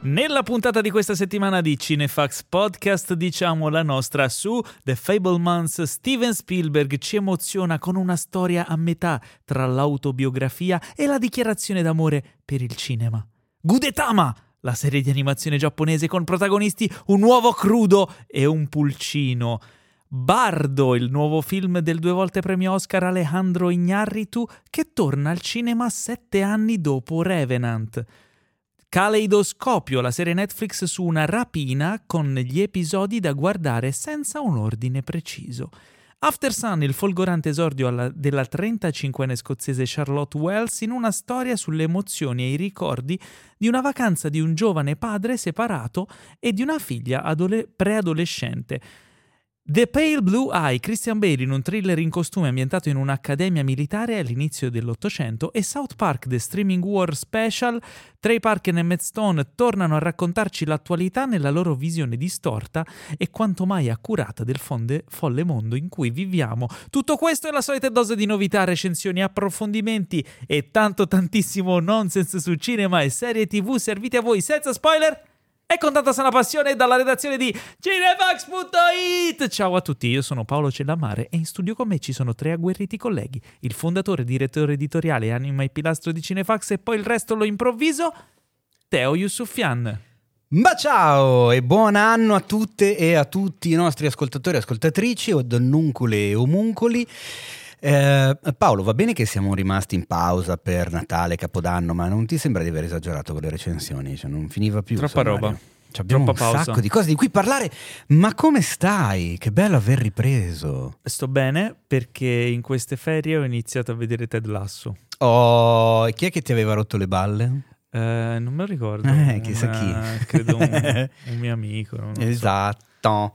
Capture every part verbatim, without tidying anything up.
Nella puntata di questa settimana di Cinefax Podcast diciamo la nostra su The Fabelmans. Steven Spielberg ci emoziona con una storia a metà tra l'autobiografia e la dichiarazione d'amore per il cinema. Gudetama, la serie di animazione giapponese con protagonisti un uovo crudo e un pulcino. Bardo, il nuovo film del due volte premio Oscar Alejandro Iñárritu che torna al cinema sette anni dopo Revenant. Caleidoscopio, la serie Netflix su una rapina con gli episodi da guardare senza un ordine preciso. After Sun, il folgorante esordio alla, della trentacinquenne scozzese Charlotte Wells in una storia sulle emozioni e i ricordi di una vacanza di un giovane padre separato e di una figlia adole- preadolescente. The Pale Blue Eye, Christian Bale in un thriller in costume ambientato in un'accademia militare all'inizio dell'Ottocento, e South Park The Streaming War Special. Trey Parker e Matt Stone tornano a raccontarci l'attualità nella loro visione distorta e quanto mai accurata del fonde, folle mondo in cui viviamo. Tutto questo è la solita dose di novità, recensioni, approfondimenti e tanto tantissimo nonsense su cinema e serie tv serviti a voi senza spoiler e con tanta sana passione dalla redazione di Cinefax punto it. Ciao a tutti, io sono Paolo Cellamare e in studio con me ci sono tre agguerriti colleghi: il fondatore, direttore editoriale, anima e pilastro di Cinefax e poi il resto lo improvviso, Teo Yusufian. Ma ciao e buon anno a tutte e a tutti i nostri ascoltatori e ascoltatrici, o donnuncoli e omuncoli. Eh, Paolo, va bene che siamo rimasti in pausa per Natale, Capodanno, ma non ti sembra di aver esagerato con le recensioni? Cioè, non finiva più. Troppa roba. Cioè, abbiamo Troppa un pausa. sacco di cose di cui parlare. Ma come stai? Che bello aver ripreso. Sto bene perché in queste ferie ho iniziato a vedere Ted Lasso. Oh, e chi è che ti aveva rotto le balle? Eh, non me lo ricordo. Eh, chissà Una- chi. Credo un, un mio amico. Non lo so. Esatto.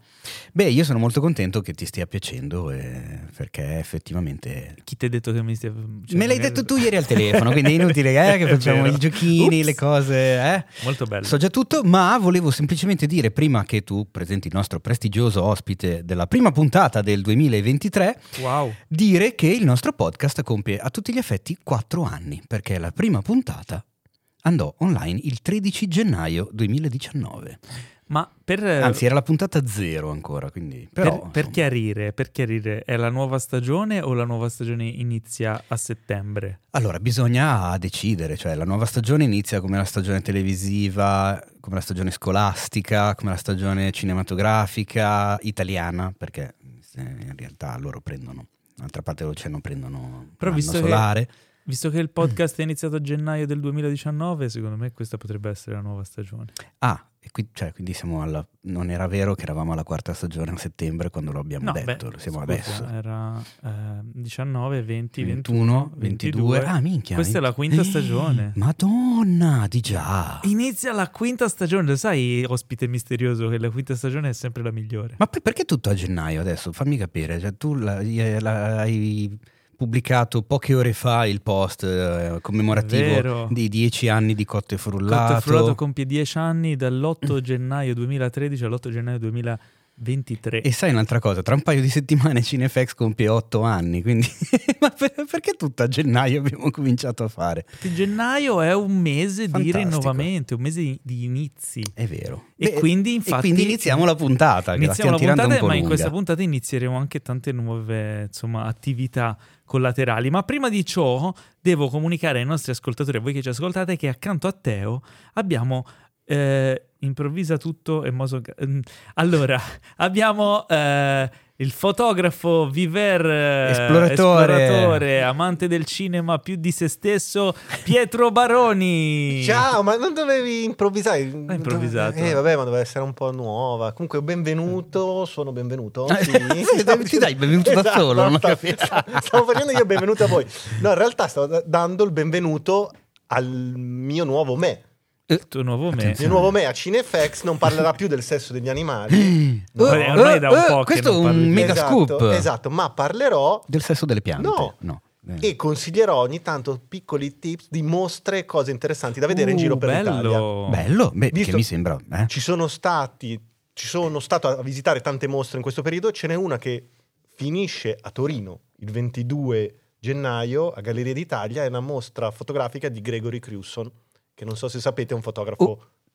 Beh, io sono molto contento che ti stia piacendo, eh, perché effettivamente... Chi ti ha detto che mi stia... cioè, Me l'hai magari- detto tu ieri al telefono, quindi è inutile eh, che È facciamo vero. i giochini, Ups. le cose, eh. Molto bello. So già tutto, ma volevo semplicemente dire, prima che tu presenti il nostro prestigioso ospite della prima puntata del duemilaventitré, Wow. dire che il nostro podcast compie a tutti gli effetti quattro anni, perché la prima puntata andò online il tredici gennaio duemiladiciannove. Ma per... Anzi, era la puntata zero ancora, quindi... Però, per, per insomma. chiarire, per chiarire, è la nuova stagione o la nuova stagione inizia a settembre? Allora, bisogna decidere, cioè la nuova stagione inizia come la stagione televisiva, come la stagione scolastica, come la stagione cinematografica italiana, perché in realtà loro prendono, d'altra parte dell'oceano prendono Però l'anno visto che- solare. Visto che il podcast è iniziato a gennaio del duemiladiciannove, secondo me questa potrebbe essere la nuova stagione. Ah, e qui, cioè, quindi siamo alla... non era vero che eravamo alla quarta stagione a settembre quando lo abbiamo No, detto, beh, lo siamo scusa, adesso. Era eh, diciannove, venti, ventuno, ventidue, ah minchia. Questa è la quinta stagione. Madonna, di già. Inizia la quinta stagione, lo sai, ospite misterioso, che la quinta stagione è sempre la migliore. Ma poi perché tutto a gennaio adesso? Fammi capire, cioè, tu la- la- hai pubblicato poche ore fa il post eh, commemorativo Vero. di dieci anni di Cotto e Frullato. Cotto e Frullato compie dieci anni dall'otto gennaio duemilatredici all'otto gennaio duemilaventitré. E sai un'altra cosa, tra un paio di settimane Cinefax compie otto anni, quindi ma per- perché tutto a gennaio abbiamo cominciato a fare? Perché gennaio è un mese di Fantastico. rinnovamento, un mese di- di inizi. È vero. E Beh, quindi, infatti, e quindi iniziamo la puntata, che la Iniziamo stiamo la tirando puntata, un po' ma in lunga. questa puntata inizieremo anche tante nuove, insomma, attività collaterali. Ma prima di ciò devo comunicare ai nostri ascoltatori, a voi che ci ascoltate, che accanto a Teo abbiamo eh, improvvisa tutto e moso... Allora, abbiamo eh, il fotografo, viver, eh, Esploratore. esploratore, amante del cinema più di se stesso, Pietro Baroni. Ciao, ma non dovevi improvvisare? Ho improvvisato. Eh, vabbè, ma deve essere un po' nuova. Comunque, benvenuto. Sono benvenuto. Ah, Sì. ti dai il benvenuto da Esatto, solo, non ho stavo- capito. Stavo facendo io il benvenuto a voi. No, in realtà stavo da- dando il benvenuto al mio nuovo me. Il tuo nuovo me. Il mio nuovo me a Cinefax non parlerà più del sesso degli animali. Oh, Ormai- ormai da un po' che questo è non un parli più. mega esatto, scoop esatto, ma parlerò del sesso delle piante. No. no. Eh. e consiglierò ogni tanto piccoli tips di mostre e cose interessanti da vedere in Uh, giro per l'Italia. bello. Bello, beh, Visto- che mi sembra. Eh? Ci sono stati, ci sono stato a visitare tante mostre in questo periodo. Ce n'è una che finisce a Torino il ventidue gennaio a Galleria d'Italia. È una mostra fotografica di Gregory Crewson, che non so se sapete è un fotografo Oh,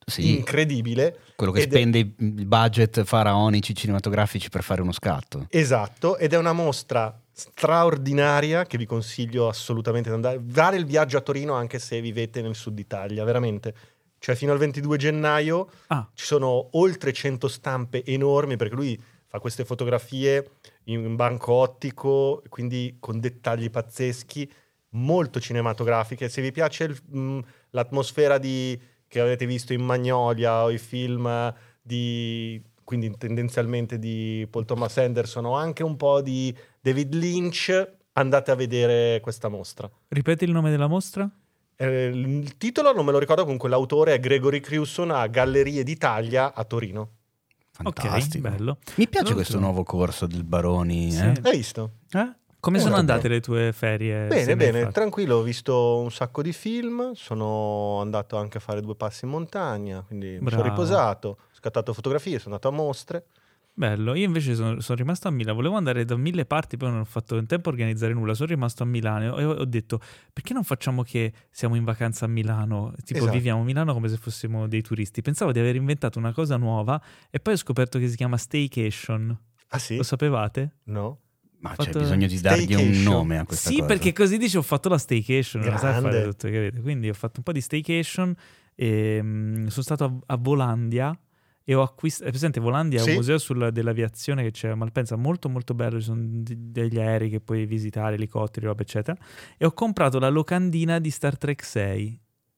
sì, incredibile. quello che ed spende è... i budget faraonici cinematografici per fare uno scatto. Esatto, ed è una mostra straordinaria che vi consiglio assolutamente di andare. Fare il viaggio a Torino anche se vivete nel sud Italia, veramente. Cioè fino al ventidue gennaio Ah. ci sono oltre cento stampe enormi, perché lui fa queste fotografie in banco ottico, quindi con dettagli pazzeschi, molto cinematografiche. Se vi piace il, mh, l'atmosfera di, che avete visto in Magnolia o i film di, quindi tendenzialmente di Paul Thomas Anderson o anche un po' di David Lynch, andate a vedere questa mostra. Ripeti il nome della mostra? Eh, il titolo non me lo ricordo, comunque l'autore è Gregory Crewson a Gallerie d'Italia a Torino. Fantastico. Ok, bello. Mi piace Allora, questo so- nuovo corso del Baroni. Sì. Eh? Hai visto? Eh? Come sono Molto andate bene. le tue ferie? Bene, Se ne hai bene, fatte? tranquillo, ho visto un sacco di film, sono andato anche a fare due passi in montagna, quindi mi Bravo. sono riposato, ho scattato fotografie, sono andato a mostre. Bello, io invece sono, sono rimasto a Milano, volevo andare da mille parti, poi non ho fatto in tempo a organizzare nulla, sono rimasto a Milano e ho, ho detto perché non facciamo che siamo in vacanza a Milano, tipo Esatto. viviamo a Milano come se fossimo dei turisti. Pensavo di aver inventato una cosa nuova e poi ho scoperto che si chiama staycation. Ah sì? Lo sapevate? No? Ma Ho c'è fatto- bisogno di dargli un Staycation. nome a questa Sì, cosa. perché così dice ho fatto la staycation, non sai Grande. fare tutto, capite? Quindi ho fatto un po' di staycation e mm, sono stato a, a Volandia e ho acquistato, è presente Volandia è Sì. un museo sulla- dell'aviazione che c'è a Malpensa, molto molto bello, ci sono di- degli aerei che puoi visitare, elicotteri, roba eccetera, e ho comprato la locandina di Star Trek sei,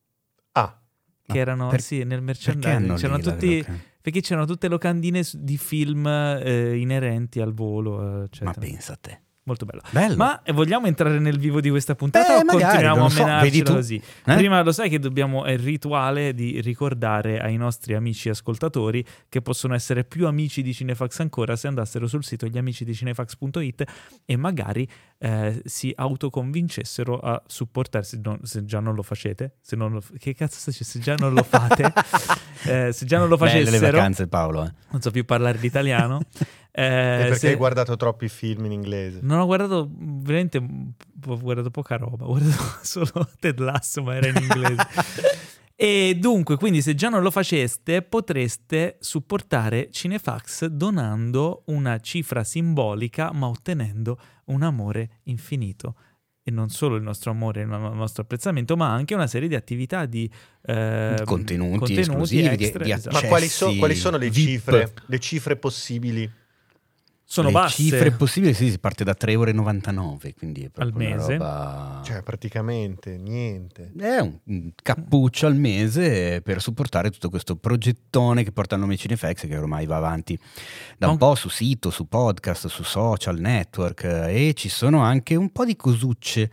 Ah, che Ma erano, per- sì, nel Perché hanno merchandising, c'erano lì la tutti, loca- perché c'erano tutte locandine su- di film eh, inerenti al volo, eh, Ma eccetera. pensa a te. Molto bello. Bello. Ma eh, vogliamo entrare nel vivo di questa puntata Eh, o magari, continuiamo non a so, vedi menarcela tu. così? Eh? Prima lo sai che dobbiamo, è il rituale di ricordare ai nostri amici ascoltatori che possono essere più amici di Cinefax ancora se andassero sul sito gli amici di cinefax punto it e magari eh, si autoconvincessero a supportarsi, non- se già non lo facete, se non lo, che cazzo sta dicendo? Se già non lo fate, eh, se già non lo Belle le facessero, vacanze, Paolo. eh. non so più parlare l'italiano. è eh, perché se- hai guardato troppi film in inglese. non ho guardato veramente, ho guardato poca roba, ho guardato solo Ted Lasso, ma era in inglese. E dunque, quindi se già non lo faceste, potreste supportare Cinefax donando una cifra simbolica, ma ottenendo un amore infinito. E non solo il nostro amore, il no- nostro apprezzamento, ma anche una serie di attività di eh, Contenuti esclusivi, di- extra, di esatto. Ma quali, so- accessi quali sono le V I P? cifre? Le cifre possibili? Sono le basse. cifre possibili, sì, si parte da tre euro e novantanove, quindi è proprio Al una mese? roba... Cioè, praticamente niente. È un un cappuccio al mese per supportare tutto questo progettone che porta il nome Cinefax, che ormai va avanti da un Ma- po' su sito, su podcast, su social network, e ci sono anche un po' di cosucce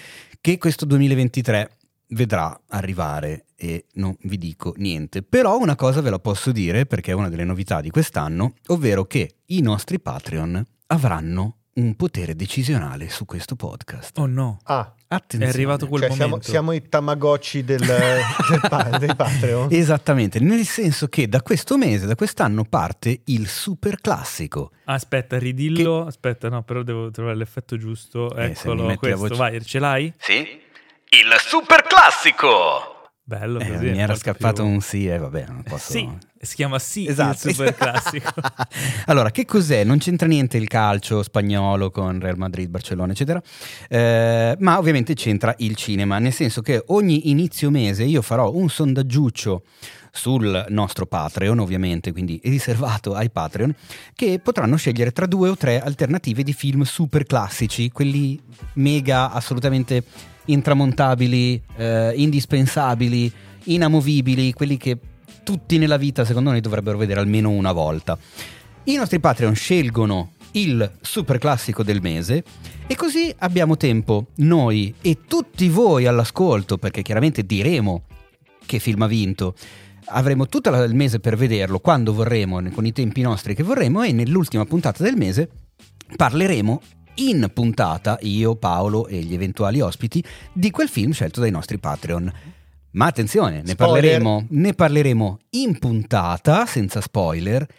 che questo duemilaventitré vedrà arrivare e non vi dico niente. Però una cosa ve la posso dire perché è una delle novità di quest'anno, ovvero che i nostri Patreon avranno un potere decisionale su questo podcast. Oh no, Ah, è Attenzione. arrivato quel cioè siamo, momento. siamo i Tamagotchi del, del pa- dei Patreon. Esattamente, nel senso che da questo mese, da quest'anno parte il super classico. Aspetta, ridillo. Aspetta, no, però devo trovare l'effetto giusto. Eh, se mi Eccolo, metti la questo. voce- Vai, ce l'hai? Sì? Il super classico! Bello, Eh, così. mi è era molto scappato più- un sì, e eh, vabbè, non posso... Sì, si chiama Sì, Esatto. il super classico. Allora, che cos'è? Non c'entra niente il calcio spagnolo con Real Madrid, Barcellona, eccetera, eh, ma ovviamente c'entra il cinema, nel senso che ogni inizio mese io farò un sondaggiuccio sul nostro Patreon, ovviamente, quindi riservato ai Patreon, che potranno scegliere tra due o tre alternative di film super classici, quelli mega assolutamente intramontabili, eh, indispensabili, inamovibili, quelli che tutti nella vita secondo noi dovrebbero vedere almeno una volta. I nostri Patreon scelgono il super classico del mese e così abbiamo tempo noi e tutti voi all'ascolto, perché chiaramente diremo che film ha vinto, avremo tutto il mese per vederlo quando vorremo, con i tempi nostri che vorremo, e nell'ultima puntata del mese parleremo in puntata, io, Paolo e gli eventuali ospiti, di quel film scelto dai nostri Patreon. Ma attenzione, ne Spoiler. parleremo, ne parleremo in puntata, senza spoiler,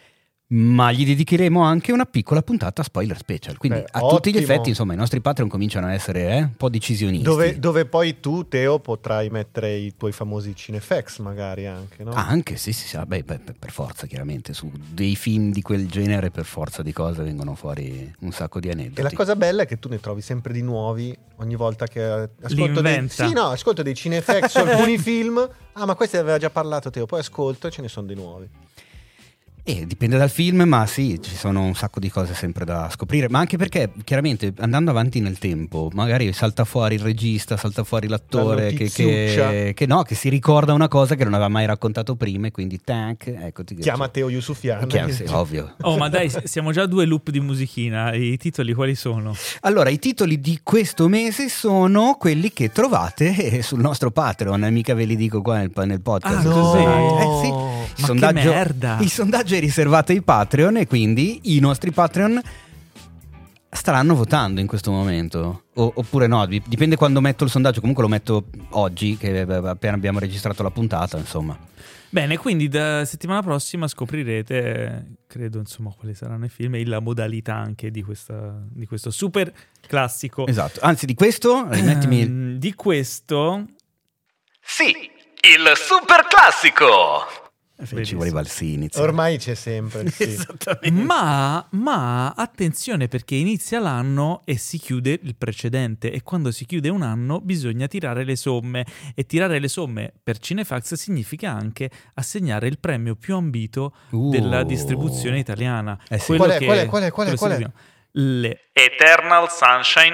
ma gli dedicheremo anche una piccola puntata spoiler special, quindi Beh, a ottimo. tutti gli effetti insomma i nostri Patreon cominciano a essere eh, un po' decisionisti, Dove, dove poi tu, Teo, potrai mettere i tuoi famosi cinefx magari anche, no? Ah, anche sì sì, sì. Ah, beh, beh, per forza chiaramente su dei film di quel genere per forza di cose vengono fuori un sacco di aneddoti. E la cosa bella è che tu ne trovi sempre di nuovi ogni volta che ascolto dei, L'inventa. sì, no, ascolto dei cinefx su alcuni film. Ah, ma questi aveva già parlato Teo, poi ascolto e ce ne sono di nuovi. Eh, dipende dal film, ma sì, ci sono un sacco di cose sempre da scoprire, ma anche perché chiaramente andando avanti nel tempo magari salta fuori il regista, salta fuori l'attore La che, notiziuccia. che, che no, che si ricorda una cosa che non aveva mai raccontato prima e quindi tac, ecco ti Chiama Teo Yusufian. Chiama, sì, ovvio. Oh, ma dai, siamo già a due loop di musichina. I titoli quali sono? Allora, i titoli di questo mese sono quelli che trovate sul nostro Patreon, eh, mica ve li dico qua nel, nel podcast. Ah, così? Eh, sì. Il Ma sondaggio, che merda! il sondaggio è riservato ai Patreon e quindi i nostri Patreon staranno votando in questo momento. O, oppure no, dipende quando metto il sondaggio. Comunque lo metto oggi, che appena abbiamo registrato la puntata, insomma. Bene, quindi da settimana prossima scoprirete, credo, insomma, quali saranno i film e la modalità anche di, questa, di questo super classico. Esatto, anzi di questo, rimettimi... Ehm, di questo... Sì, il super classico! Ci Benissimo. voleva il sì inizio. Ormai c'è sempre il sì. Esattamente. Ma, ma attenzione, perché inizia l'anno e si chiude il precedente, e quando si chiude un anno bisogna tirare le somme, e tirare le somme per Cinefax significa anche assegnare il premio più ambito Uh. della distribuzione italiana. Eh sì. Quello Qual è, che- qual è, qual è, qual è, quello qual è? si chiama Le Eternal Sunshine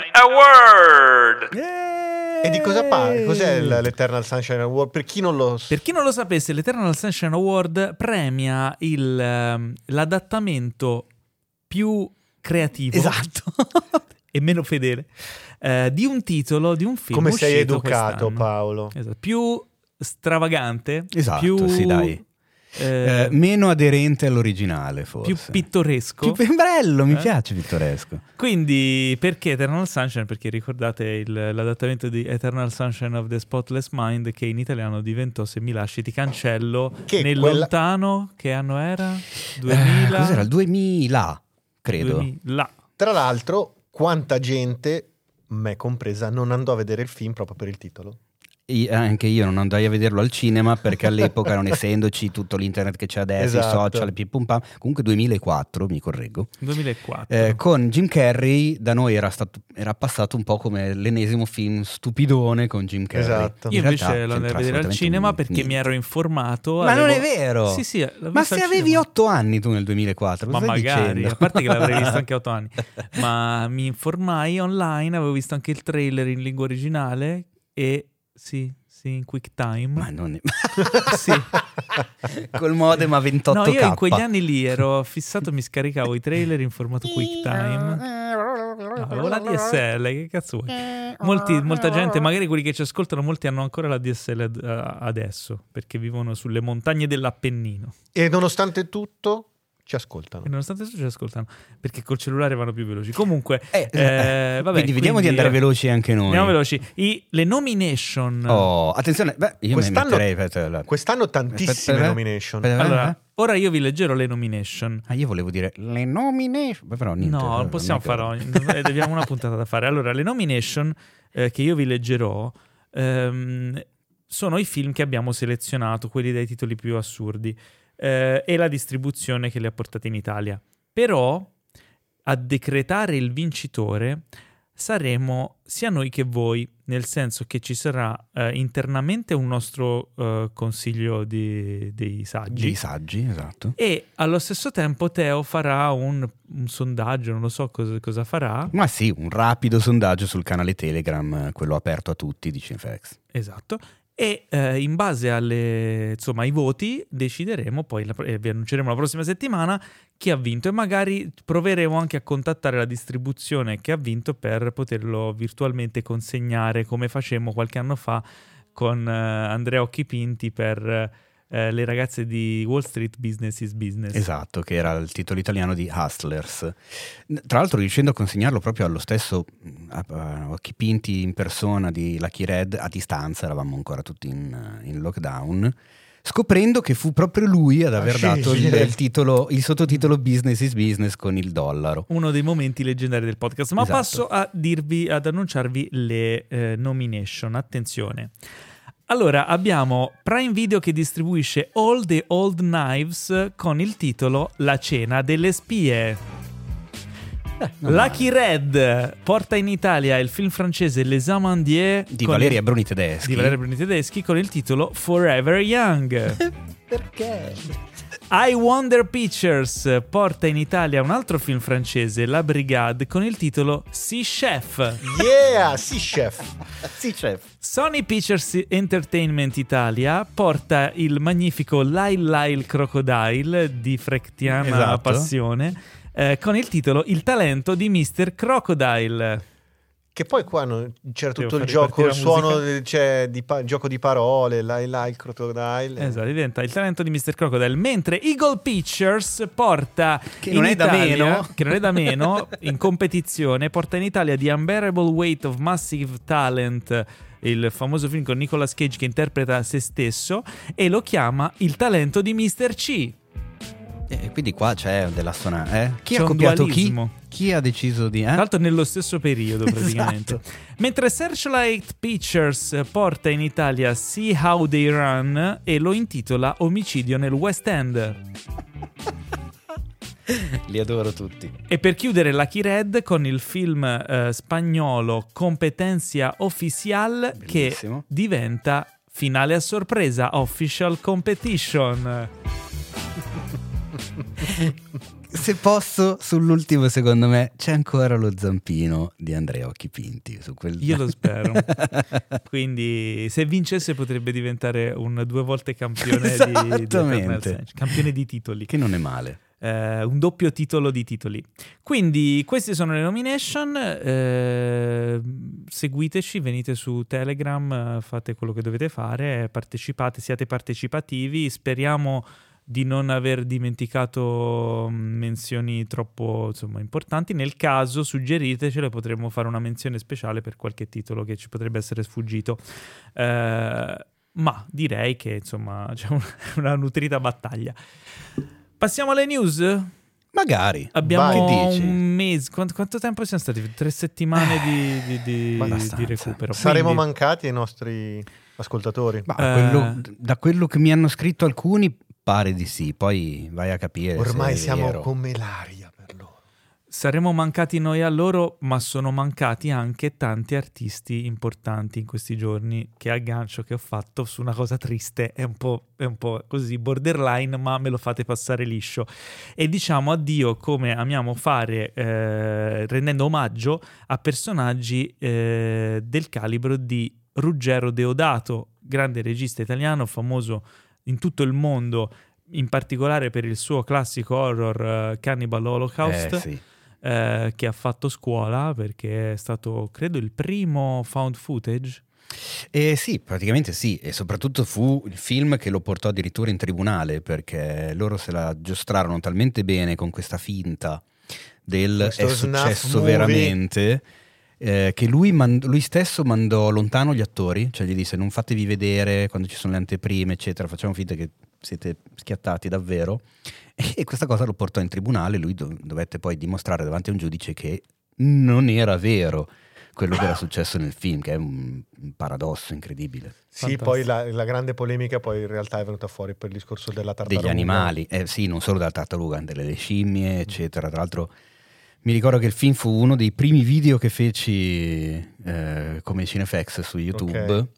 Award. E di cosa parla? Cos'è l- l'Eternal Sunshine Award? Per chi non lo Per chi non lo sapesse, l'Eternal Sunshine Award premia il, ehm, l'adattamento più creativo Esatto. e meno fedele eh, di un titolo di un film Come sei uscito educato, quest'anno. Paolo. Esatto. Più stravagante, Esatto, più, sì, dai. eh, Eh, meno aderente all'originale, forse. più pittoresco. Più bello, mi Eh? piace pittoresco. Quindi perché Eternal Sunshine? Perché ricordate il- l'adattamento di Eternal Sunshine of the Spotless Mind, che in italiano diventò Se mi lasci ti cancello, Che nel quella- lontano, che anno era? Eh, duemila? cos'era? Il duemila, credo. duemila. Tra l'altro, quanta gente, me compresa, non andò a vedere il film proprio per il titolo? I- anche io non andai a vederlo al cinema perché all'epoca, non essendoci tutto l'internet che c'è adesso, Esatto. i social, pim pum pam. Comunque duemilaquattro, mi correggo. duemilaquattro. Eh, con Jim Carrey da noi era, stato, era passato un po' come l'ennesimo film stupidone con Jim Carrey. Esatto. Io In invece realtà lo andai a c'entra vedere al assolutamente cinema un- perché niente. mi ero informato. Ma non avevo- è vero! Sì, sì, l'ho Ma visto se al avevi cinema. otto anni tu nel duemilaquattro, Ma cosa stai magari, dicendo? a parte che l'avrei visto anche a otto anni, ma mi informai online, avevo visto anche il trailer in lingua originale e sì, sì, in QuickTime. Ma non è... Sì. Col modem a ventotto K. No, io in quegli anni lì ero fissato, mi scaricavo i trailer in formato QuickTime. No, avevo la D S L, che cazzo vuoi? Molti, molta gente, magari quelli che ci ascoltano, molti hanno ancora la D S L ad- a- adesso, perché vivono sulle montagne dell'Appennino. E nonostante tutto, ci ascoltano. E nonostante tutto ci ascoltano, perché col cellulare vanno più veloci. Comunque, Eh, eh, vabbè, quindi vediamo di quindi, andare eh, veloci anche noi. Andiamo veloci. I- le nomination. Oh, attenzione, beh, io mi Quest'anno- metterei... aspetta, la- Quest'anno tantissime aspetta, eh. nomination. aspetta, eh. Allora, ora io vi leggerò le nomination. Ah, io volevo dire le nomination, Beh, però niente. No, non possiamo è che- fare ogni. Abbiamo una puntata da fare. Allora, le nomination eh, che io vi leggerò ehm, sono i film che abbiamo selezionato, quelli dai titoli più assurdi, eh, e la distribuzione che li ha portati in Italia. Però a decretare il vincitore saremo sia noi che voi, nel senso che ci sarà eh, internamente un nostro eh, consiglio di- dei saggi. Dei saggi, esatto. E allo stesso tempo Teo farà un, un sondaggio, non lo so cosa, cosa farà. Ma sì, un rapido sondaggio sul canale Telegram, quello aperto a tutti di Cinefax. Esatto. E eh, in base alle, insomma, ai voti decideremo poi, la, e vi annunceremo la prossima settimana chi ha vinto, e magari proveremo anche a contattare la distribuzione che ha vinto per poterlo virtualmente consegnare, come facemmo qualche anno fa con eh, Andrea Occhipinti per eh, le ragazze di Wall Street Business is Business. Esatto, che era il titolo italiano di Hustlers. Tra l'altro riuscendo a consegnarlo proprio allo stesso a, a Occhi Pinti in persona di Lucky Red a distanza, eravamo ancora tutti in, in lockdown. scoprendo che fu proprio lui ad aver Ah, sì, dato sì. il, il titolo, il sottotitolo Business is Business con il dollaro. Uno dei momenti leggendari del podcast. Ma Esatto. passo a dirvi, ad annunciarvi le eh, nomination. Attenzione. Allora, abbiamo Prime Video che distribuisce All the Old Knives con il titolo La cena delle spie. non Lucky Red porta in Italia il film francese Les Amandiers Di con Valeria il- Bruni Tedeschi. di Valeria Bruni Tedeschi con il titolo Forever Young. Perché? I Wonder Pictures porta in Italia un altro film francese, La Brigade, con il titolo Sea Chef. Yeah, sì, chef. Sì, chef. Sony Pictures Entertainment Italia porta il magnifico Lyle Lyle Crocodile di Frectiana Esatto. passione eh, con il titolo Il talento di mister Crocodile. Che poi qua non- c'era Devo tutto il far gioco, ripartire il la suono, musica. del- cioè, di pa- gioco di parole, là e là, il crocodile. Esatto, diventa Il talento di mister Crocodile. Mentre Eagle Pictures porta Che in non è da Italia- meno. che non è da meno, in competizione, porta in Italia The Unbearable Weight of Massive Talent, il famoso film con Nicolas Cage che interpreta se stesso, e lo chiama Il talento di mister C. E quindi qua c'è della suona. Eh? Chi C'è ha un copiato chi? dualismo. Chi ha deciso di. Eh? Tra l'altro nello stesso periodo praticamente. Esatto. Mentre Searchlight Pictures porta in Italia See How They Run e lo intitola Omicidio nel West End. Li adoro tutti. E per chiudere Lucky Red con il film eh, spagnolo Competencia Oficial, Bellissimo. che diventa finale a sorpresa, Official Competition. Se posso, sull'ultimo, secondo me, c'è ancora lo zampino di Andrea Occhipinti. Su quel... Io lo spero. Quindi se vincesse potrebbe diventare un due volte campione di, di Eternal Esattamente. Sunshine. Campione di titoli. Che non è male. Eh, un doppio titolo di titoli. Quindi queste sono le nomination. Eh, seguiteci, venite su Telegram, eh, fate quello che dovete fare, partecipate, siate partecipativi. Speriamo di non aver dimenticato menzioni troppo, insomma, importanti. Nel caso suggeritecele, potremmo fare una menzione speciale per qualche titolo che ci potrebbe essere sfuggito. Eh, ma direi che insomma c'è un- una nutrita battaglia. Passiamo alle news? Magari. Abbiamo Che dici? un mese. Quanto, quanto tempo siamo stati? Tre settimane di, di, di, Abbastanza. di recupero. Saremo Quindi, mancati ai nostri ascoltatori. Ma Eh. quello- da quello che mi hanno scritto alcuni, pare di sì. Poi vai a capire. Ormai se è siamo vero. come l'aria per loro. saremo mancati noi a loro, ma sono mancati anche tanti artisti importanti in questi giorni. Che aggancio che ho fatto su una cosa triste, è un po', è un po' così borderline, ma me lo fate passare liscio. E diciamo addio, come amiamo fare, eh, rendendo omaggio a personaggi eh, del calibro di Ruggero Deodato, grande regista italiano, famoso in tutto il mondo, in particolare per il suo classico horror uh, Cannibal Holocaust, Eh, sì. eh, che ha fatto scuola perché è stato, credo, il primo found footage. Eh, sì, praticamente sì, e soprattutto fu il film che lo portò addirittura in tribunale, perché loro se la giostrarono talmente bene con questa finta del Questo è snuff successo movie. veramente, eh, che lui, mand- lui stesso mandò lontano gli attori, cioè gli disse non fatevi vedere quando ci sono le anteprime eccetera, facciamo finta che siete schiattati davvero, e questa cosa lo portò in tribunale. Lui dov- dovette poi dimostrare davanti a un giudice che non era vero quello che era successo nel film, che è un, un paradosso incredibile. Sì, Fantastico. poi la, la grande polemica poi in realtà è venuta fuori per il discorso della tartaruga. Degli animali, eh, sì, non solo della tartaruga, delle scimmie eccetera. Tra l'altro mi ricordo che il film fu uno dei primi video che feci eh, come Cinefx su YouTube, Ok.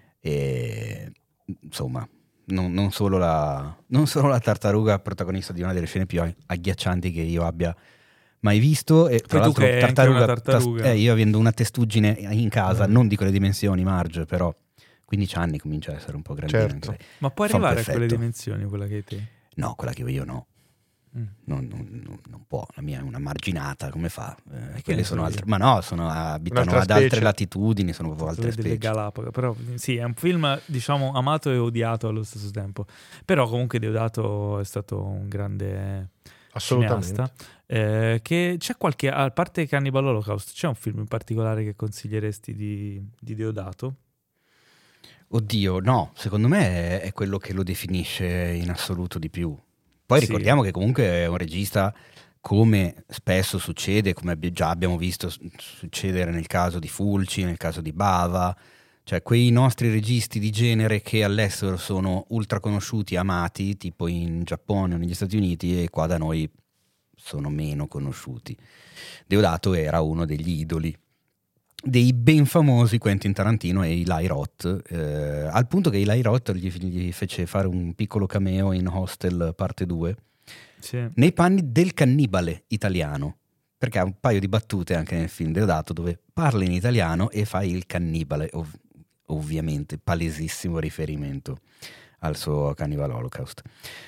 e insomma non, non solo la, non solo la tartaruga protagonista di una delle scene più agghiaccianti che io abbia mai visto, e tra Poi tu l'altro che hai anche una tartaruga. tas- eh, io avendo una testuggine in casa, Mm. non di quelle dimensioni, Marge, però quindici anni comincia a essere un po' grandina Certo. anche lei. Ma può Fa un arrivare a po' quelle effetto. dimensioni, quella che hai te? No, quella che ho io no. Mm. Non, non- non- non può, la mia è una marginata, come fa? Eh, che quelle ne sono so altre, io? ma no, sono, abitano Un'altra ad altre specie. latitudini, sono proprio altre Delle specie. Galapago, però sì, è un film diciamo amato e odiato allo stesso tempo. Però comunque Deodato è stato un grande Assolutamente. cineasta. Eh, che c'è qualche, a parte Cannibal Holocaust, c'è un film in particolare che consiglieresti di, di Deodato? Oddio, no, secondo me è, è quello che lo definisce in assoluto di più. Poi Sì. ricordiamo che comunque è un regista, come spesso succede, come abbi- già abbiamo visto s- succedere nel caso di Fulci, nel caso di Bava, cioè quei nostri registi di genere che all'estero sono ultra conosciuti e amati, tipo in Giappone o negli Stati Uniti, e qua da noi sono meno conosciuti. Deodato era uno degli idoli dei ben famosi Quentin Tarantino e Eli Roth, eh, al punto che Eli Roth gli, gli fece fare un piccolo cameo in Hostel parte due Sì. nei panni del cannibale italiano, perché ha un paio di battute anche nel film Deodato dove parla in italiano e fa il cannibale, ov- ovviamente palesissimo riferimento al suo Cannibal Holocaust.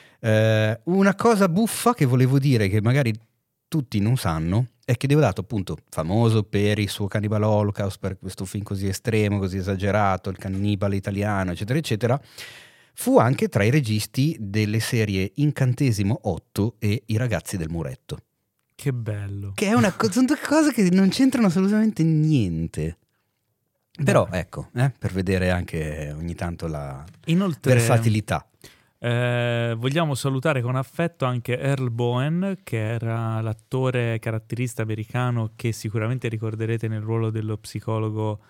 Eh, una cosa buffa che volevo dire, che magari tutti non sanno, è che Deodato, appunto, famoso per il suo Cannibal Holocaust, per questo film così estremo, così esagerato, il cannibale italiano, eccetera, eccetera, fu anche tra i registi delle serie Incantesimo otto e I ragazzi del muretto. Che bello. Che è una co- sono due cose che non c'entrano assolutamente niente. Però, Beh. ecco, eh, per vedere anche ogni tanto la Inoltre, versatilità. Eh, vogliamo salutare con affetto anche Earl Boen, che era l'attore caratterista americano che sicuramente ricorderete nel ruolo dello psicologo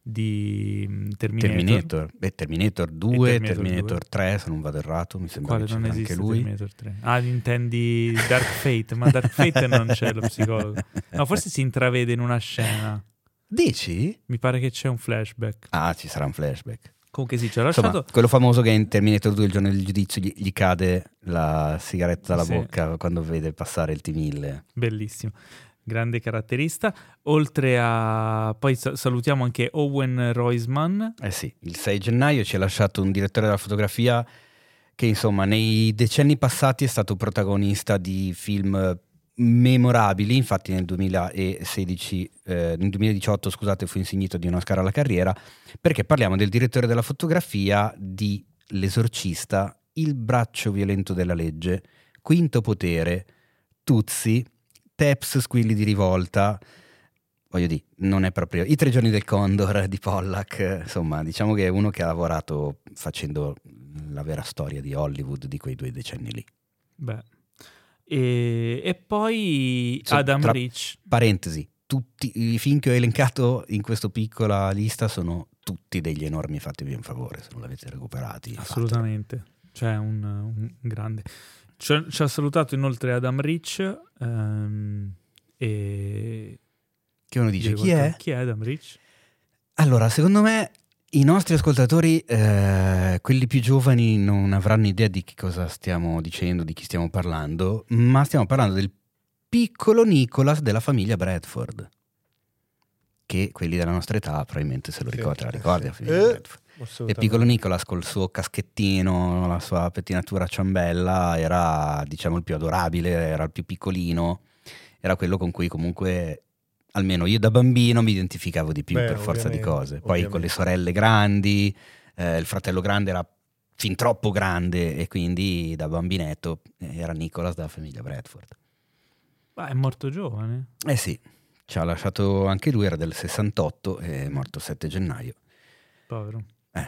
di mm, Terminator. Terminator, Beh, Terminator due, Terminator Terminator, due. tre, se non vado errato, mi sembra Quale che non c'era esiste anche lui. Terminator tre? Ah, intendi Dark Fate, ma Dark Fate non c'è lo psicologo. No, forse si intravede in una scena. Dici? Mi pare che c'è un flashback. Ah, ci sarà un flashback. Comunque sì, ci ha lasciato... Insomma, quello famoso che in Terminator due, il giorno del giudizio, gli, gli cade la sigaretta dalla Sì. bocca quando vede passare il T mille. Bellissimo, grande caratterista. Oltre a... Poi sa- salutiamo anche Owen Roisman. Eh sì, il sei gennaio ci ha lasciato un direttore della fotografia che, insomma, nei decenni passati è stato protagonista di film memorabili. Infatti nel duemilasedici, eh, nel duemiladiciotto, scusate, fu insignito di un Oscar alla carriera, perché parliamo del direttore della fotografia di L'Esorcista, Il braccio violento della legge, Quinto potere, Tuzzi, Teps, Squilli di rivolta. Voglio dire, non è proprio I tre giorni del Condor di Pollack. Insomma, diciamo che è uno che ha lavorato facendo la vera storia di Hollywood di quei due decenni lì. Beh. E, e poi So- Adam tra- Rich. Parentesi, tutti i film che ho elencato in questa piccola lista sono tutti degli enormi, fatevi un favore se non l'avete recuperati. fatelo. Assolutamente, cioè un, un grande. Ci, ci ha salutato inoltre Adam Rich. ehm, e Che uno dice, dire chi è? qualcosa- Chi è Adam Rich? Allora, secondo me i nostri ascoltatori, eh, quelli più giovani, non avranno idea di che cosa stiamo dicendo, di chi stiamo parlando, ma stiamo parlando del piccolo Nicholas della famiglia Bradford, che quelli della nostra età probabilmente se lo Sì, ricordi, te la sì, ricordi sì. la famiglia Eh, Bradford. E Assolutamente. piccolo Nicholas col suo caschettino, la sua pettinatura ciambella, era, diciamo, il più adorabile, era il più piccolino, era quello con cui comunque almeno io da bambino mi identificavo di più. Beh, per forza di ovviamente, cose. Poi con le ovviamente. sorelle grandi, eh, il fratello grande era fin troppo grande e quindi da bambinetto era Nicholas della famiglia Bradford. Ah, è morto giovane. Eh sì, ci ha lasciato anche lui, era del sessantotto, è morto il sette gennaio. Povero. Eh.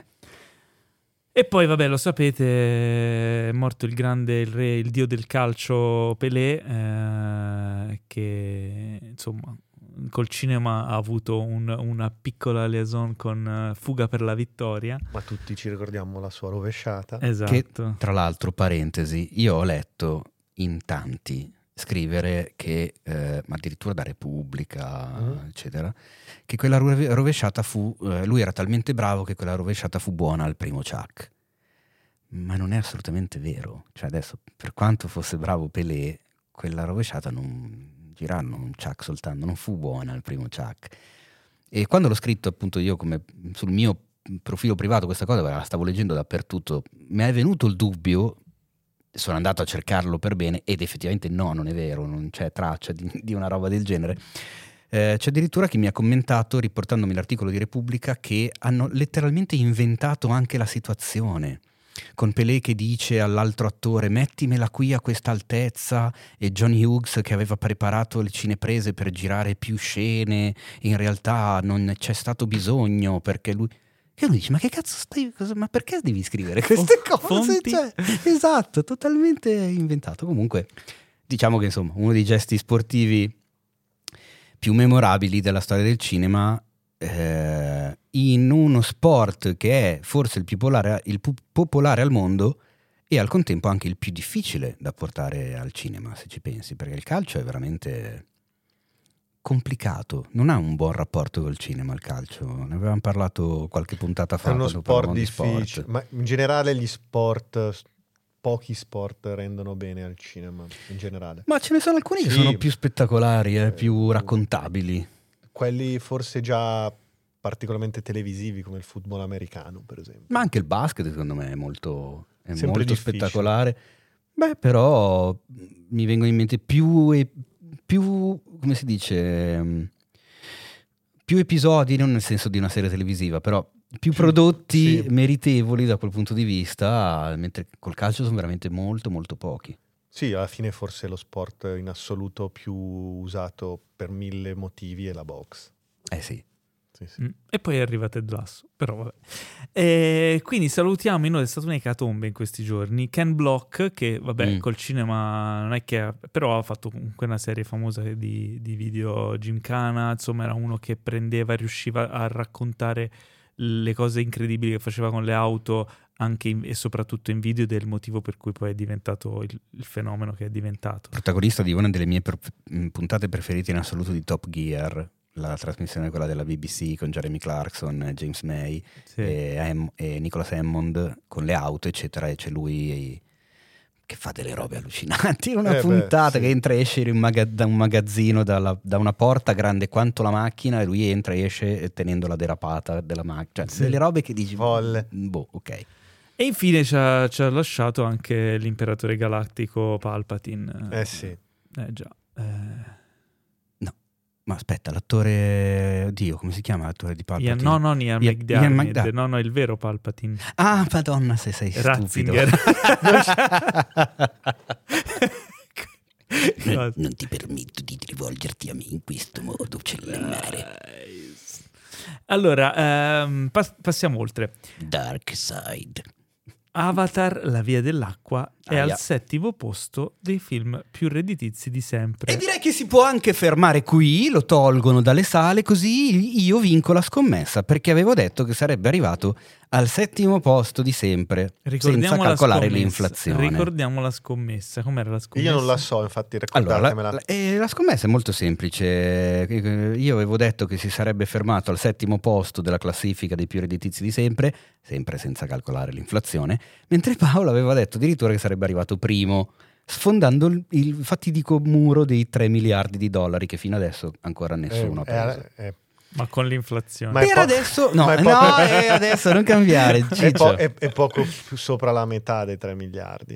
E poi, vabbè, lo sapete, è morto il grande, il re, il dio del calcio Pelé, eh, che insomma col cinema ha avuto un- una piccola liaison con eh, Fuga per la vittoria. Ma tutti ci ricordiamo la sua rovesciata. Esatto. Che, tra l'altro, parentesi, io ho letto in tanti scrivere che, eh, ma addirittura da Repubblica, Mm. eccetera, che quella rove- rovesciata fu, eh, lui era talmente bravo che quella rovesciata fu buona al primo Chuck. Ma non è assolutamente vero. Cioè adesso, per quanto fosse bravo Pelé, quella rovesciata non girarono un Chuck soltanto, non fu buona al primo Chuck. E quando l'ho scritto appunto io come sul mio profilo privato questa cosa, la stavo leggendo dappertutto, mi è venuto il dubbio, sono andato a cercarlo per bene ed effettivamente no, non è vero, non c'è traccia di, di una roba del genere. Eh, c'è addirittura chi mi ha commentato, riportandomi l'articolo di Repubblica, che hanno letteralmente inventato anche la situazione, con Pelé che dice all'altro attore mettimela qui a questa altezza, e Johnny Hughes che aveva preparato le cineprese per girare più scene, in realtà non c'è stato bisogno perché lui... che uno dice ma che cazzo stai, cosa, ma perché devi scrivere queste cose? Fonti. Cioè, esatto, totalmente inventato. Comunque diciamo che insomma uno dei gesti sportivi più memorabili della storia del cinema, eh, in uno sport che è forse il più popolare, il più popolare al mondo e al contempo anche il più difficile da portare al cinema, se ci pensi, perché il calcio è veramente complicato, non ha un buon rapporto col cinema il calcio, ne avevamo parlato qualche puntata fa. È uno quando sport parlavamo di difficile, sport. ma in generale gli sport, pochi sport rendono bene al cinema, in generale. Ma ce ne sono alcuni che Sì. sono più spettacolari, eh, Eh, più raccontabili. Quelli forse già particolarmente televisivi, come il football americano, per esempio. Ma anche il basket secondo me è molto, è Sempre molto difficile. spettacolare. Beh, però mh, mi vengono in mente più, e- più, come si dice, mh, più episodi, non nel senso di una serie televisiva, però più Più- prodotti sì. meritevoli da quel punto di vista, mentre col calcio sono veramente molto molto pochi. Sì, alla fine forse lo sport in assoluto più usato per mille motivi è la box. Eh sì. Sì, sì. Mm. E poi è arrivato Ted Lasso, però vabbè. E quindi salutiamo, in noi è stata un'ecatombe in questi giorni. Ken Block, che vabbè Mm. col cinema non è che ha, però ha fatto comunque una serie famosa di, di video Gymkhana, insomma era uno che prendeva e riusciva a raccontare le cose incredibili che faceva con le auto anche in- e soprattutto in video, del motivo per cui poi è diventato il, il fenomeno che è diventato. Protagonista di una delle mie per- mh, puntate preferite in assoluto di Top Gear, la trasmissione quella della B B C con Jeremy Clarkson, James May Sì. e, Ham- e Nicholas Hammond con le auto eccetera, e c'è lui che fa delle robe allucinanti. Una Eh beh, puntata sì. che entra e esce in un maga- da un magazzino dalla- da una porta grande quanto la macchina, e lui entra e esce tenendo la derapata della macchina, cioè Sì. delle robe che dici Folle. boh, ok. E infine ci ha, ci ha lasciato anche l'imperatore galattico Palpatine. Eh sì. Eh già. Eh, Ma aspetta, l'attore, oddio, come si chiama l'attore di Palpatine? Ian, no, non Ian Ian- McDiarmid, Ian McDiarmid. no, no, il vero Palpatine. Ah, madonna, se sei stupido. Ratzinger. Non, non ti permetto di rivolgerti a me in questo modo, cellulare. Allora, ehm, pas- passiamo oltre. Dark Side. Avatar, la via dell'acqua, è Aia. al settimo posto dei film più redditizi di sempre. E direi che si può anche fermare qui, lo tolgono dalle sale, così io vinco la scommessa, perché avevo detto che sarebbe arrivato al settimo posto di sempre, Ricordiamo senza la calcolare scommessa. l'inflazione. Ricordiamo la scommessa. Com'era la scommessa? Io non la so, infatti, Allora, la, ricordatemela. la- eh, la scommessa è molto semplice. Eh, Io avevo detto che si sarebbe fermato al settimo posto della classifica dei più redditizi di sempre, sempre senza calcolare l'inflazione, mentre Paolo aveva detto addirittura che sarebbe arrivato primo, sfondando il, il fatidico muro dei tre miliardi di dollari che fino adesso ancora nessuno Eh, ha preso. eh, eh, Ma con l'inflazione. Ma è Per po- adesso, no, ma è no, poco- eh, adesso non cambiare. è, Ciccio. po- è- è poco più sopra la metà dei tre miliardi.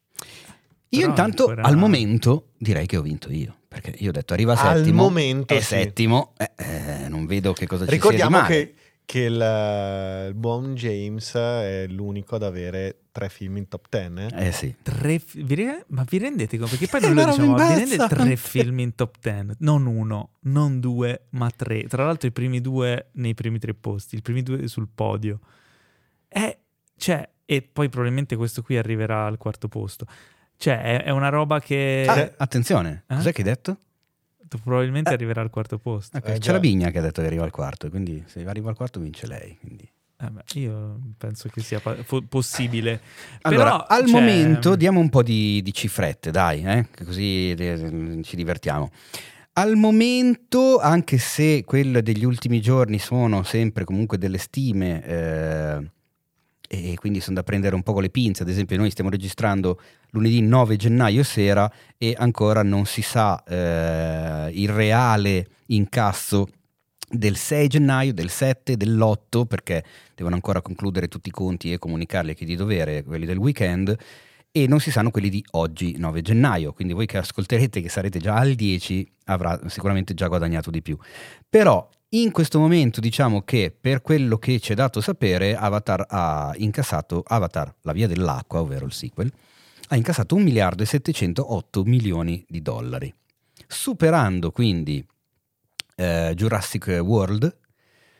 Io Però intanto ancora- al momento direi che ho vinto io, perché io ho detto arriva Al settimo, momento, è sì. settimo, eh, eh, non vedo che cosa ci sia di Ricordiamo male. che, che il, il buon James è l'unico ad avere tre film in top ten. Eh? Eh sì. Tre fi- vi re- ma vi rendete conto? Perché poi È noi lo una roba diciamo, ma vi rendete imbarazzante. tre film in top ten? Non uno, non due, ma tre. Tra l'altro i primi due nei primi tre posti, i primi due sul podio. È, cioè, e poi probabilmente questo qui arriverà al quarto posto. Cioè, è, è una roba che Ah, attenzione, Eh? cos'è che hai detto? probabilmente Eh. arriverà al quarto posto. Ok, Eh, c'è già. la Vigna che ha detto che arriva al quarto, quindi se arriva al quarto vince lei. Quindi. Eh beh, io penso che sia pa- fo- possibile. Allora, Però, al cioè, momento diamo un po' di, di cifrette, dai, eh, che così eh, ci divertiamo. Al momento, anche se quelle degli ultimi giorni sono sempre comunque delle stime, eh, e quindi sono da prendere un po' con le pinze, ad esempio noi stiamo registrando lunedì nove gennaio sera e ancora non si sa eh, il reale incasso del sei gennaio, del sette, dell'otto, perché devono ancora concludere tutti i conti e comunicarli a chi di dovere, quelli del weekend, e non si sanno quelli di oggi nove gennaio, quindi voi che ascolterete, che sarete già al dieci, avrà sicuramente già guadagnato di più. Però in questo momento diciamo che per quello che ci è dato sapere, Avatar ha incassato, Avatar, la via dell'acqua, ovvero il sequel, ha incassato un miliardo e settecentootto milioni di dollari, superando quindi eh, Jurassic World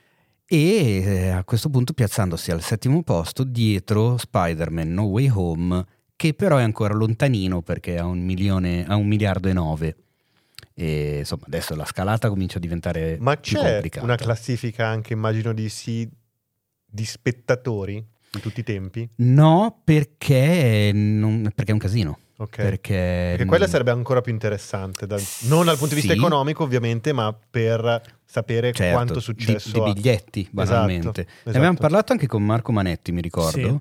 e eh, a questo punto piazzandosi al settimo posto dietro Spider-Man No Way Home, che però è ancora lontanino perché ha un milione, ha un miliardo e nove. E insomma adesso la scalata comincia a diventare Ma più c'è complicata. una classifica anche, immagino, di sì, di spettatori di tutti i tempi? No, perché, non, perché è un casino. Ok. Perché, Perché quella sarebbe ancora più interessante, da- non dal punto di vista Sì. economico ovviamente, ma per sapere certo, quanto è di, successo di a- biglietti banalmente. Esatto, Ne esatto. abbiamo parlato anche con Marco Manetti, mi ricordo,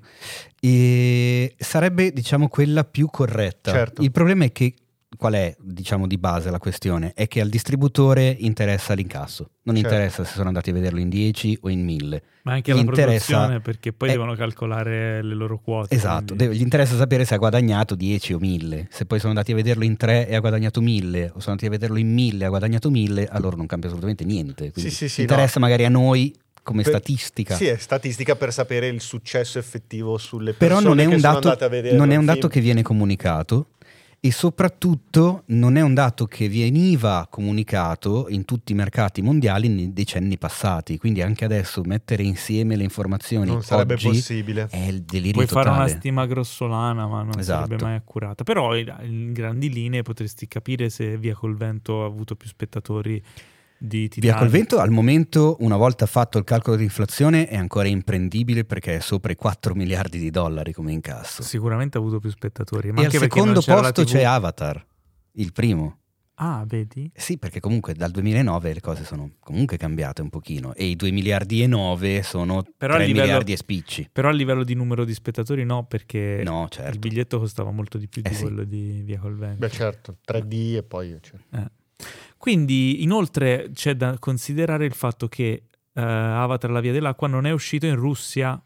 e sarebbe diciamo quella più corretta. Certo. Il problema è che qual è, diciamo, di base la questione? È che al distributore interessa l'incasso, non Certo. interessa se sono andati a vederlo in dieci o in mille. Ma anche Gli la interessa- produzione, perché poi eh, devono calcolare le loro quote. Esatto, quindi- de- gli interessa sapere se ha guadagnato dieci o mille. Se poi sono andati a vederlo in tre e ha guadagnato mille, o sono andati a vederlo in mille e ha guadagnato mille, allora non cambia assolutamente niente. Quindi Sì, sì, sì, interessa no. magari a noi come Per- statistica. Sì, è statistica per sapere il successo effettivo sulle persone Però non è che un sono dato, andate a vedere non è il un dato film. che viene comunicato, e soprattutto non è un dato che veniva comunicato in tutti i mercati mondiali nei decenni passati. Quindi anche adesso mettere insieme le informazioni Non sarebbe oggi possibile. è il delirio Puoi totale. fare una stima grossolana, ma non Esatto. sarebbe mai accurata. Però in in grandi linee potresti capire se Via col Vento ha avuto più spettatori di Titanic. Via col Vento al momento, una volta fatto il calcolo di inflazione, è ancora imprendibile perché è sopra i quattro miliardi di dollari come incasso. Sicuramente ha avuto più spettatori. Ma E al anche perché non secondo c'era la posto tivù. c'è Avatar, il primo. Ah, vedi? Sì, perché comunque dal duemilanove le cose sono comunque cambiate un pochino e i due miliardi e nove sono Però a tre livello- miliardi e spicci. Però a livello di numero di spettatori no, perché No, il certo. biglietto costava molto di più Eh di sì. quello di Via col Vento. Beh, certo, tre D e poi... cioè. Eh. Quindi inoltre c'è da considerare il fatto che eh, Avatar la via dell'acqua non è uscito in Russia,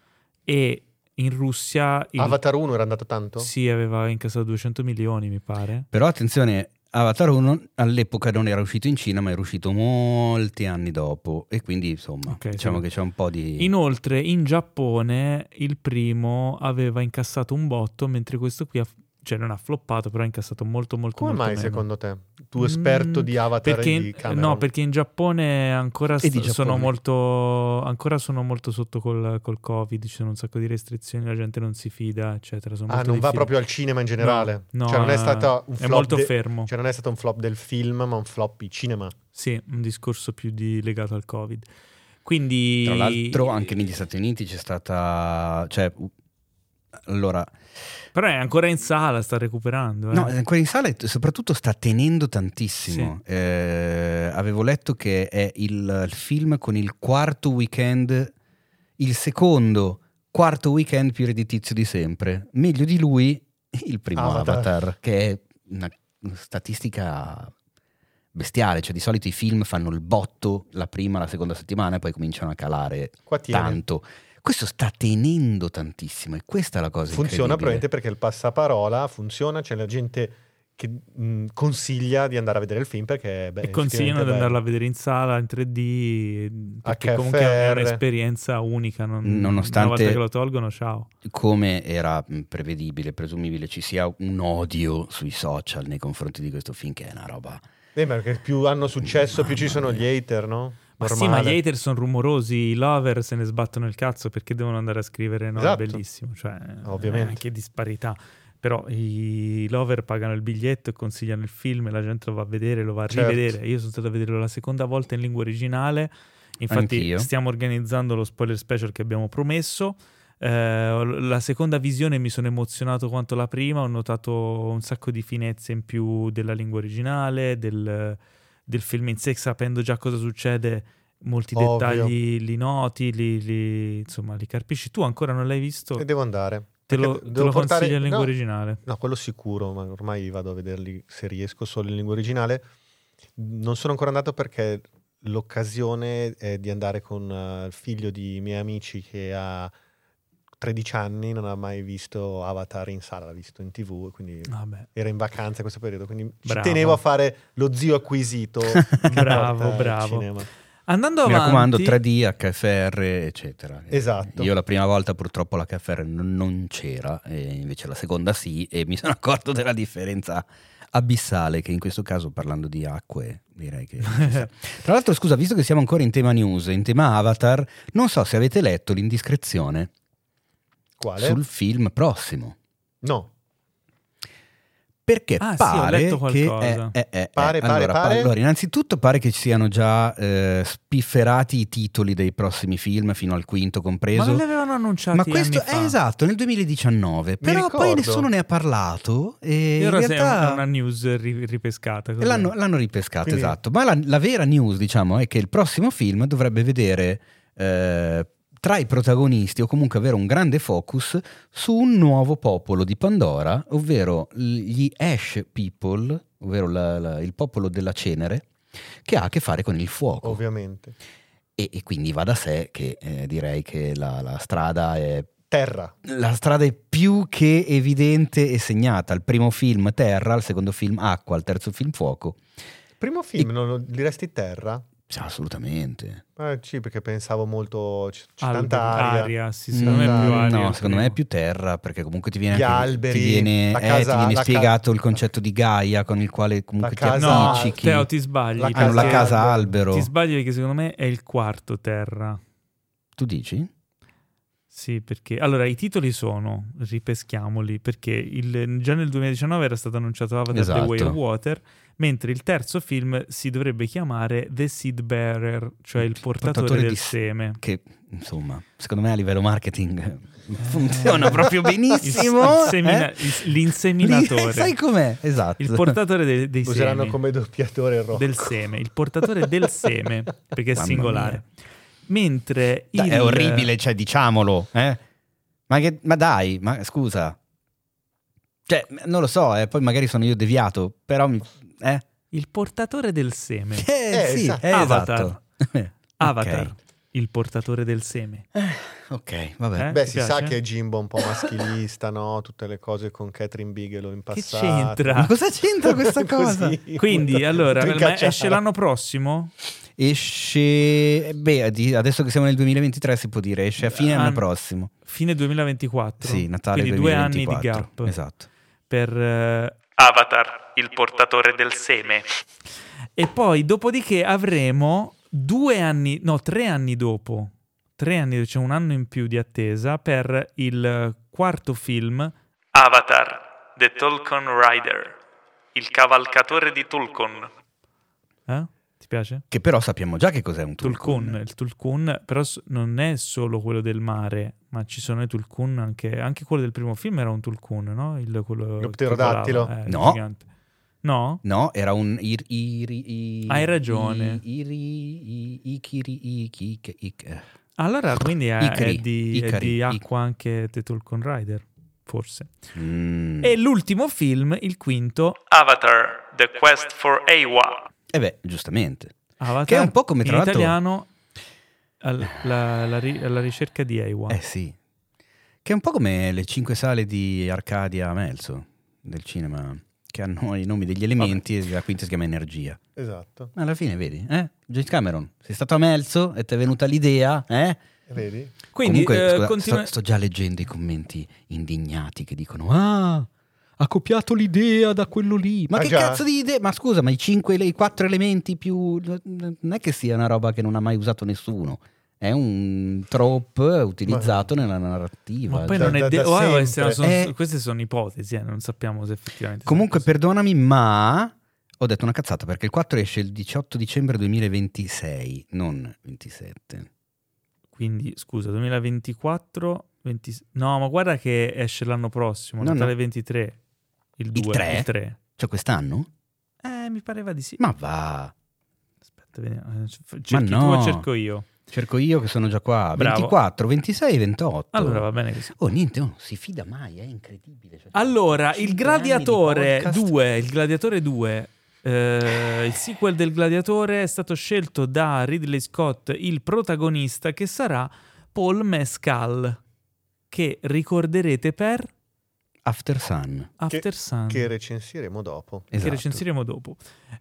e in Russia il... Avatar uno era andato tanto? sì, aveva incassato duecento milioni mi pare. Però attenzione, Avatar uno all'epoca non era uscito in Cina, ma era uscito molti anni dopo, e quindi insomma Ok, diciamo sì. che c'è un po' di... Inoltre in Giappone il primo aveva incassato un botto, mentre questo qui ha, cioè non ha floppato, però ha incassato molto molto Come molto mai meno. secondo te? Tu esperto Mm, di Avatar perché e in- di Cameron. no, perché in Giappone ancora E di st- sono Giappone. molto ancora sono molto sotto col, col Covid, ci sono un sacco di restrizioni, la gente non si fida, eccetera. Sono Ah, molto non va diffidi- proprio al cinema in generale? No, no, cioè non è eh, stato un è flop molto de- fermo. Cioè non è stato un flop del film, ma un flop di cinema. Sì, un discorso più di, legato al Covid. Quindi Tra l'altro anche negli Stati Uniti c'è stata... cioè u- allora... però è ancora in sala, sta recuperando, eh. No, è ancora in sala e soprattutto sta tenendo tantissimo. Eh, avevo letto che è il, il film con il quarto weekend, il secondo quarto weekend più redditizio di sempre. Meglio di lui il primo Avatar. Avatar, che è una, una statistica bestiale. Cioè di solito i film fanno il botto la prima, la seconda settimana e poi cominciano a calare Qua tiene. tanto. Questo sta tenendo tantissimo e questa è la cosa Funziona incredibile. probabilmente perché il passaparola funziona, c'è la gente che mh, consiglia di andare a vedere il film perché beh, E consigliano di andarla a vedere in sala in tre D, perché H F R. comunque è un'esperienza unica, non, Nonostante- una volta che lo tolgono, ciao. Come era mh, prevedibile, presumibile, ci sia un odio sui social nei confronti di questo film, che è una roba... Eh, ma perché più hanno successo più ci Mamma sono mia. gli hater, no? Ma sì, ma Normale. gli hater sono rumorosi, i lover se ne sbattono il cazzo perché devono andare a scrivere no, Esatto. è bellissimo, cioè Ovviamente. eh, che disparità. Però i lover pagano il biglietto e consigliano il film e la gente lo va a vedere, lo va a Certo. rivedere. Io sono stato a vederlo la seconda volta in lingua originale, infatti Anch'io. stiamo organizzando lo spoiler special che abbiamo promesso. Eh, la seconda visione mi sono emozionato quanto la prima, ho notato un sacco di finezze in più della lingua originale, del, del film in sé, sapendo già cosa succede, molti Ovvio. dettagli li noti, li, li- insomma li carpisci. Tu ancora non l'hai visto? E devo andare. Te lo, Perché te devo lo portare- consiglio in lingua no, originale. No, quello sicuro, ma ormai vado a vederli se riesco solo in lingua originale. Non sono ancora andato perché l'occasione è di andare con eh, il figlio di miei amici che ha tredici anni, non ha mai visto Avatar in sala, l'ha visto in tivù, e quindi Vabbè. era in vacanza in questo periodo, quindi ci Bravo. tenevo a fare lo zio acquisito. che Bravo, porta al bravo. cinema. Andando Mi avanti, raccomando, tre D, H F R, eccetera. Esatto. Io la prima volta purtroppo l'H F R non, non c'era, e invece la seconda sì, e mi sono accorto della differenza abissale, che in questo caso, parlando di acque, direi che tra l'altro, scusa, visto che siamo ancora in tema news, in tema Avatar, non so se avete letto l'indiscrezione Quale? sul film prossimo. No. Perché Ah, sì, ho pare letto che qualcosa. è, è- è- Pare, è- pare, allora, pare? allora, innanzitutto pare che ci siano già eh, spifferati i titoli dei prossimi film, fino al quinto Ma compreso. non li avevano annunciati Ma questo anni fa. è esatto, nel duemiladiciannove. Però poi ricordo. nessuno ne ha parlato e, E in ora sei realtà una, una news ri- ripescata. così. l'hanno, l'hanno ripescato, Quindi- esatto. Ma la, la vera news, diciamo, è che il prossimo film dovrebbe vedere eh, tra i protagonisti, o comunque avere un grande focus su un nuovo popolo di Pandora, ovvero gli Ash People, ovvero la- la- il popolo della cenere, che ha a che fare con il fuoco. Ovviamente. E, e quindi va da sé che eh, direi che la, la strada è Terra. la strada è più che evidente e segnata. Al primo film Terra, al secondo film Acqua, al terzo film Fuoco. Primo film, non lo diresti Terra? Sì, assolutamente. Eh, sì, perché pensavo molto... c- c'è Alberi, tanta aria. aria, sì, secondo me è Mm, più aria. No, il secondo me è primo. più Terra, perché comunque ti viene, Gli anche- alberi, ti viene, la eh, casa- ti viene la ca- spiegato il concetto di Gaia, con il quale comunque La ti casa- appiccichi. Teo, ti sbagli. La Hanno la perché- casa albero. Ti sbagli perché secondo me è il quarto Terra. Tu dici? Sì, perché allora i titoli sono, ripeschiamoli, perché il- già nel duemiladiciannove era stato annunciato Avatar Esatto. The Way of Water, mentre il terzo film si dovrebbe chiamare The Seed Bearer, cioè il portatore, Portatore del di- seme. Che, insomma, secondo me a livello marketing funziona proprio Il, benissimo. il semina- eh? il- l'inseminatore. Sai com'è? Esatto. Il portatore de- dei Useranno semi. come doppiatore il Rocco. Del seme, il portatore del seme, perché è Mamma singolare. mia. Mentre Dai, il, è orribile, cioè, diciamolo, eh? Ma, che, ma dai, ma scusa. Cioè, non lo so, eh, poi magari sono io deviato, però mi... Eh? il portatore del seme. Eh, Eh, sì, esatto. eh, Avatar. esatto. Eh, Avatar, ok. il portatore del seme. Ok, vabbè. Eh? Beh, Ti si sa piace? che è Jimbo un po' maschilista, no? Tutte le cose con Catherine Bigelow in Che passato. c'entra? Ma cosa c'entra questa cosa? Così, Quindi, allora, tutto ma incacciato. esce l'anno prossimo? Esce... Beh, di- adesso che siamo nel duemilaventitré si può dire, esce a fine anno An- prossimo. Fine duemilaventiquattro. Sì, Natale Quindi due anni di duemilaventiquattro. gap. Esatto. Per eh, Avatar, il portatore del seme. E poi, dopodiché, avremo due anni, no, tre anni dopo, tre anni, c'è un anno in più di attesa per il quarto film Avatar, The Tulkun Rider, il cavalcatore di Tulkun. Eh? Ti piace? Che però sappiamo già che cos'è un Tulkun, Tulkun. il Tulkun, però s- non è solo quello del mare, ma ci sono i Tulkun anche, anche quello del primo film era un Tulkun, no? Il, quello Lo che pterodattilo? volava, eh, No. gigante. No? No, era un ir, iri, i- Hai ragione. i- iri, i- ikiri, iki- ik- ik- eh. Allora quindi è, Icari, è di, è Icari, di Ic- acqua anche The Tulkun Rider, forse. Mm. E l'ultimo film, il quinto, Avatar, The Quest for Eywa. E beh, giustamente. Avatar, Che è un po' come, tra in l'altro- italiano, al- la, la ri- alla ricerca di Eywa. Eh sì. Che è un po' come le cinque sale di Arcadia Melzo del cinema, che hanno i nomi degli elementi e la quinta si chiama Energia. Esatto. Ma alla fine, vedi, eh? James Cameron, sei stato a Melzo e ti è venuta l'idea, eh? Vedi? Quindi Comunque, eh, scusa, continua- sto, sto già leggendo i commenti indignati che dicono ah, ha copiato l'idea da quello lì. Ma Ah, che già? cazzo di idea? Ma scusa, ma i cinque, i quattro elementi più... non è che sia una roba che non ha mai usato nessuno. È un trope utilizzato nella narrativa. Ma poi Da- non è da- de- da oh, sempre. stiamo- sono- Eh. queste sono ipotesi, eh, non sappiamo se effettivamente. Comunque, sia così. perdonami, ma ho detto una cazzata perché il quattro esce il diciotto dicembre duemilaventisei, non ventisette. Quindi, scusa, duemilaventiquattro, venti no, ma guarda che esce l'anno prossimo, No, Natale no. ventitré, il Il due, tre? il tre. Cioè quest'anno? Eh, mi pareva di sì. Ma va, Aspetta, vediamo. eh, f- Cerchi no. tu o cerco io? cerco io che sono già qua. Bravo. ventiquattro, ventisei, ventotto. Allora va bene così. Oh, niente, oh, non si fida mai, è incredibile. Cioè, Allora, il cinque anni di Gladiatore podcast. due, il Gladiatore due, eh, il sequel del Gladiatore è stato scelto da Ridley Scott, il protagonista che sarà Paul Mescal, che ricorderete per After Sun. After Sun, Che recensiremo dopo. che Esatto. recensiremo dopo.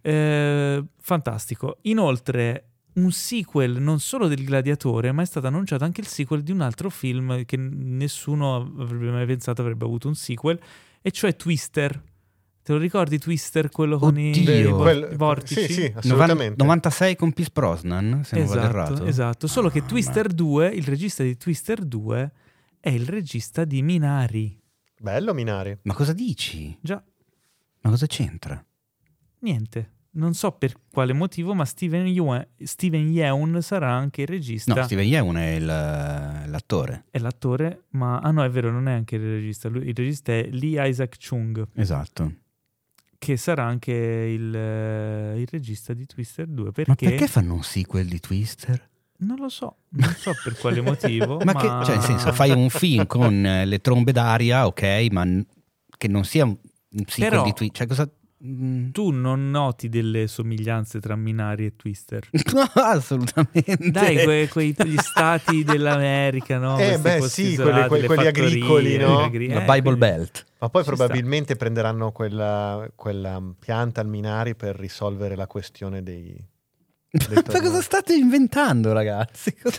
Eh, fantastico. Inoltre, un sequel non solo del Gladiatore, ma è stato annunciato anche il sequel di un altro film che nessuno avrebbe mai pensato avrebbe avuto un sequel, e cioè Twister. Te lo ricordi Twister, quello con i, Oddio. i vor- Quel- i vortici? Sì, sì, Novan- assolutamente. novantasei con Pierce Brosnan, se non vado Esatto, errato. esatto. Solo che Ah, Twister due, il regista di Twister due è il regista di Minari. Bello Minari. Ma cosa dici? Già, Ma cosa c'entra? niente. Non so per quale motivo, ma Steven Yeun, Steven Yeun sarà anche il regista. No, Steven Yeun è il- l'attore. È l'attore, ma... Ah no, è vero, non è anche il regista. Lui- il regista è Lee Isaac Chung, Esatto. che sarà anche il, eh, il regista di Twister due. Perché? Ma perché fanno un sequel di Twister? Non lo so, non so per quale motivo. Ma, ma che, cioè, nel senso, fai un film con eh, le trombe d'aria, ok, ma n- che non sia un un sequel Però- di Twister. Cioè, cosa... mm. Tu non noti delle somiglianze tra Minari e Twister? No, assolutamente. Dai, que- quei gli stati dell'America, no? Eh, Questi beh, posti sì, isolati, quelli- que- le quelli fattorie, agricoli, no? le agri- La eh, Bible quindi- Belt. Ma poi Ci probabilmente prenderanno quella, quella pianta al Minari per risolvere la questione dei... dei Ma tornei. cosa state inventando, ragazzi? Cosa-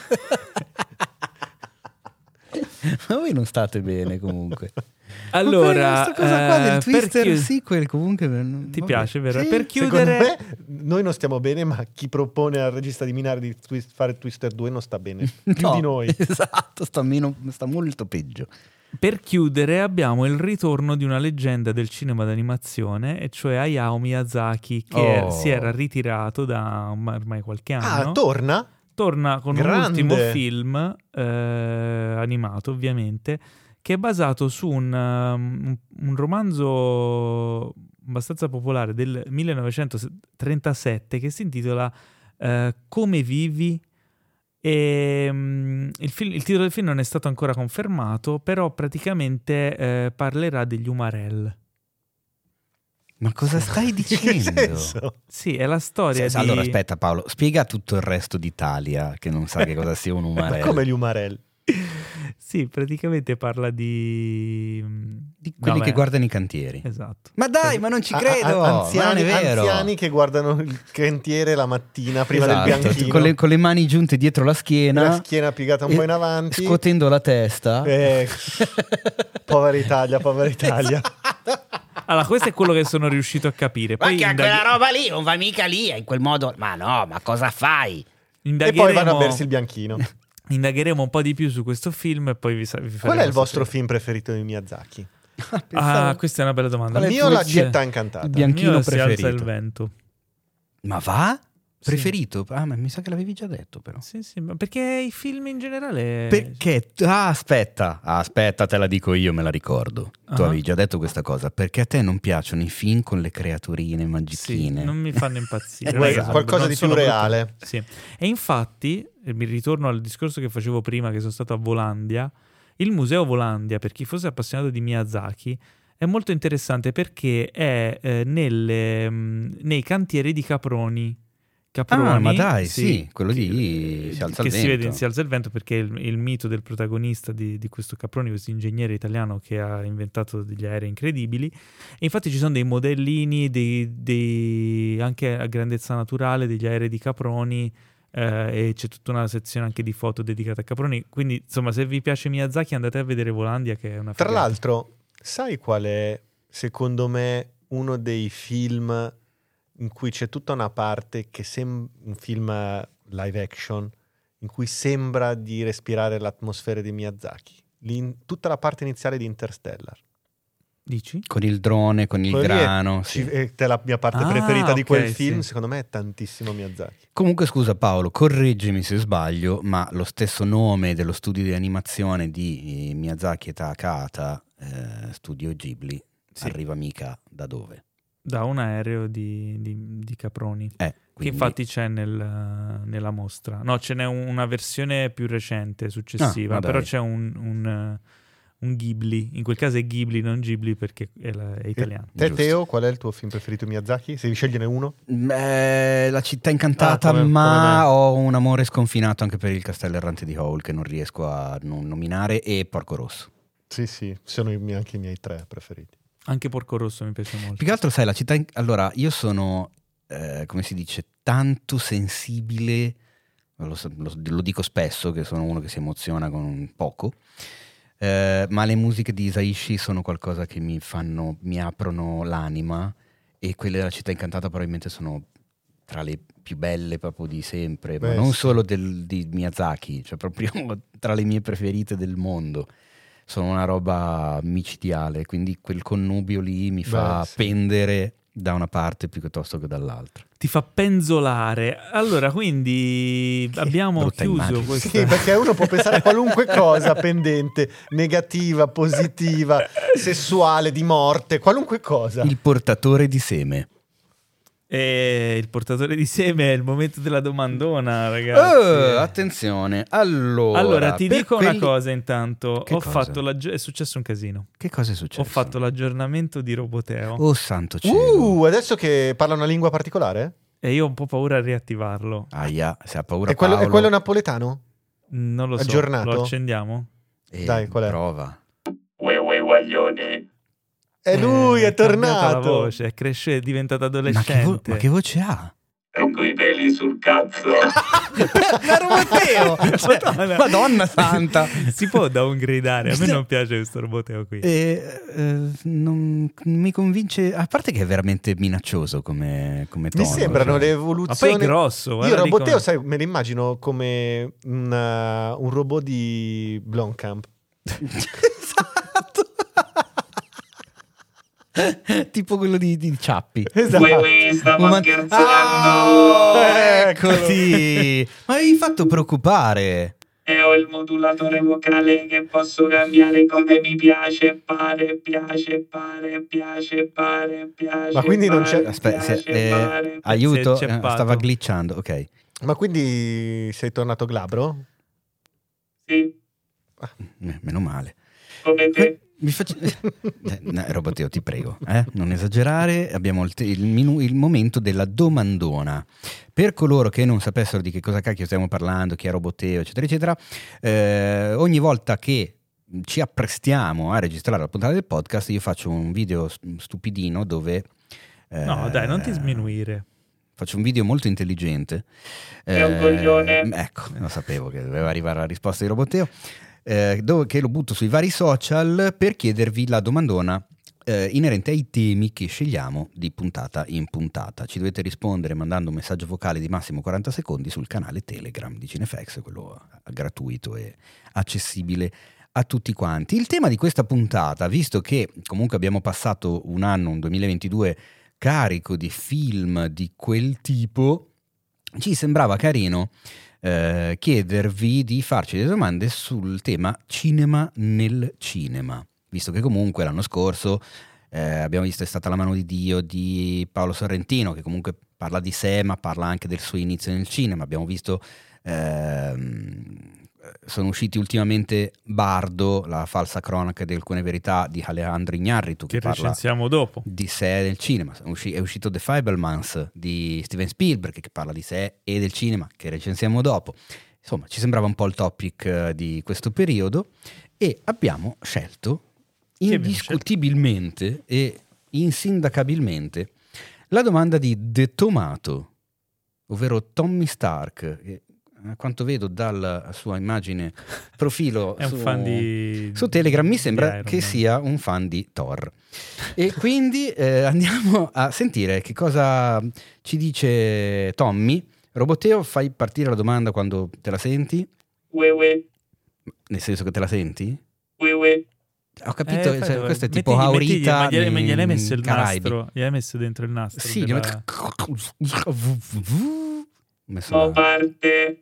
Ma voi non state bene comunque. Allora, Ma questa cosa qua eh, del Twister per chiud- sequel comunque non- Ti vabbè. piace, vero? Sì. Per Secondo chiudere... me noi non stiamo bene, ma chi propone al regista di Minari di twist- fare Twister due non sta bene. Più No, di noi. Esatto, sta, meno- sta molto peggio. Per chiudere abbiamo il ritorno di una leggenda del cinema d'animazione, e cioè Hayao Miyazaki, che Oh. si era ritirato da ormai qualche Ah, anno. torna? Torna con Grande. un ultimo film eh, animato, ovviamente, che è basato su un, um, un romanzo abbastanza popolare del millenovecentotrentasette che si intitola eh, Come vivi? E, mm, il, film- il titolo del film non è stato ancora confermato, però praticamente eh, parlerà degli Umarell. Ma cosa stai In che dicendo? senso? Sì, è la storia Sì, di... Allora aspetta Paolo, spiega a tutto il resto d'Italia che non sa che cosa sia un Ma umarello. come gli Umarell? Sì, praticamente parla di... Di quelli Vabbè. che guardano i cantieri. Esatto. Ma dai, ma non ci A- credo! a- ma anziani, non è vero. anziani che guardano il cantiere la mattina prima Esatto, del bianchino. con le, con le mani giunte dietro la schiena, la schiena piegata un e po' in avanti. scuotendo la testa. Eh, povera Italia, povera Italia. Allora, questo è quello che sono riuscito a capire. Ma Poi che indaghi- quella roba lì non va mica lì in quel modo. Ma no, ma cosa fai? E poi indagheremo, vanno a bersi il bianchino. indagheremo un po' di più su questo film e poi vi, sa- vi faremo Qual è il vostro sapere. film preferito di Miyazaki? Ah, questa è una bella domanda. Qual è Il il mio tuo- La città incantata. il bianchino mio Si alza preferito? il vento. Ma va? Sì. Preferito? Ah, ma mi sa che l'avevi già detto però. Sì, sì, ma perché i film in generale... Perché? Ah, aspetta, Ah, aspetta, te la dico io, me la ricordo. Tu Ah. avevi già detto questa cosa. Perché a te non piacciono i film con le creaturine Sì, magichine? non mi fanno impazzire. Eh, Non è che esatto. sono- Qualcosa non di più sono brutti. reale. Sì. E infatti, e mi ritorno al discorso che facevo prima, che sono stato a Volandia, il Museo Volandia, per chi fosse appassionato di Miyazaki, è molto interessante perché è eh, nelle, mh, nei cantieri di Caproni. Caproni, Ah, ma dai, sì, quello lì che- si alza che il si vento. vede in Si alza il vento, perché è il, il mito del protagonista di, di questo Caproni, questo ingegnere italiano che ha inventato degli aerei incredibili. E infatti ci sono dei modellini dei, dei- anche a grandezza naturale degli aerei di Caproni, eh, e c'è tutta una sezione anche di foto dedicata a Caproni. Quindi insomma, se vi piace Miyazaki andate a vedere Volandia, che è una Tra figata. l'altro, sai qual è, secondo me, uno dei film in cui c'è tutta una parte che sembra un film eh, live action, in cui sembra di respirare l'atmosfera di Miyazaki? L'in- tutta la parte iniziale di Interstellar. Dici? Con il drone, con il Quello lì è- grano. sì. ci- è la mia parte Ah, preferita di ok, quel sì. film, secondo me è tantissimo Miyazaki. Comunque scusa Paolo, correggimi se sbaglio, ma lo stesso nome dello studio di animazione di Miyazaki e Takahata, eh, Studio Ghibli, Sì. arriva mica da dove? Da un aereo di, di, di Caproni. Eh, Che quindi- infatti c'è nel- nella mostra. No, ce n'è un- una versione più recente, successiva, Ah, ma però dai. c'è un, un, eh, un Ghibli. In quel caso è Ghibli, non Ghibli, perché è, la- è italiano. Te, Giusto. Teo, qual è il tuo film preferito Miyazaki? Se devi sceglierne uno? Eh, la città incantata, Ah, come- ma come me. ho un amore sconfinato anche per il castello errante di Howl che non riesco a non nominare, e Porco Rosso. Sì, sì, sono i miei- anche i miei tre preferiti. Anche Porco Rosso mi piace molto. Più che altro, sai, la città... in- Allora, io sono, eh, come si dice, tanto sensibile, lo, so- lo- lo dico spesso che sono uno che si emoziona con un poco, eh, ma le musiche di Hisaishi sono qualcosa che mi fanno, mi aprono l'anima, e quelle della Città Incantata probabilmente sono tra le più belle proprio di sempre. Beh, ma non sì. solo del, di Miyazaki, cioè proprio tra le mie preferite del mondo. Sono una roba micidiale, quindi quel connubio lì mi fa Beh, sì. pendere da una parte piuttosto che dall'altra. Ti fa penzolare. Allora, quindi che abbiamo chiuso questa... Sì, perché uno può pensare a qualunque cosa pendente, negativa, positiva, sessuale, di morte, qualunque cosa. Il portatore di seme. E il portatore di seme è il momento della domandona, ragazzi. Oh, attenzione. Allora, allora ti dico quelli... una cosa intanto. Che Ho cosa? fatto l'aggi- è successo un casino. Che cosa è successo? Ho fatto l'aggiornamento di Roboteo. Oh santo cielo. Uh, adesso che parla una lingua particolare? E io ho un po' paura a riattivarlo. Aia, se ha paura è quello, Paolo. È quello napoletano? Non lo so. Aggiornato? Lo accendiamo? Eh, Dai, qual è? Prova. Uè uè guaglione. È lui, eh, è tornato. La voce, è cresciuto, è diventato adolescente. Ma che, vo- ma che voce ha? Tengo i peli sul cazzo. Ma Roboteo! Cioè, Madonna. Madonna santa! Si può downgradare? A me non piace questo Roboteo qui. Eh, eh, non mi convince, a parte che è veramente minaccioso come, come tono. Mi sembrano cioè. le evoluzioni. Ma poi è grosso. Io Roboteo, sai, me lo immagino come un, uh, un robot di Blomkamp. Esatto. Tipo quello di, di Ciappi. Esatto. Uè uè, stavo Ma... scherzando. Oh, eccoti. Ma mi hai fatto preoccupare. E ho il modulatore vocale che posso cambiare come mi piace, pare, piace, pare, piace, pare, piace. Ma quindi non c'è... pare, Aspetta, se, piace, eh, pare. aiuto, Si è eh, ceppato. stava glitchando, ok. Ma quindi sei tornato glabro? Sì, Eh, Meno male. come te. Mi faccio... eh, no, Roboteo, ti prego, eh? non esagerare. Abbiamo il, te- il, minu- il momento della domandona. Per coloro che non sapessero di che cosa cacchio stiamo parlando, chi è Roboteo, eccetera, eccetera, eh, ogni volta che ci apprestiamo a registrare la puntata del podcast, io faccio un video stupidino dove... Eh, No, dai, non ti sminuire. Faccio un video molto intelligente. È un coglione. Ecco, lo sapevo che doveva arrivare la risposta di Roboteo. Eh, dove, che lo butto sui vari social per chiedervi la domandona eh, inerente ai temi che scegliamo di puntata in puntata. Ci dovete rispondere mandando un messaggio vocale di massimo quaranta secondi sul canale Telegram di Cinefx, quello gratuito e accessibile a tutti quanti. Il tema di questa puntata, visto che comunque abbiamo passato un anno, un duemilaventidue carico di film di quel tipo, ci sembrava carino Eh, chiedervi di farci delle domande sul tema cinema nel cinema, visto che comunque l'anno scorso eh, abbiamo visto È stata la mano di Dio di Paolo Sorrentino, che comunque parla di sé ma parla anche del suo inizio nel cinema. Abbiamo visto ehm, sono usciti ultimamente Bardo, la falsa cronaca di alcune verità di Alejandro Iñárritu, Che che parla recensiamo dopo. di sé e del cinema. È uscito The Fabelmans di Steven Spielberg, che parla di sé e del cinema, che recensiamo dopo. Insomma, ci sembrava un po' il topic di questo periodo e abbiamo scelto indiscutibilmente e insindacabilmente la domanda di The Tomato, ovvero Tommy Stark, che a quanto vedo dalla sua immagine profilo È un su, fan di su Telegram, mi sembra che Man. sia un fan di Thor. E quindi eh, andiamo a sentire che cosa ci dice Tommy. Roboteo, fai partire la domanda quando te la senti? Uè uè, Nel senso che te la senti? uè uè. Ho capito, Eh, cioè, fai- questo è tipo mettigli- Aurita mettigli- ma gliene- ma nei- gliel'hai messo il Caraibi. nastro, gli hai messo dentro il nastro Sì, gli ho della- messo Mo la- parte.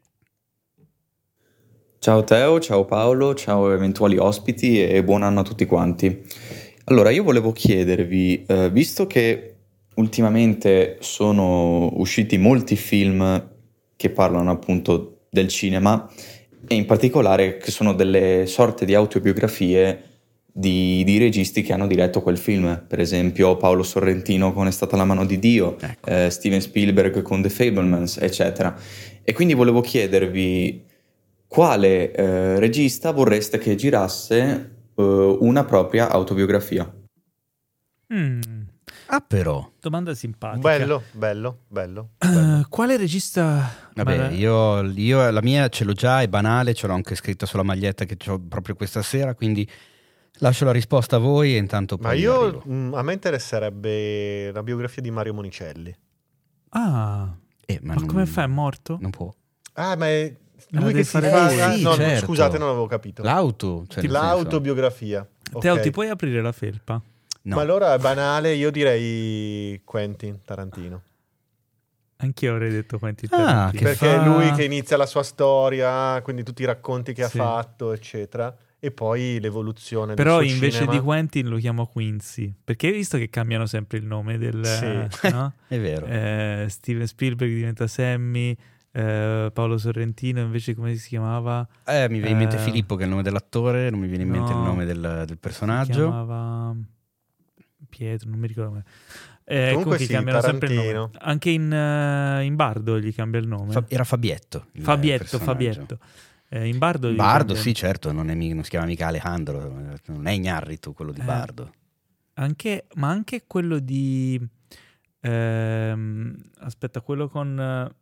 Ciao Teo, ciao Paolo, ciao eventuali ospiti e buon anno a tutti quanti. Allora, io volevo chiedervi, eh, visto che ultimamente sono usciti molti film che parlano appunto del cinema e in particolare che sono delle sorte di autobiografie di, di registi che hanno diretto quel film, per esempio Paolo Sorrentino con È stata la mano di Dio, Ecco. eh, Steven Spielberg con The Fabelmans, eccetera. E quindi volevo chiedervi quale eh, regista vorreste che girasse eh, una propria autobiografia? Mm. Ah, però. Domanda simpatica. Bello, bello, bello. Uh, bello. quale regista... Vabbè, Ma- io, io la mia ce l'ho già, è banale, ce l'ho anche scritta sulla maglietta che ho proprio questa sera, quindi lascio la risposta a voi e intanto poi Ma io, arrivo. mh, a me interesserebbe la biografia di Mario Monicelli. Ah, Eh, ma, non- come fa? È morto? Non può. Ah, ma è la lui deve che si fare fa... lui. ah, Sì, no, certo. scusate, non avevo capito. L'auto, cioè nel senso- L'autobiografia. Teo, Ok. ti puoi aprire la felpa? No. Ma allora è banale, io direi Quentin Tarantino. Anch'io avrei detto Quentin Ah, Tarantino. che Perché fa- è lui che inizia la sua storia, quindi tutti i racconti che Sì. ha fatto, eccetera. E poi l'evoluzione Però del suo invece cinema. di Quentin lo chiamo Quincy, perché hai visto che cambiano sempre il nome del... Sì. no? È vero. Eh, Steven Spielberg diventa Sammy, eh, Paolo Sorrentino invece come si chiamava? Eh, mi viene in mente Eh, Filippo che è il nome dell'attore, non mi viene in mente il no. nome del, del Si personaggio. chiamava Pietro, non mi ricordo come. Eh, Comunque comunque sì, cambiano sempre il Tarantino. nome. Anche in, eh, in Bardo gli cambia il nome. Fa- era Fabietto. il Fabietto, personaggio. Fabietto. Eh, in Bardo, gli Bardo, cambia- sì, certo, non, è mi- non si chiama mica Alejandro, non è Iñárritu quello di Eh. Bardo. Anche, ma anche quello di ehm, aspetta, quello con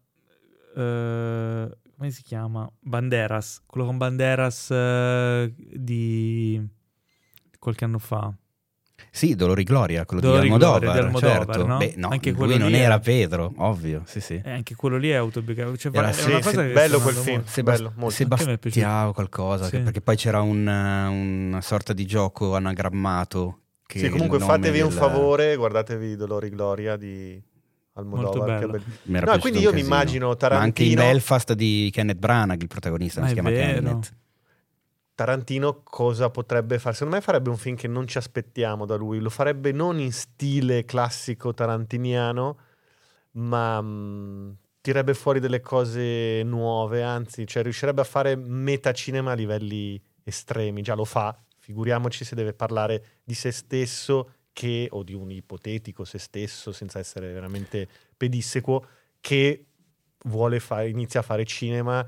eh, come si chiama? Banderas, quello con Banderas eh, di qualche anno fa. Sì, Dolor y Gloria, quello Dolor di y Almodovar, Gloria, di Almodovar, certo. no? Beh, no, Anche lui quello non lì era è- Pedro, ovvio, sì, sì. E anche quello lì è autobiografico. Cioè, Era- è sì, una sì, cosa che bello sta quel andando film. molto. Sebas- bello, molto. Anche a me è piaciuto. Sebastiao qualcosa, Sì. che- perché poi c'era un, una sorta di gioco anagrammato. Che Sì, il comunque nome fatevi un del- favore, guardatevi Dolor y Gloria di Almodovar. Molto che è bello. bel- mi era No, piaciuto quindi un io mi casino. immagino Ma anche in Tarantino, Belfast di Kenneth Branagh, il protagonista, non Ah, si è chiama vero. Kenneth. Tarantino cosa potrebbe fare? Secondo me farebbe un film che non ci aspettiamo da lui, lo farebbe non in stile classico tarantiniano, ma mh, tirerebbe fuori delle cose nuove, anzi, cioè riuscirebbe a fare metacinema a livelli estremi, già lo fa, figuriamoci se deve parlare di se stesso che, o di un ipotetico se stesso, senza essere veramente pedissequo, che vuole fare, inizia a fare cinema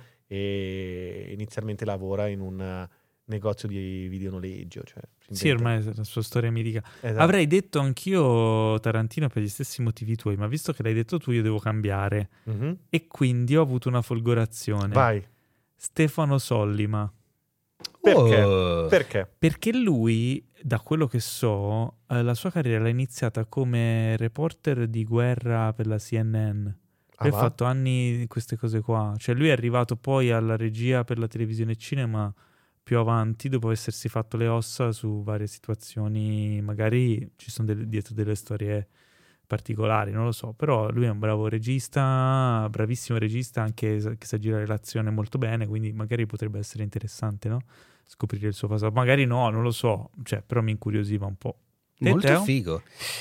e inizialmente lavora in un negozio di videonoleggio. Cioè, si Sì, inventa- ormai è la sua storia mitica. Esatto. Avrei detto anch'io Tarantino per gli stessi motivi tuoi, ma visto che l'hai detto tu io devo cambiare. Mhm. E quindi ho avuto una folgorazione. Vai. Stefano Sollima. Perché? Oh. Perché? Perché lui, da quello che so, eh, la sua carriera l'ha iniziata come reporter di guerra per la C N N. Ah, Lui ha va? fatto anni di queste cose qua. Cioè lui è arrivato poi alla regia per la televisione e cinema più avanti, dopo essersi fatto le ossa su varie situazioni. Magari ci sono delle- dietro delle storie particolari, non lo so. Però lui è un bravo regista, bravissimo regista, anche sa- che sa girare l'azione molto bene, quindi magari potrebbe essere interessante, no? Scoprire il suo passato. Magari no, non lo so. Cioè, però mi incuriosiva un po'. Te, Molto Teo? figo.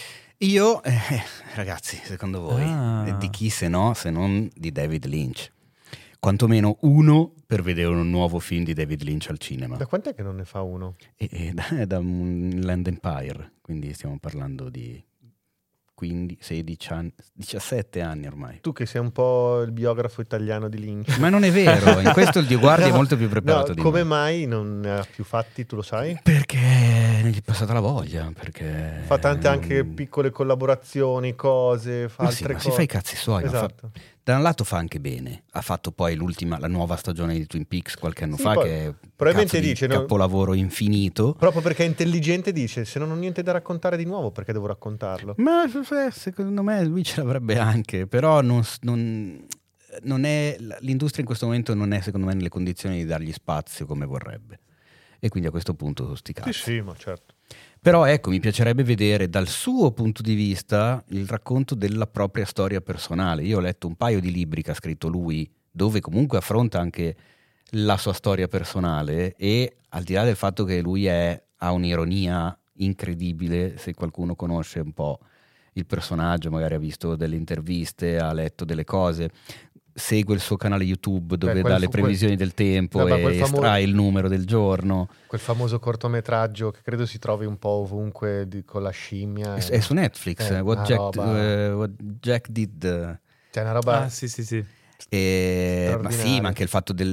Io, eh, ragazzi, secondo voi, Ah. eh, di chi se no, se non di David Lynch? Quantomeno uno per vedere un nuovo film di David Lynch al cinema. Da quant'è che non ne fa uno? E, e da, da un Land Empire, quindi stiamo parlando di quindici, sedici anni, diciassette anni ormai. Tu che sei un po' il biografo italiano di Lynch. Ma non è vero, in questo il Dio Guardi è No, molto più preparato no, di come me. mai non ne ha più fatti, tu lo sai? Perché ne gli è passata la voglia, perché... Fa tante anche non- piccole collaborazioni, cose, fa Ma sì, altre ma cose. si fa i cazzi suoi. ma fa- Esatto. Da un lato fa anche bene, ha fatto poi l'ultima, la nuova stagione di Twin Peaks qualche anno Sì, fa, poi che è probabilmente cazzo di dice, no? capolavoro infinito. Proprio perché è intelligente dice, se non ho niente da raccontare di nuovo, perché devo raccontarlo? Ma eh, secondo me lui ce l'avrebbe anche, però non, non- non è, l'industria in questo momento non è secondo me nelle condizioni di dargli spazio come vorrebbe. E quindi a questo punto sti cazzi. Sì, sì, ma certo. Però ecco, mi piacerebbe vedere dal suo punto di vista il racconto della propria storia personale. Io ho letto un paio di libri che ha scritto lui, dove comunque affronta anche la sua storia personale e al di là del fatto che lui è, ha un'ironia incredibile, se qualcuno conosce un po' il personaggio, magari ha visto delle interviste, ha letto delle cose, segue il suo canale YouTube dove Beh, quel dà le fu- quel- previsioni del tempo Vabbè, e quel famo- estrae il numero del giorno. Quel famoso cortometraggio che credo si trovi un po' ovunque di- con la scimmia. È, e- è su Netflix, Eh, What, una Jack, roba- eh, What Jack Did. eh, Cioè, una roba... Ah, sì, sì, sì. E, ma sì, Straordinario. ma anche il fatto del,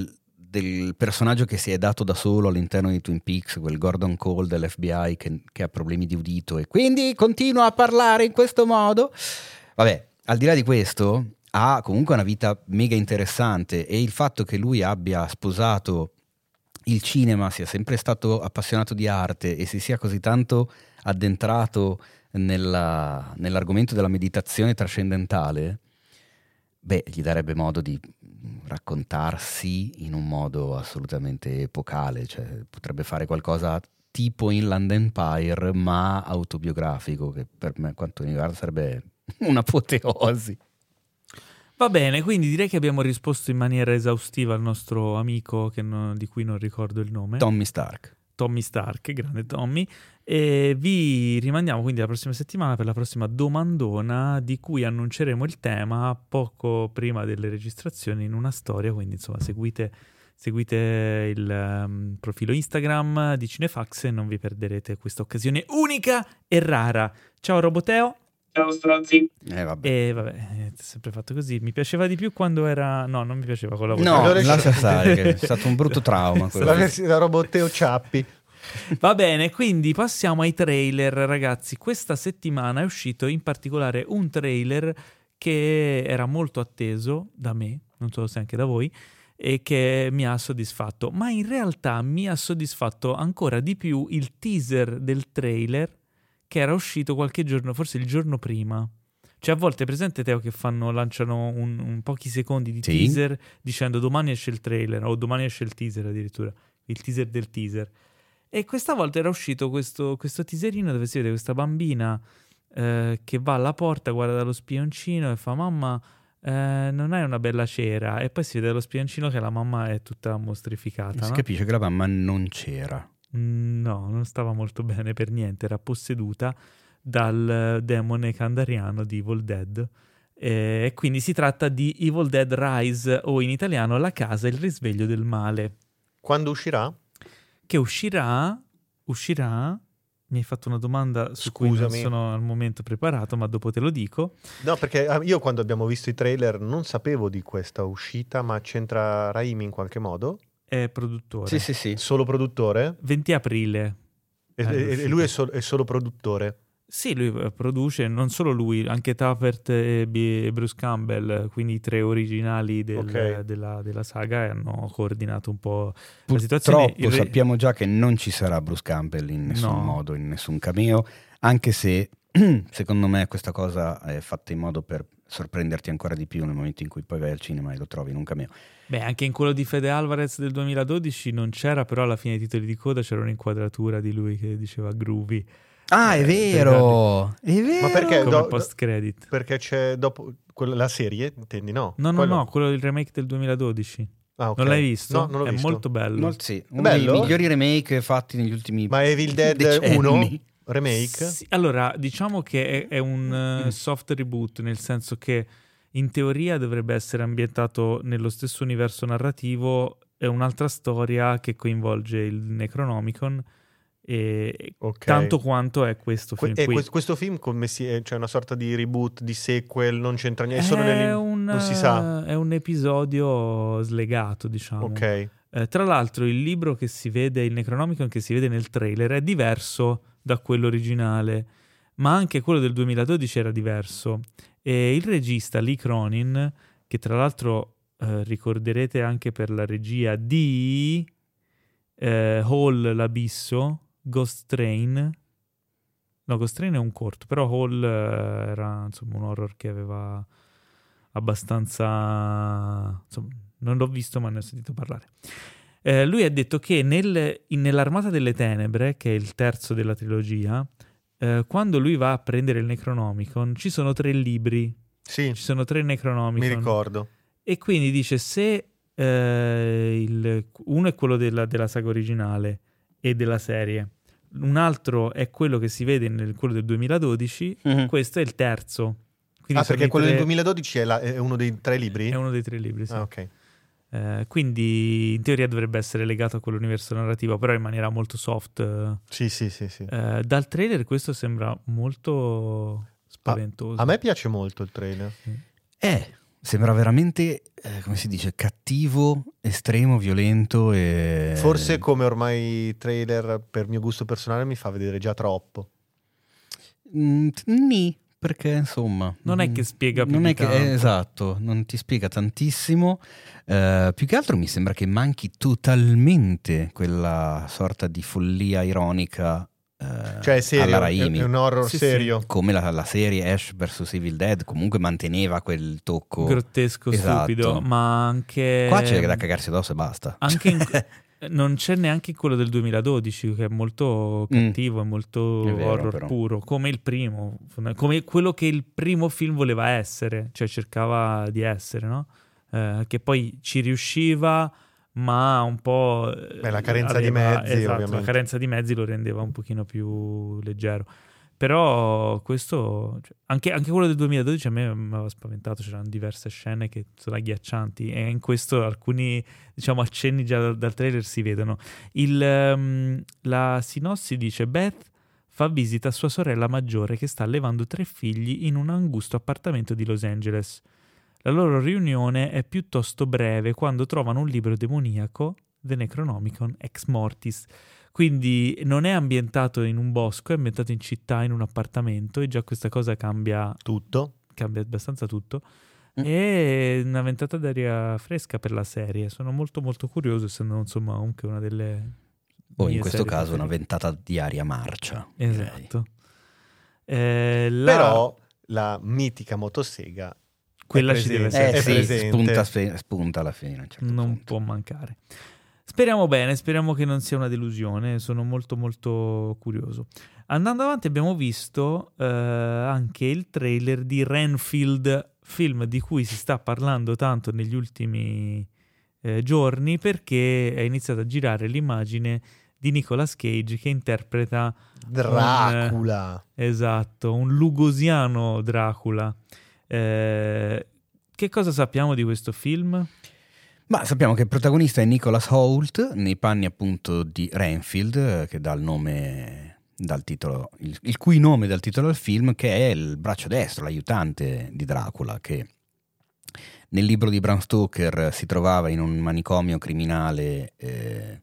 del personaggio che si è dato da solo all'interno di Twin Peaks, quel Gordon Cole dell'F B I che, che ha problemi di udito e quindi continua a parlare in questo modo. Vabbè, al di là di questo, ha comunque una vita mega interessante, e il fatto che lui abbia sposato il cinema, sia sempre stato appassionato di arte e si sia così tanto addentrato nella, nell'argomento della meditazione trascendentale, beh, gli darebbe modo di raccontarsi in un modo assolutamente epocale, cioè potrebbe fare qualcosa tipo Inland Empire ma autobiografico, che per me, quanto mi riguarda, sarebbe un'apoteosi. Va bene, quindi direi che abbiamo risposto in maniera esaustiva al nostro amico che non- di cui non ricordo il nome. Tommy Stark. Tommy Stark, grande Tommy, e vi rimandiamo quindi la prossima settimana per la prossima domandona, di cui annunceremo il tema poco prima delle registrazioni in una storia, quindi insomma seguite, seguite il um, profilo Instagram di Cinefax e non vi perderete questa occasione unica e rara. Ciao Roboteo. Ciao stronzi. Eh, vabbè. E vabbè, è sempre fatto così. Mi piaceva di più quando era... No, non mi piaceva con la voce. No, Allora- lascia stare, che è stato un brutto trauma quello. La versione da Roboteo Ciappi. Va bene, quindi passiamo ai trailer, ragazzi. Questa settimana è uscito in particolare un trailer che era molto atteso da me, non so se anche da voi, e che mi ha soddisfatto. Ma in realtà mi ha soddisfatto ancora di più il teaser del trailer che era uscito qualche giorno, forse il giorno prima. Cioè a volte, presente Teo, che fanno, lanciano un, un pochi secondi di Sì. teaser dicendo domani esce il trailer, o domani esce il teaser addirittura, il teaser del teaser. E questa volta era uscito questo, questo teaserino dove si vede questa bambina eh, che va alla porta, guarda dallo spioncino e fa mamma, eh, non hai una bella cera? E poi si vede dallo spioncino che la mamma è tutta mostrificata, Si no? capisce che la mamma non c'era. Mm, No, non stava molto bene per niente, era posseduta dal eh, demone kandariano di Evil Dead. Eh, E quindi si tratta di Evil Dead Rise, o in italiano La casa e il risveglio del male, Quando uscirà? che uscirà, uscirà, mi hai fatto una domanda su cui non Scusami. sono al momento preparato, ma dopo te lo dico. No, perché ah, io quando abbiamo visto i trailer non sapevo di questa uscita, ma c'entra Raimi in qualche modo? È produttore. Sì, sì, sì. Solo produttore? venti aprile. E, è e- e l'uscita. lui è, sol- è solo produttore? Sì, lui eh, produce, non solo lui, anche Tappert e, B- e Bruce Campbell, quindi i tre originali del- Ok. della, della saga, e hanno coordinato un po' la situazione. Purtroppo Il re- sappiamo già che non ci sarà Bruce Campbell in nessun No. modo, in nessun cameo, anche se secondo me questa cosa è fatta in modo per sorprenderti ancora di più nel momento in cui poi vai al cinema e lo trovi in un cameo. Beh, anche in quello di Fede Alvarez del duemiladodici non c'era, però alla fine dei titoli di coda c'era un'inquadratura di lui che diceva groovy. Ah, è Eh, vero! È vero! Ma perché? Come do- post credit. Perché c'è dopo quella- la serie, intendi? No. No, no, Quello- no, quello del remake del duemiladodici. Ah, ok. Non l'hai visto? No, non l'ho è visto. molto bello. Mol- sì, uno Bello? dei migliori remake fatti negli ultimi Ma Evil Dead decenni. uno? Remake? Sì, allora, diciamo che è, è un eh, soft reboot, nel senso che in teoria dovrebbe essere ambientato nello stesso universo narrativo, è un'altra storia che coinvolge il Necronomicon, e Ok. tanto quanto è questo Que- film e qui. que- questo film come si è? Cioè una sorta di reboot, di sequel, non c'entra niente, è solo è, nell'in- un, non si sa. è un episodio slegato, diciamo. Ok. Eh, tra l'altro il libro che si vede, il Necronomicon che si vede nel trailer, è diverso da quello originale, ma anche quello del duemiladodici era diverso. E il regista Lee Cronin, che tra l'altro eh, ricorderete anche per la regia di eh, Hall l'abisso, Ghost Train. No, Ghost Train è un corto, però Hall eh, era insomma un horror che aveva abbastanza... insomma, non l'ho visto ma ne ho sentito parlare. Eh, lui ha detto che nel, in- nell'Armata delle Tenebre, che è il terzo della trilogia, eh, quando lui va a prendere il Necronomicon ci sono tre libri, Sì, ci sono tre Necronomicon. mi ricordo. E quindi dice se eh, il, uno è quello della, della saga originale e della serie, un altro è quello che si vede nel quello del duemiladodici, Mhm. questo è il terzo. Quindi Ah, sono perché i quello del tre- duemiladodici è, la- è uno dei tre libri? è uno dei tre libri, sì. Ah, ok. Eh, quindi in teoria dovrebbe essere legato a quell'universo narrativo, però in maniera molto soft. eh. Sì, sì, sì, sì. Eh, dal trailer questo sembra molto spaventoso. A me piace molto il trailer. Eh, sembra veramente, eh, come si dice, cattivo, estremo, violento e... Forse come ormai trailer per mio gusto personale mi fa vedere già troppo. Mm, nì, perché insomma... Non è che spiega più non di è che, tanto. eh, esatto, non ti spiega tantissimo. Eh, più che altro mi sembra che manchi totalmente quella sorta di follia ironica eh, Cioè è serio, alla è, Raimi. è un horror Sì, serio. Come la, la serie Ash versus Evil Dead comunque manteneva quel tocco Grottesco, esatto. stupido, ma anche... Qua c'è da cagarsi addosso e basta. Anche in... Non c'è neanche quello del duemiladodici, che è molto cattivo, mm. è molto è vero, horror però. puro, come il primo, come quello che il primo film voleva essere, cioè cercava di essere, no? Eh, che poi ci riusciva, ma un po'... Beh, la carenza aveva, di mezzi, esatto, ovviamente. La carenza di mezzi lo rendeva un pochino più leggero. Però questo, cioè, anche, anche quello del duemiladodici a me mi aveva spaventato, c'erano diverse scene che sono agghiaccianti e in questo alcuni, diciamo, accenni già dal, dal trailer si vedono. Il, um, la sinossi dice: Beth fa visita a sua sorella maggiore che sta allevando tre figli in un angusto appartamento di Los Angeles. La loro riunione è piuttosto breve quando trovano un libro demoniaco, The Necronomicon Ex Mortis. Quindi non è ambientato in un bosco, è ambientato in città, in un appartamento, e già questa cosa cambia tutto, cambia abbastanza tutto. Mm. E una ventata d'aria fresca per la serie. Sono molto molto curioso, essendo insomma anche una delle... O in questo serie caso preferite. una ventata di aria marcia. Esatto. Eh, la... Però la mitica motosega quella è ci deve presente, essere. Eh è sì, presente. spunta, spe- spunta alla fine. a un certo Non punto. può mancare. Speriamo bene, speriamo che non sia una delusione, sono molto molto curioso. Andando avanti abbiamo visto eh, anche il trailer di Renfield, film di cui si sta parlando tanto negli ultimi eh, giorni perché è iniziata a girare l'immagine di Nicolas Cage che interpreta Dracula. Un, eh, esatto, un lugosiano Dracula. Eh, che cosa sappiamo di questo film? Ma sappiamo che il protagonista è Nicholas Hoult, nei panni appunto di Renfield, che dà il nome dal titolo, il, il cui nome dal titolo al film, che è il braccio destro, l'aiutante di Dracula, che nel libro di Bram Stoker si trovava in un manicomio criminale eh,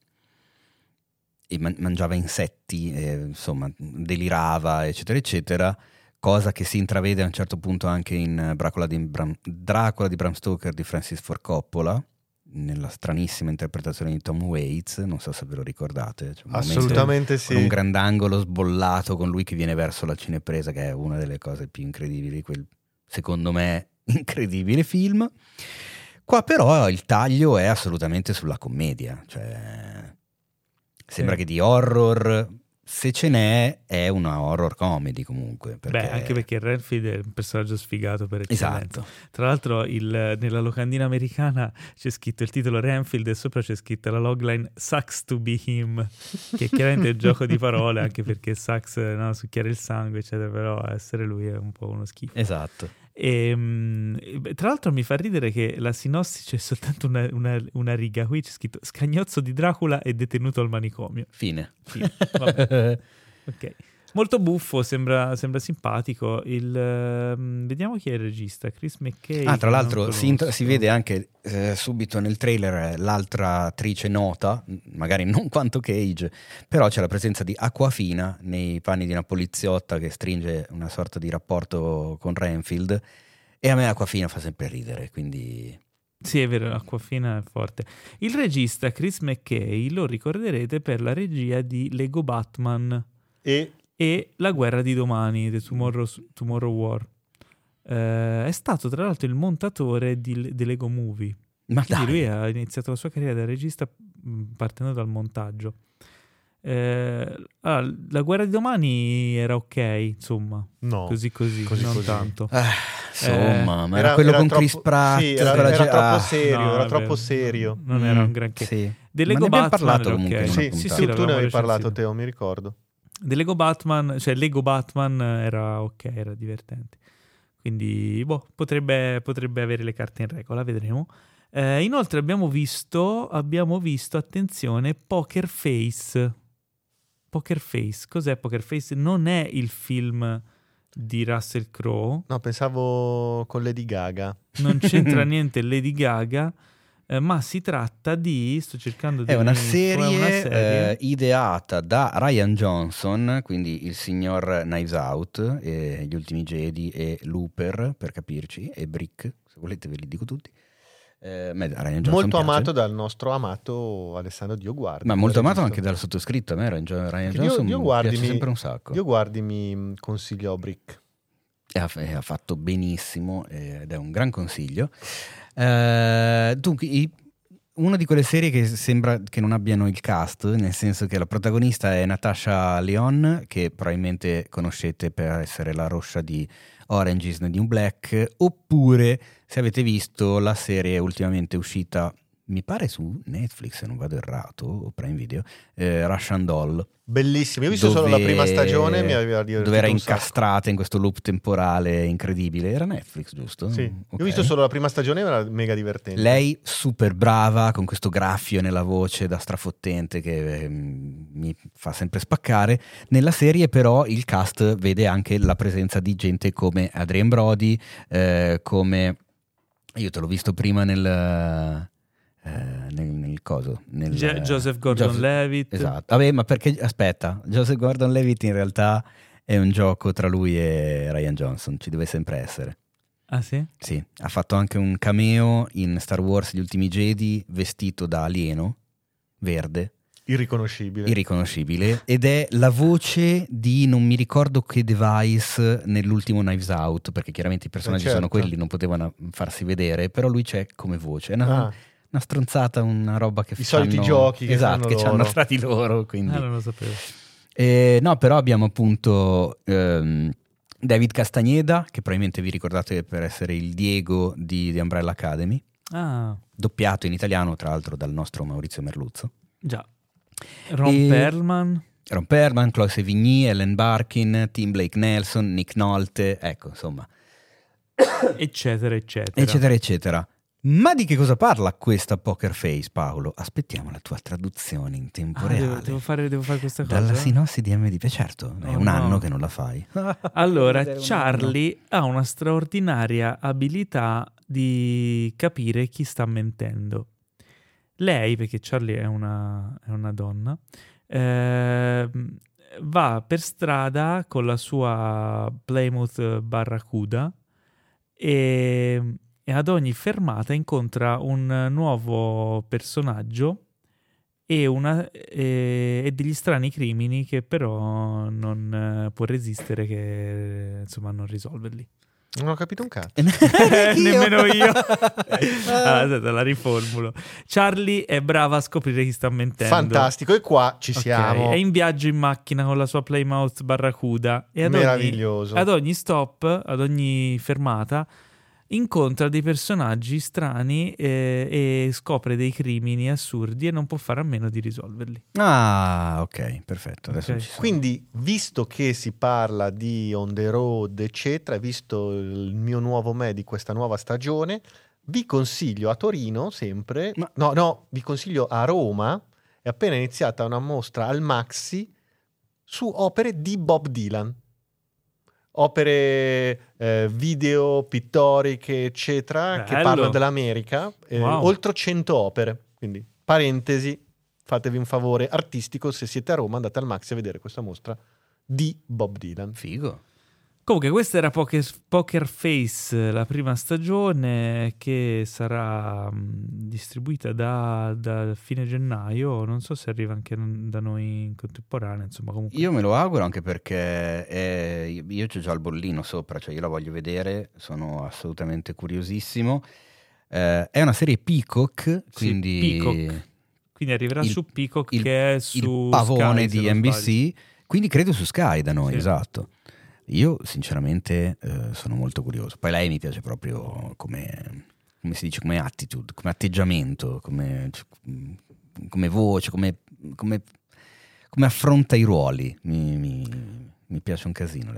e man- mangiava insetti, eh, insomma, delirava, eccetera, eccetera. Cosa che si intravede a un certo punto anche in Dracula di Bram, Dracula di Bram Stoker di Francis Ford Coppola, nella stranissima interpretazione di Tom Waits, non so se ve lo ricordate. C'è un Assolutamente sì. Con un grandangolo sbollato con lui che viene verso la cinepresa, che è una delle cose più incredibili, quel secondo me incredibile film. Qua però il taglio è assolutamente sulla commedia, cioè sembra sì. che di horror, se ce n'è, è una horror comedy comunque. Perché... Beh, anche perché Renfield è un personaggio sfigato per eccellenza. Esatto. Tra l'altro il, nella locandina americana c'è scritto il titolo Renfield e sopra c'è scritta la logline Sucks to be him, che chiaramente è un gioco di parole, anche perché sucks, no, succhiare il sangue, eccetera, però essere lui è un po' uno schifo. Esatto. E, tra l'altro mi fa ridere che la sinossi c'è soltanto una, una, una riga, qui c'è scritto scagnozzo di Dracula è detenuto al manicomio. Fine. Fine. Vabbè. Ok. Molto buffo, sembra, sembra simpatico. Il, uh, vediamo chi è il regista, Chris McKay. Ah, tra l'altro si, intra- si vede anche eh, subito nel trailer l'altra attrice nota, magari non quanto Cage, però c'è la presenza di Aquafina nei panni di una poliziotta che stringe una sorta di rapporto con Renfield, e a me Aquafina fa sempre ridere, quindi... Sì, è vero, Aquafina è forte. Il regista Chris McKay lo ricorderete per la regia di Lego Batman E... e La guerra di domani, The Tomorrow, Tomorrow War. Eh, è stato tra l'altro il montatore di, di Lego Movie. Ma Quindi dai. lui ha iniziato la sua carriera da regista mh, partendo dal montaggio. Eh, allora, La guerra di domani era ok, insomma, No. così così, Così non così. tanto. Ah, insomma, Eh, ma era, quello con troppo, Chris Pratt. sì, era, quella era ge- troppo ah, serio, No, era è troppo vero. serio. Non era un Mm, granché. sì. The Ma Lego ne abbiamo Batman parlato era comunque ok. in una Sì, Sì, puntata. sì, tu, tu l'avevamo ne avevi parlato, recensito. Teo, mi ricordo. The Lego Batman, cioè Lego Batman era ok, era divertente. Quindi, boh, potrebbe, potrebbe avere le carte in regola, vedremo. Eh, inoltre abbiamo visto, abbiamo visto, attenzione, Poker Face. Poker Face, cos'è Poker Face? Non è il film di Russell Crowe. No, pensavo con Lady Gaga. Non c'entra niente Lady Gaga, eh, ma si tratta di, sto cercando di... È una info, serie, è una serie. Eh, ideata da Rian Johnson, quindi il signor Knives Out, e Gli Ultimi Jedi e Looper, per capirci, e Brick, se volete ve li dico tutti. Eh, Ryan Johnson molto piace. amato dal nostro amato Alessandro Dioguardi. Ma molto amato regista. anche dal sottoscritto. A me Ryan Ryan Dio, Johnson Dio mi guardi, piace mi, sempre un sacco. Io guardi mi consiglio Brick. E ha, e ha fatto benissimo ed è un gran consiglio. Eh, dunque, i, una di quelle serie che sembra che non abbiano il cast, nel senso che la protagonista è Natasha Lyonne, che probabilmente conoscete per essere la Roscia di Orange is the New Black, oppure se avete visto la serie ultimamente uscita, mi pare su Netflix se non vado errato, o Prime Video, eh, Russian Doll. Bellissimo, io ho visto dove, solo la prima stagione, mi aveva divertito dove era un sacco. incastrata in questo loop temporale incredibile. Era Netflix, giusto? Sì, Ok. io ho visto solo la prima stagione, era mega divertente. Lei super brava, con questo graffio nella voce da strafottente che eh, mi fa sempre spaccare. Nella serie però il cast vede anche la presenza di gente come Adrien Brody, eh, come io te l'ho visto prima nel eh, nel, nel coso nel, G- Joseph Gordon-Levitt. Esatto. Vabbè, ma perché aspetta, Joseph Gordon-Levitt in realtà è un gioco tra lui e Rian Johnson, ci deve sempre essere. Ah sì? Sì, ha fatto anche un cameo in Star Wars Gli Ultimi Jedi vestito da alieno verde, Irriconoscibile. irriconoscibile, ed è la voce di non mi ricordo che device nell'ultimo Knives Out, perché chiaramente i personaggi Eh, certo. sono quelli, non potevano farsi vedere, però lui c'è come voce. È una, Ah, una stronzata, una roba che I fanno, soliti giochi che esatto, fanno che loro. hanno fra di loro, quindi. Ah, non lo sapevo. Eh, no, però abbiamo appunto ehm, David Castagneda, che probabilmente vi ricordate per essere il Diego di The Umbrella Academy, Ah, doppiato in italiano tra l'altro dal nostro Maurizio Merluzzo. già. Ron E- Perlman. Ron Perlman, Chloe Sevigny, Ellen Barkin, Tim Blake Nelson, Nick Nolte, ecco, insomma, eccetera, eccetera. eccetera, eccetera. Ma di che cosa parla questa Poker Face, Paolo? Aspettiamo la tua traduzione in tempo Ah, reale. devo, devo fare, devo fare questa cosa. Dalla sinossi di M D P, certo, è Oh, un no. anno che non la fai. Allora, Vedere un Charlie ha una straordinaria abilità di capire chi sta mentendo. Lei, perché Charlie è una, è una donna, ehm, va per strada con la sua Plymouth Barracuda e, e ad ogni fermata incontra un nuovo personaggio e, una, e, e degli strani crimini che però non eh, può resistere che insomma non risolverli. non ho capito un cazzo. Nemmeno io. Ah, aspetta, la riformulo. Charlie è brava a scoprire chi sta mentendo. Fantastico, e qua ci Ok, siamo. È in viaggio in macchina con la sua Plymouth Barracuda e ad ogni, Meraviglioso. ad ogni stop, ad ogni fermata incontra dei personaggi strani eh, e scopre dei crimini assurdi e non può fare a meno di risolverli. Ah, ok, perfetto. Adesso Ok. ci sono. Quindi, visto che si parla di on the road, eccetera, visto il mio nuovo me di questa nuova stagione, vi consiglio a Torino sempre, Ma- no, no, vi consiglio a Roma, è appena iniziata una mostra al Maxi su opere di Bob Dylan. Opere eh, video, pittoriche, eccetera, che Bello. parlano dell'America, eh, Wow. oltre cento opere. Quindi, parentesi, fatevi un favore artistico, se siete a Roma andate al Maxi a vedere questa mostra di Bob Dylan. Figo. Comunque questa era Poker, Poker Face, la prima stagione che sarà mh, distribuita da, da fine gennaio, non so se arriva anche n- da noi in contemporanea, insomma comunque. Io me lo auguro anche perché è- io c'ho già il bollino sopra, cioè io la voglio vedere, sono assolutamente curiosissimo. Eh, è una serie Peacock, Sì, quindi Peacock. Quindi arriverà il- su Peacock il- che è il su pavone Sky, se di non N B C, sbaglio. quindi credo su Sky da noi, Sì. esatto. Io sinceramente eh, sono molto curioso. Poi lei mi piace proprio come, come si dice, come attitude, come atteggiamento, come, come voce, come, come, come affronta i ruoli. Mi, mi- mi piace un casino lei.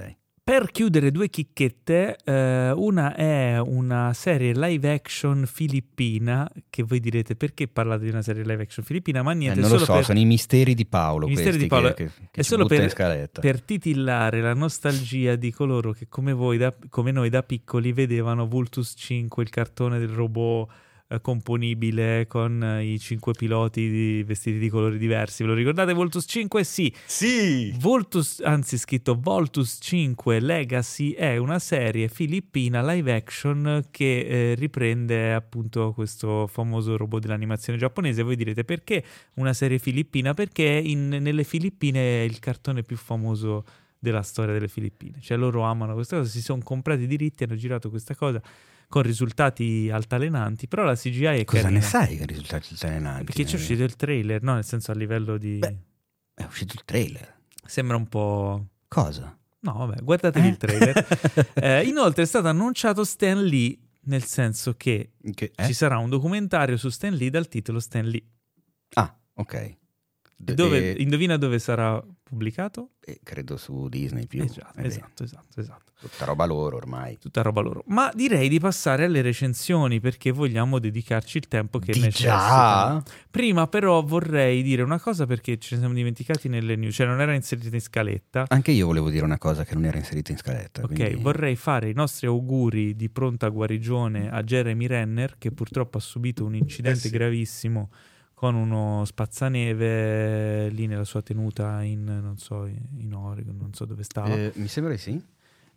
Per chiudere due chicchette, eh, una è una serie live action filippina, che voi direte perché parlate di una serie live action filippina, ma niente, Eh, non solo lo so, per... sono i misteri di Paolo I misteri questi di Paolo. che, che, che è ci solo butta in per, scaletta. per titillare la nostalgia di coloro che come voi, da, come noi da piccoli, vedevano Vultus cinque, il cartone del robot eh, componibile con eh, i cinque piloti di, vestiti di colori diversi. Ve lo ricordate Vultus cinque? Sì. Sì! Voltus, anzi scritto Voltus cinque Legacy, è una serie filippina live action che eh, riprende appunto questo famoso robot dell'animazione giapponese. Voi direte perché una serie filippina? Perché in, nelle Filippine è il cartone più famoso della storia delle Filippine, cioè loro amano questa cosa, si sono comprati i diritti, hanno girato questa cosa con risultati altalenanti, però la C G I è Cosa carina. ne sai che risultati altalenanti? Perché c'è uscito il trailer, no? Nel senso a livello di... Beh, è uscito il trailer. Sembra un po'... Cosa? No, vabbè, guardatevi Eh? il trailer. eh, inoltre è stato annunciato Stan Lee, nel senso che Che, eh? ci sarà un documentario su Stan Lee dal titolo Stan Lee. Ah, ok. D- Dove, eh, indovina dove sarà pubblicato? eh, credo su Disney più. Esatto, Eh beh, esatto, esatto, esatto. Tutta roba loro ormai. Tutta roba loro. Ma direi di passare alle recensioni perché vogliamo dedicarci il tempo che Di necessita. già? Prima però vorrei dire una cosa perché ce ne siamo dimenticati nelle news, cioè non era inserita in scaletta. Anche io volevo dire una cosa che non era inserita in scaletta. Ok, quindi... vorrei fare i nostri auguri di pronta guarigione a Jeremy Renner, che purtroppo ha subito un incidente Eh sì. gravissimo con uno spazzaneve lì nella sua tenuta in, non so, in Oregon, non so dove stava. Eh, mi sembra di sì.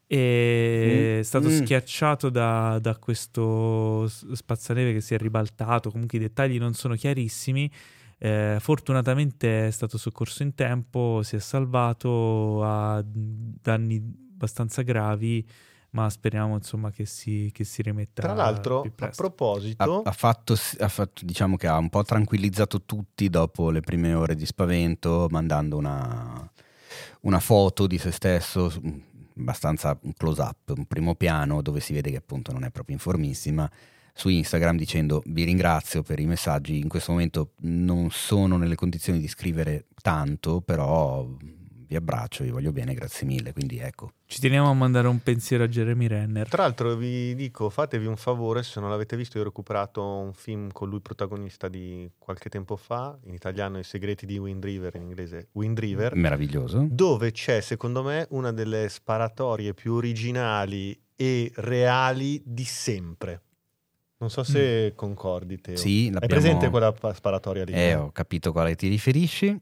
E Mm. è stato Mm. schiacciato da, da questo s- spazzaneve che si è ribaltato, comunque i dettagli non sono chiarissimi. Eh, fortunatamente è stato soccorso in tempo, si è salvato, ha danni abbastanza gravi, ma speriamo insomma che si, che si rimetta Tra l'altro, più a presto. proposito, Ha, ha fatto, ha fatto, diciamo che ha un po' tranquillizzato tutti dopo le prime ore di spavento, mandando una, una foto di se stesso, su- abbastanza un close up, un primo piano dove si vede che appunto non è proprio in formissima, su Instagram dicendo: vi ringrazio per i messaggi, in questo momento non sono nelle condizioni di scrivere tanto, però vi abbraccio, vi voglio bene, grazie mille. Quindi ecco. Ci teniamo a mandare un pensiero a Jeremy Renner. tra l'altro vi dico, fatevi un favore, se non l'avete visto, io ho recuperato un film con lui protagonista di qualche tempo fa, in italiano I segreti di Wind River, in inglese Wind River, Meraviglioso. dove c'è secondo me una delle sparatorie più originali e reali di sempre. Non so se concordi, Teo. Sì, Hai l'abbiamo- presente quella pa- sparatoria lì? Eh, no? ho capito a quale ti riferisci.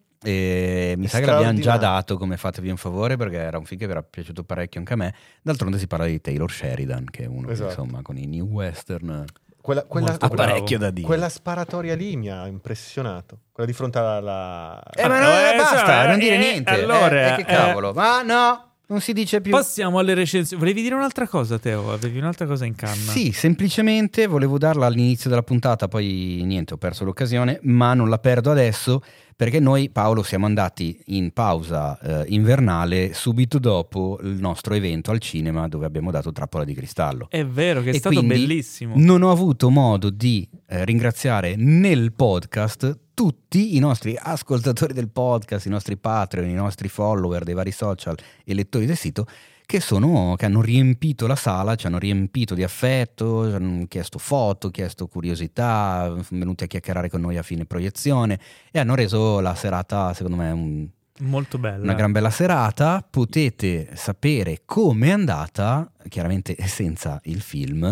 E mi sa che l'abbiamo già Straordinario. dato come fatevi un favore, perché era un film che era piaciuto parecchio anche a me. D'altronde si parla di Taylor Sheridan, che è uno che, Esatto. insomma con i new western Quella, quella, Molto ha bravo. parecchio da dire. quella sparatoria lì mi ha impressionato. Quella di fronte alla... Eh, ma Ah, no, eh, basta, so, non dire eh, niente. allora, Eh, eh, che eh. cavolo. Ma no, non si dice più. Passiamo alle recensioni. Volevi dire un'altra cosa, Teo? Avevi un'altra cosa in canna? Sì, semplicemente volevo darla all'inizio della puntata, poi niente, ho perso l'occasione, ma non la perdo adesso perché noi, Paolo, siamo andati in pausa eh, invernale subito dopo il nostro evento al cinema dove abbiamo dato Trappola di Cristallo. È vero che è E stato quindi bellissimo. Non ho avuto modo di eh, ringraziare nel podcast tutti i nostri ascoltatori del podcast, i nostri Patreon, i nostri follower dei vari social e lettori del sito che, sono, che hanno riempito la sala, ci hanno riempito di affetto, ci hanno chiesto foto, chiesto curiosità, sono venuti a chiacchierare con noi a fine proiezione e hanno reso la serata, secondo me, un, Molto bella. una gran bella serata. Potete sapere com'è andata, chiaramente senza il film,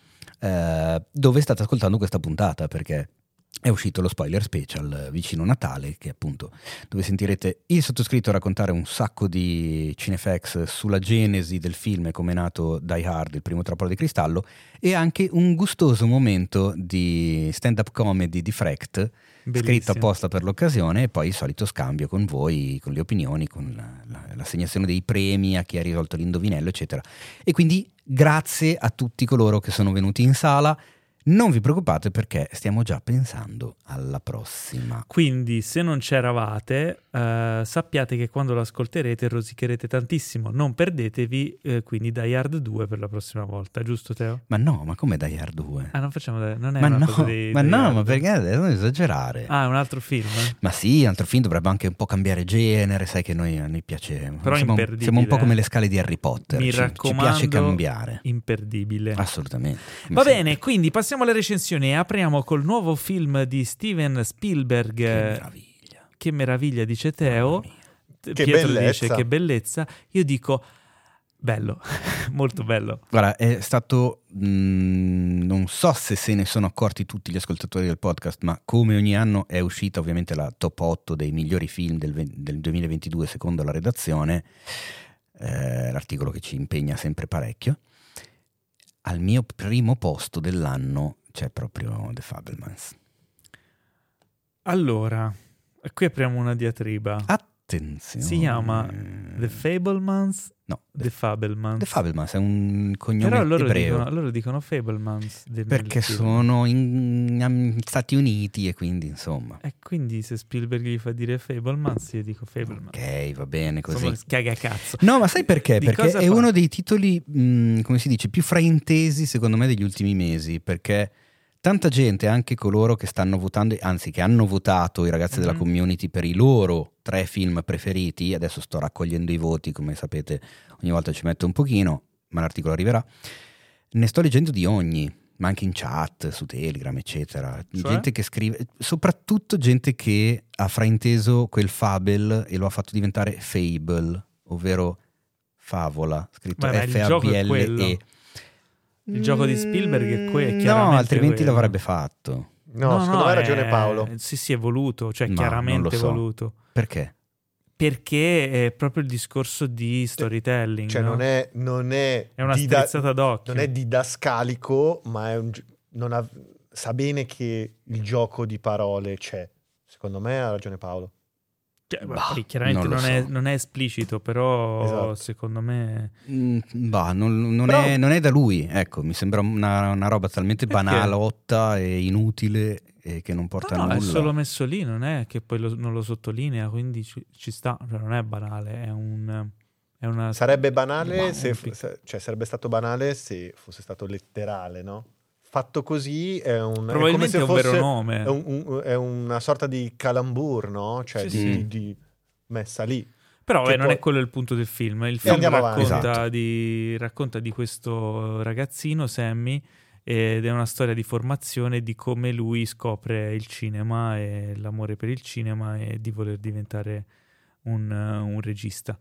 eh, dove state ascoltando questa puntata, perché è uscito lo spoiler special vicino Natale, che appunto dove sentirete il sottoscritto raccontare un sacco di cinefacts sulla genesi del film e come è nato Die Hard, il primo Trappola di Cristallo, e anche un gustoso momento di stand-up comedy di Frecht, Bellissimo. scritto apposta per l'occasione, e poi il solito scambio con voi, con le opinioni, con la, la, l'assegnazione dei premi a chi ha risolto l'indovinello, eccetera. E quindi grazie a tutti coloro che sono venuti in sala. Non vi preoccupate perché stiamo già pensando alla prossima. Quindi se non c'eravate, eh, sappiate che quando l'ascolterete rosicherete tantissimo. Non perdetevi eh, quindi Die Hard due per la prossima volta, giusto Teo? Ma no, ma come Die Hard due? Ah, non facciamo non è Ma una no, cosa di ma Die no, Hard. ma perché adesso non esagerare? Ah, è un altro film? Ma sì, un altro film dovrebbe anche un po' cambiare genere, sai che noi, a noi piace. Però siamo, imperdibile, siamo un po' come eh. le scale di Harry Potter, Mi ci, ci raccomando, piace cambiare. Imperdibile. Assolutamente. Va Sì. bene, quindi passiamo alle recensioni e apriamo col nuovo film di Steven Spielberg. Che meraviglia. Che meraviglia, dice Teo. Che Pietro bellezza. dice che bellezza. Io dico bello, molto bello. Guarda, è stato, mh, non so se se ne sono accorti tutti gli ascoltatori del podcast, ma come ogni anno è uscita ovviamente la top otto dei migliori film del, del duemilaventidue secondo la redazione, eh, l'articolo che ci impegna sempre parecchio. Al mio primo posto dell'anno c'è proprio The Fabelmans. Allora, qui apriamo una diatriba. Attenzione. Si chiama The Fabelmans, No, The Fabelmans. The Fabelmans è un cognome Però loro ebreo. dicono, loro dicono Fabelmans del- Perché nel film. sono in, in Stati Uniti e quindi insomma. E quindi se Spielberg gli fa dire Fabelmans, io dico Fabelmans. Ok, va bene così. Insomma, cagacazzo. No, ma sai perché? Di Perché cosa è fa? uno dei titoli, mh, come si dice, più fraintesi secondo me degli ultimi mesi, perché tanta gente, anche coloro che stanno votando, anzi che hanno votato i ragazzi della Mhm. community per i loro tre film preferiti, adesso sto raccogliendo i voti, come sapete ogni volta ci metto un pochino, ma l'articolo arriverà, ne sto leggendo di ogni, ma anche in chat, su Telegram, eccetera. Cioè? Gente che scrive, soprattutto gente che ha frainteso quel Fable e lo ha fatto diventare Fable, ovvero favola, scritto Beh, ma il F A gioco B è L quello. E. Il gioco di Spielberg è que- è Mm, chiaramente no, altrimenti quello. l'avrebbe fatto. No, secondo me ha ragione è- Paolo. Sì, sì, è voluto, cioè Ma chiaramente non lo so. voluto. Perché? Perché è proprio il discorso di storytelling. Cioè no? non è, non è, È una dida- strizzata d'occhio. non è didascalico, ma è un, gi- non ha- sa bene che il gioco di parole c'è. Secondo me ha ragione Paolo. Cioè, Bah, poi chiaramente non lo non, è, so. non è esplicito, però Esatto. secondo me... Mm, bah, non, non Però- è, non è da lui, ecco, mi sembra una, una roba talmente Perché? banalotta e inutile e che non porta No, a no, nulla. è solo messo lì, non è che poi lo- non lo sottolinea, quindi ci, ci sta, cioè, non è banale, è un... È una... Sarebbe banale Wow, se, un pic- se- cioè sarebbe stato banale se fosse stato letterale, no? Fatto così è un Probabilmente è, è come un se vero fosse nome. è, un- un- è una sorta di calambour, no? Cioè Sì, di, sì. di messa lì. Però Che eh, non poi- è quello il punto del film. Il film andiamo avanti. racconta, Esatto. di, racconta di questo ragazzino, Sammy, ed è una storia di formazione di come lui scopre il cinema e l'amore per il cinema e di voler diventare un, un regista.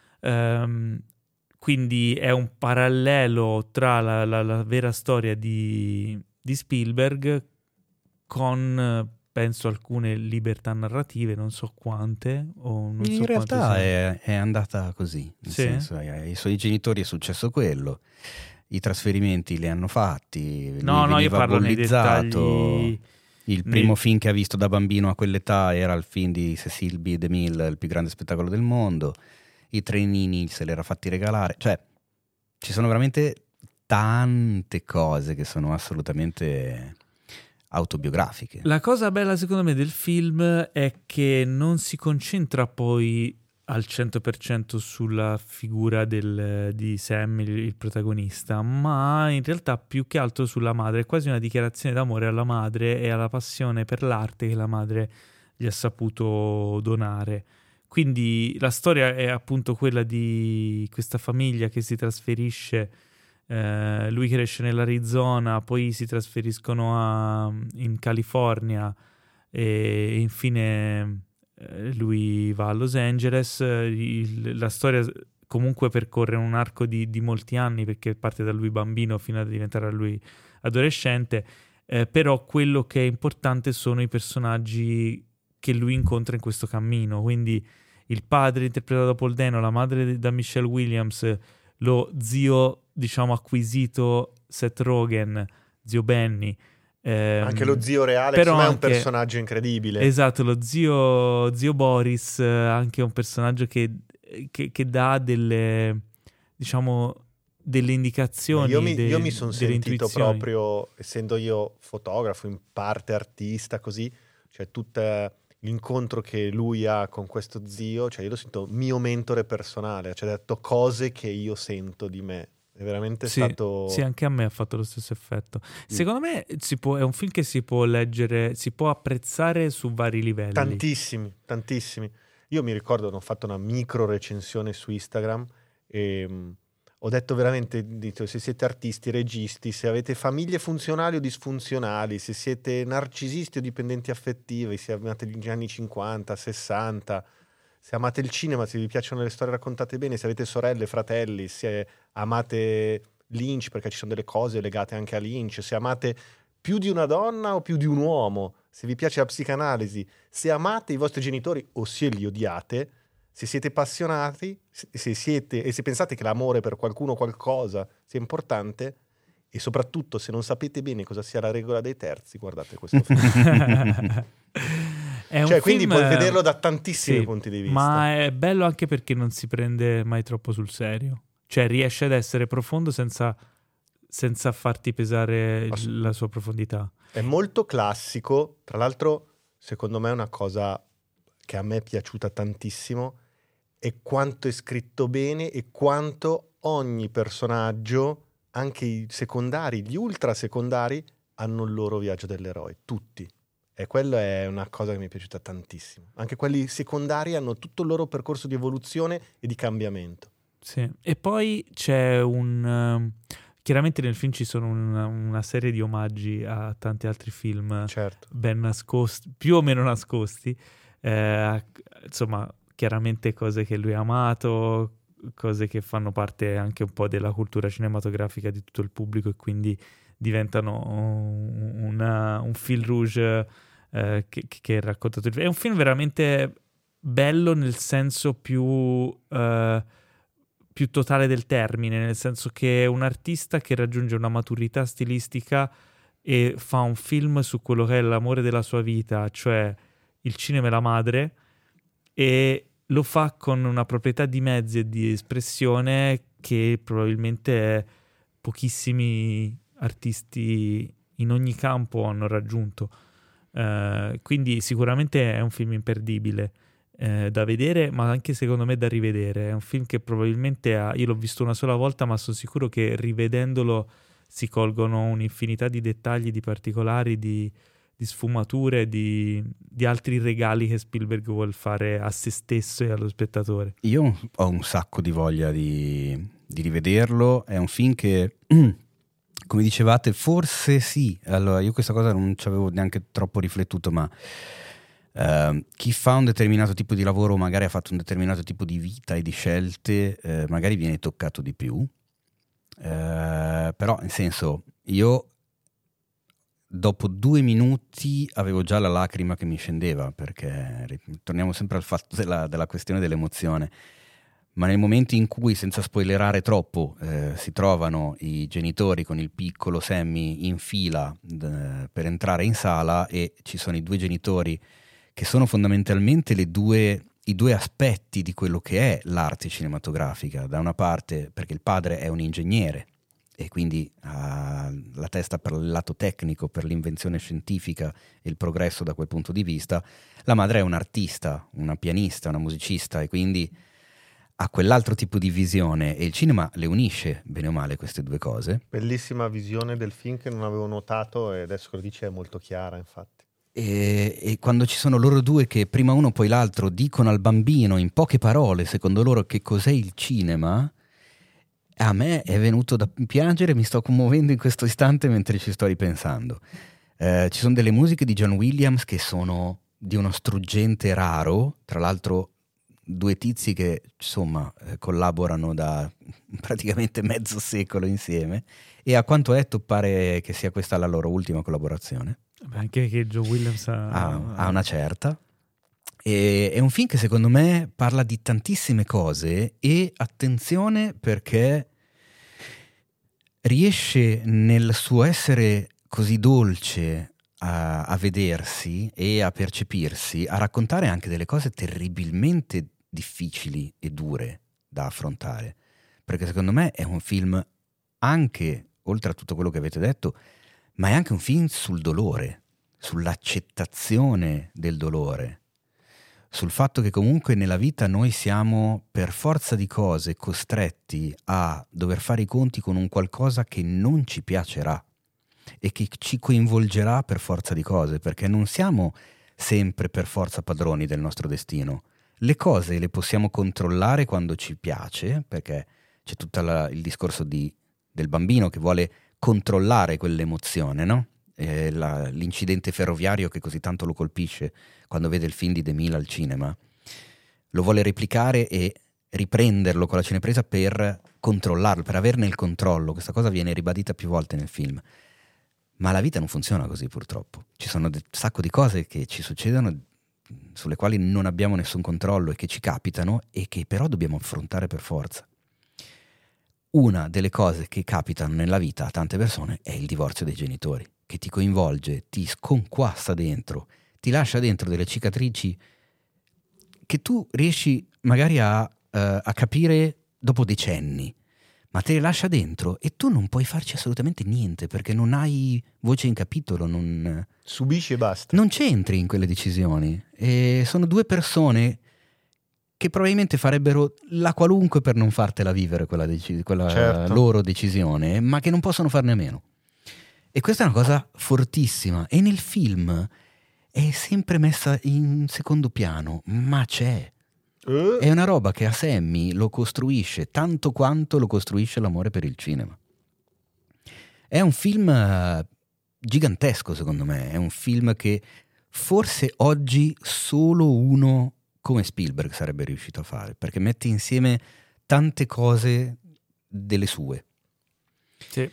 Ehm, quindi è un parallelo tra la, la- la vera storia di, di Spielberg con, eh, penso, alcune libertà narrative, non so quante. O non In so realtà quante siano. è, è andata così, nel Sì? senso, ai ai suoi genitori è successo quello, i trasferimenti li hanno fatti, lui No, no, io veniva parlo nei bollizzato. dettagli. Il nei- primo film che ha visto da bambino a quell'età era il film di Cecil B. DeMille, Il più grande spettacolo del mondo. I trenini se l'era fatti regalare. Cioè, ci sono veramente tante cose che sono assolutamente autobiografiche. La cosa bella secondo me del film è che non si concentra poi al cento per cento sulla figura del- di Sam, il, il protagonista, ma in realtà più che altro sulla madre. È quasi una dichiarazione d'amore alla madre e alla passione per l'arte che la madre gli ha saputo donare. Quindi la storia è appunto quella di questa famiglia che si trasferisce, eh, lui cresce nell'Arizona, poi si trasferiscono a- in California e infine eh, lui va a Los Angeles. Il- la storia comunque percorre un arco di, di molti anni perché parte da lui bambino fino a diventare lui adolescente, eh, però quello che è importante sono i personaggi che lui incontra in questo cammino, quindi il padre interpretato da Paul Dano, la madre da Michelle Williams, lo zio diciamo acquisito Seth Rogen, zio Benny, ehm, Anche lo zio reale, però secondo me è un anche- personaggio incredibile. esatto, lo zio, zio Boris, eh, anche un personaggio che, che, che dà delle, diciamo, delle indicazioni, io mi, de- io mi sono delle sentito intuizioni. proprio, essendo io fotografo, in parte artista, così, cioè tutto l'incontro che lui ha con questo zio, cioè io lo sento mio mentore personale, cioè ha detto cose che io sento di me. È veramente Sì, stato... sì, anche a me ha fatto lo stesso effetto. Secondo me si può, è un film che si può leggere, si può apprezzare su vari livelli. Tantissimi, tantissimi. Io mi ricordo, ho fatto una micro recensione su Instagram e mh, ho detto veramente, dito, se siete artisti, registi, se avete famiglie funzionali o disfunzionali, se siete narcisisti o dipendenti affettivi, se amate gli anni cinquanta, sessanta, se amate il cinema, se vi piacciono le storie raccontate bene, se avete sorelle, fratelli, se amate Lynch perché ci sono delle cose legate anche a Lynch, se amate più di una donna o più di un uomo, se vi piace la psicanalisi, se amate i vostri genitori o se li odiate, se siete appassionati, se siete e se pensate che l'amore per qualcuno o qualcosa sia importante, e soprattutto se non sapete bene cosa sia la regola dei terzi, guardate questo film. È un Cioè, quindi film, puoi vederlo da tantissimi sì, punti di vista. ma è bello anche perché non si prende mai troppo sul serio. Cioè riesce ad essere profondo senza, senza farti pesare Ass- la sua profondità. È molto classico, tra l'altro secondo me è una cosa che a me è piaciuta tantissimo, è quanto è scritto bene e quanto ogni personaggio, anche i secondari, gli ultra secondari, hanno il loro viaggio dell'eroe, tutti. E quello è una cosa che mi è piaciuta tantissimo. Anche quelli secondari hanno tutto il loro percorso di evoluzione e di cambiamento. Sì. E poi c'è un... Uh, chiaramente nel film ci sono una, una serie di omaggi a tanti altri film Certo. ben nascosti, più o meno nascosti. Eh, insomma, chiaramente cose che lui ha amato, cose che fanno parte anche un po' della cultura cinematografica di tutto il pubblico e quindi diventano una, un fil rouge eh, che, che racconta tutto. È un film veramente bello nel senso più, eh, più totale del termine, nel senso che è un artista che raggiunge una maturità stilistica e fa un film su quello che è l'amore della sua vita, cioè il cinema e la madre, e lo fa con una proprietà di mezzi e di espressione che probabilmente pochissimi artisti in ogni campo hanno raggiunto. Uh, quindi sicuramente è un film imperdibile uh, da vedere, ma anche secondo me da rivedere. È un film che probabilmente ha, io l'ho visto una sola volta, ma sono sicuro che rivedendolo si colgono un'infinità di dettagli, di particolari, di, di sfumature, di, di altri regali che Spielberg vuol fare a se stesso e allo spettatore. Io ho un sacco di voglia di, di rivederlo. È un film che come dicevate, forse sì. Allora, io questa cosa non ci avevo neanche troppo riflettuto, ma uh, chi fa un determinato tipo di lavoro, magari ha fatto un determinato tipo di vita e di scelte, uh, magari viene toccato di più. Uh, però, nel senso, io dopo due minuti avevo già la lacrima che mi scendeva, perché torniamo sempre al fatto della, della questione dell'emozione. Ma nel momento in cui, senza spoilerare troppo, eh, si trovano i genitori con il piccolo Sammy in fila d- per entrare in sala, e ci sono i due genitori che sono fondamentalmente le due, i due aspetti di quello che è l'arte cinematografica. Da una parte, perché il padre è un ingegnere e quindi ha la testa per il lato tecnico, per l'invenzione scientifica e il progresso da quel punto di vista. La madre è un'artista, una pianista, una musicista, e quindi ha quell'altro tipo di visione, e il cinema le unisce bene o male queste due cose. Bellissima visione del film che non avevo notato, e adesso che lo dice è molto chiara, infatti. E, e quando ci sono loro due che prima uno poi l'altro dicono al bambino in poche parole, secondo loro, che cos'è il cinema, a me è venuto da piangere, mi sto commuovendo in questo istante mentre ci sto ripensando. Eh, ci sono delle musiche di John Williams che sono di uno struggente raro, tra l'altro due tizi che insomma eh, collaborano da praticamente mezzo secolo insieme, e a quanto è pare che sia questa la loro ultima collaborazione. Beh, anche che John Williams ha, ha, ha una certa. E, è un film che secondo me parla di tantissime cose, e attenzione perché riesce nel suo essere così dolce a, a vedersi e a percepirsi, a raccontare anche delle cose terribilmente difficili e dure da affrontare, perché secondo me è un film anche, oltre a tutto quello che avete detto, ma è anche un film sul dolore, sull'accettazione del dolore, sul fatto che comunque nella vita noi siamo per forza di cose costretti a dover fare i conti con un qualcosa che non ci piacerà e che ci coinvolgerà per forza di cose, perché non siamo sempre per forza padroni del nostro destino. Le cose le possiamo controllare quando ci piace, perché c'è tutto il discorso di, del bambino che vuole controllare quell'emozione, no? Eh, la, l'incidente ferroviario che così tanto lo colpisce quando vede il film di De Mille al cinema, lo vuole replicare e riprenderlo con la cinepresa per controllarlo, per averne il controllo. Questa cosa viene ribadita più volte nel film, ma la vita non funziona così, purtroppo. Ci sono un sacco di cose che ci succedono sulle quali non abbiamo nessun controllo e che ci capitano e che però dobbiamo affrontare per forza. Una delle cose che capitano nella vita a tante persone è il divorzio dei genitori, che ti coinvolge, ti sconquassa dentro, ti lascia dentro delle cicatrici che tu riesci magari a, uh, a capire dopo decenni, ma te le lascia dentro e tu non puoi farci assolutamente niente perché non hai voce in capitolo, non subisci e basta. Non c'entri in quelle decisioni. E sono due persone che probabilmente farebbero la qualunque per non fartela vivere quella, dec- quella certo. loro decisione, ma che non possono farne a meno. E questa è una cosa fortissima. E nel film è sempre messa in secondo piano, ma c'è. Uh. È una roba che a Sammy lo costruisce tanto quanto lo costruisce l'amore per il cinema. È un film gigantesco, secondo me. È un film che forse oggi solo uno come Spielberg sarebbe riuscito a fare, perché mette insieme tante cose delle sue. Sì.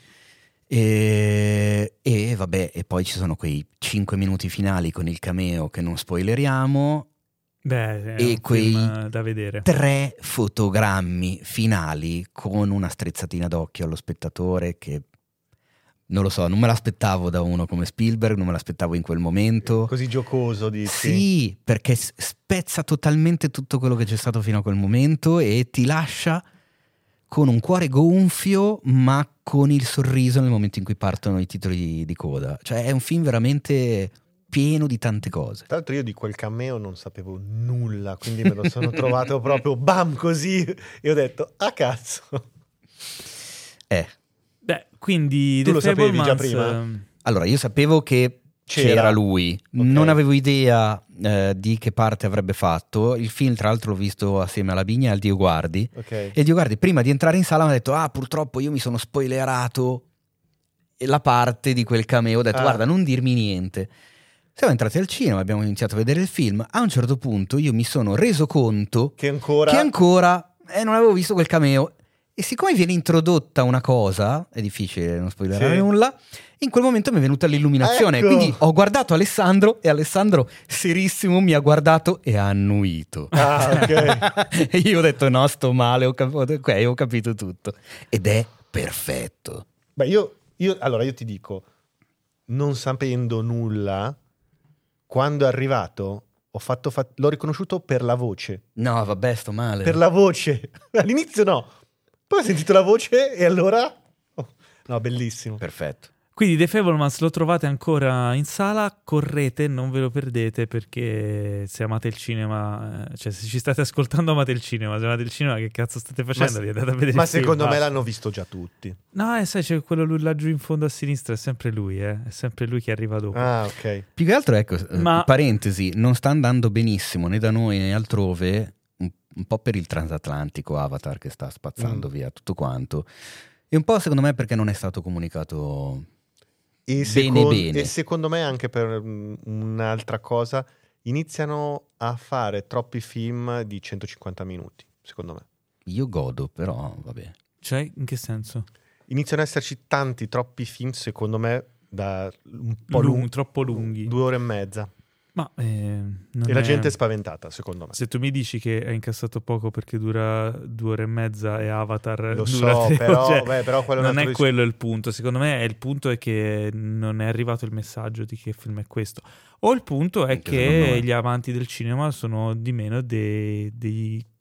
E, e vabbè, e poi ci sono quei cinque minuti finali con il cameo che non spoileriamo. Beh, è e un quei film da vedere. Tre fotogrammi finali con una strizzatina d'occhio allo spettatore che non lo so, non me l'aspettavo da uno come Spielberg, non me l'aspettavo in quel momento. Così giocoso, dici? Sì, perché spezza totalmente tutto quello che c'è stato fino a quel momento e ti lascia con un cuore gonfio, ma con il sorriso nel momento in cui partono i titoli di coda. Cioè è un film veramente pieno di tante cose. Tra l'altro io di quel cameo non sapevo nulla, quindi me lo sono trovato proprio bam così e ho detto, ah cazzo. Eh. Beh, quindi tu The lo sapevi Fablemans, già prima? Allora, io sapevo che c'era, c'era lui, okay. Non avevo idea eh, di che parte avrebbe fatto. Il film, tra l'altro, l'ho visto assieme alla Vigna e al Dio Guardi. Okay. E Dio Guardi, prima di entrare in sala, mi ha detto: ah, purtroppo io mi sono spoilerato la parte di quel cameo. Ho detto: ah. guarda, non dirmi niente. Siamo entrati al cinema, abbiamo iniziato a vedere il film. A un certo punto io mi sono reso conto che ancora, che ancora eh, non avevo visto quel cameo. E siccome viene introdotta una cosa, è difficile non spoilerare sì. nulla, in quel momento mi è venuta l'illuminazione. Ecco. Quindi ho guardato Alessandro e Alessandro, serissimo, mi ha guardato e ha annuito. Ah, ok. E io ho detto no, sto male, ho, cap- okay, ho capito tutto. Ed è perfetto. Beh, io, io, allora io ti dico, non sapendo nulla, quando è arrivato... Ho fatto fa- l'ho riconosciuto per la voce. No, vabbè, sto male. Per la voce. All'inizio no. Poi ho sentito la voce e allora... Oh. No, bellissimo. Perfetto. Quindi The Fablemans lo trovate ancora in sala, correte, non ve lo perdete perché se amate il cinema, cioè se ci state ascoltando amate il cinema, se amate il cinema che cazzo state facendo? Ma, Vi andate a vedere ma il film, secondo me basta. l'hanno visto già tutti. No, eh, sai, c'è quello laggiù in fondo a sinistra, è sempre lui, eh? È sempre lui che arriva dopo. Ah, ok. Più che altro, ecco, ma... parentesi, non sta andando benissimo né da noi né altrove, un, un po' per il transatlantico Avatar che sta spazzando mm. via tutto quanto, e un po' secondo me perché non è stato comunicato... E, bene, secondo, bene. e secondo me anche per un'altra cosa iniziano a fare troppi film di centocinquanta minuti, secondo me. Io godo, però vabbè. Cioè, in che senso? Iniziano ad esserci tanti, troppi film, secondo me, da un po' Lung, lung- troppo lunghi. Due ore e mezza. Ma, eh, non e la è... gente è spaventata, secondo me. Se tu mi dici che hai incassato poco perché dura due ore e mezza e Avatar lo dura so, tre, però, cioè, beh, però quello non è dis- quello il punto. Secondo me il punto è che non è arrivato il messaggio di che film è questo. O il punto è Anche che gli amanti del cinema sono di meno dei, dei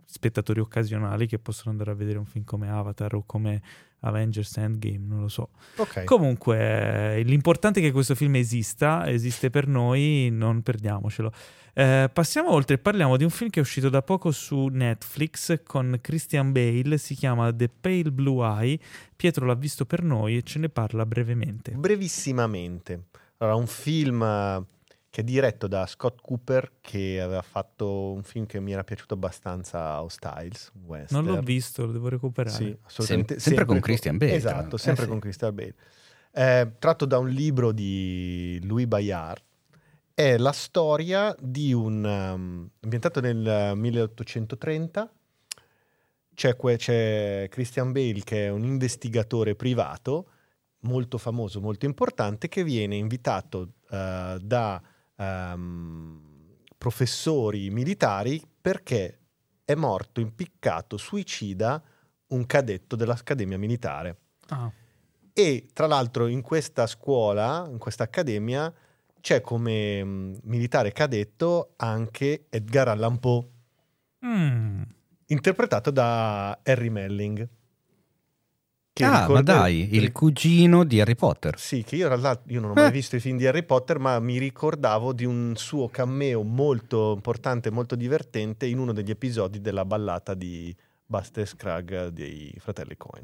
spettatori occasionali che possono andare a vedere un film come Avatar o come Avengers Endgame, non lo so. Ok. Comunque eh, l'importante è che questo film esista, esiste per noi, non perdiamocelo. Eh, passiamo oltre e parliamo di un film che è uscito da poco su Netflix con Christian Bale, si chiama The Pale Blue Eye. Pietro l'ha visto per noi e ce ne parla brevemente. Brevissimamente. Allora, un film eh, che è diretto da Scott Cooper, che aveva fatto un film che mi era piaciuto abbastanza, Hostiles, un western. Non l'ho visto, lo devo recuperare. Sì, assolutamente. Sem- sempre con Christian Bale, tra Esatto, l'altro. sempre Eh, sì. con Christian Bale. Eh, tratto da un libro di Louis Bayard. È la storia di un... um, ambientato nel milleottocentotrenta. C'è, que- c'è Christian Bale, che è un investigatore privato, molto famoso, molto importante, che viene invitato uh, da um, professori militari perché è morto impiccato, suicida, un cadetto dell'Accademia Militare. Ah. E tra l'altro in questa scuola, in questa accademia, c'è come mh, militare cadetto anche Edgar Allan Poe, Mm. interpretato da Harry Melling. Che Ah, ricordo- ma dai, il cugino di Harry Potter. Sì, che io in realtà io non ho mai Eh. visto i film di Harry Potter, ma mi ricordavo di un suo cameo molto importante, molto divertente in uno degli episodi della ballata di Buster Scruggs dei fratelli Coen.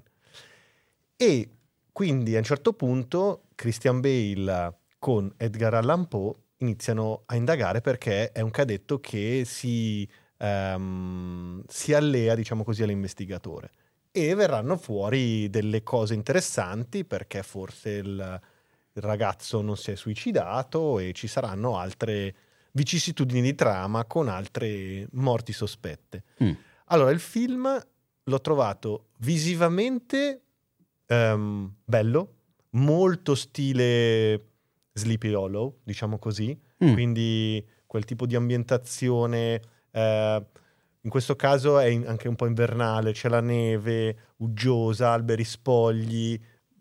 E quindi a un certo punto Christian Bale con Edgar Allan Poe iniziano a indagare perché è un cadetto che si, ehm, si allea, diciamo così, all'investigatore. E verranno fuori delle cose interessanti perché forse il, il ragazzo non si è suicidato e ci saranno altre vicissitudini di trama con altre morti sospette. Mm. Allora, il film l'ho trovato visivamente ehm, bello, molto stile Sleepy Hollow, diciamo così, Mm. quindi quel tipo di ambientazione, eh, in questo caso è in- anche un po' invernale, c'è la neve, uggiosa, alberi spogli,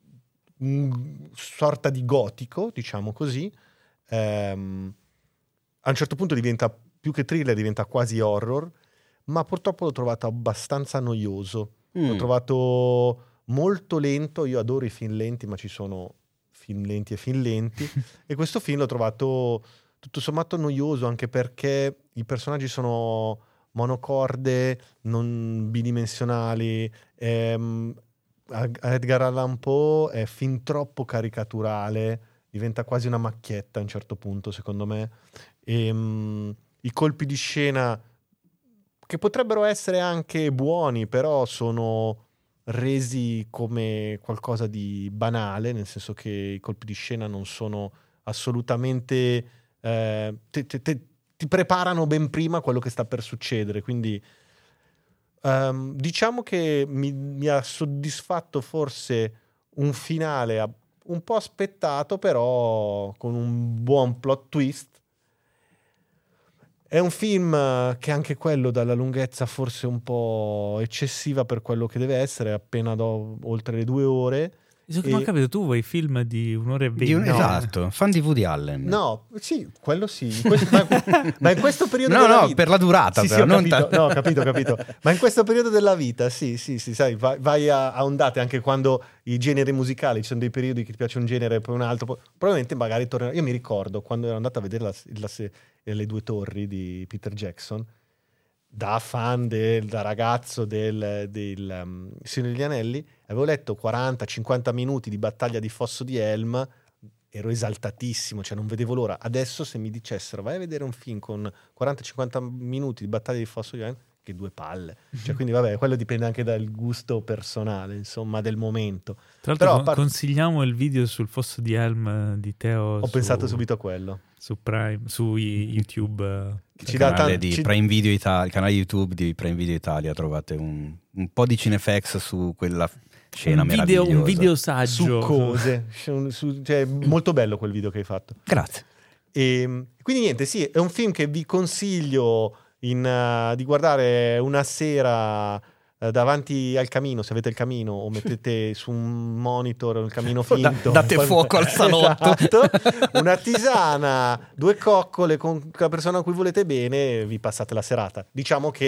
un sorta di gotico, diciamo così. Ehm, a un certo punto diventa più che thriller, diventa quasi horror, ma purtroppo l'ho trovato abbastanza noioso. Mm. L'ho trovato molto lento. Io adoro i film lenti, ma ci sono film lenti e film lenti. E questo film l'ho trovato tutto sommato noioso, anche perché i personaggi sono monocorde, non bidimensionali. Ehm, Edgar Allan Poe è fin troppo caricaturale, diventa quasi una macchietta a un certo punto, secondo me. Ehm, i colpi di scena, che potrebbero essere anche buoni, però sono resi come qualcosa di banale, nel senso che i colpi di scena non sono assolutamente eh, te, te, te, ti preparano ben prima quello che sta per succedere, quindi um, diciamo che mi, mi ha soddisfatto forse un finale a, un po' aspettato, però con un buon plot twist. È un film che anche quello dalla lunghezza forse un po' eccessiva per quello che deve essere, appena do, oltre le due ore. So che E- non ho capito, tu vuoi film di un'ora e venti? Di un- no. Esatto, fan di Woody Allen. No, sì, quello sì. In questo- ma, ma in questo periodo No, della no, vita... per la durata, Sì, sì, però, ho non capito, ta- no, ho capito, ho capito. Ma in questo periodo della vita, sì, sì, sì, sai, vai, vai a, a ondate, anche quando i generi musicali, ci sono dei periodi che ti piace un genere e poi un altro, poi- probabilmente magari tornerà. Io mi ricordo quando ero andato a vedere la, la se- le due torri di Peter Jackson, da fan, del, da ragazzo del, del um, Signore degli Anelli, avevo letto quaranta cinquanta minuti di battaglia di Fosso di Helm, ero esaltatissimo, cioè non vedevo l'ora. Adesso se mi dicessero vai a vedere un film con quaranta cinquanta minuti di battaglia di Fosso di Helm, che due palle. Cioè, quindi vabbè, quello dipende anche dal gusto personale, insomma, del momento. Tra l'altro Però, a con- parte- consigliamo il video sul fosso di Helm eh, di Teo. Ho su, pensato subito a quello. su Prime, su i- YouTube. eh. Che ci Il dà canale tanti- di ci- Prime Video Italia, il canale YouTube di Prime Video Italia, trovate un, un po' di Cinefax su quella scena un video, meravigliosa. un video saggio. su cose. Su- su- cioè, molto bello quel video che hai fatto. Grazie. E quindi niente, sì, è un film che vi consiglio in, uh, di guardare una sera uh, davanti al camino, se avete il camino, o mettete su un monitor il camino Da- finto. date fuoco al salotto. Esatto. Una tisana, due coccole con la persona a cui volete bene, vi passate la serata. Diciamo che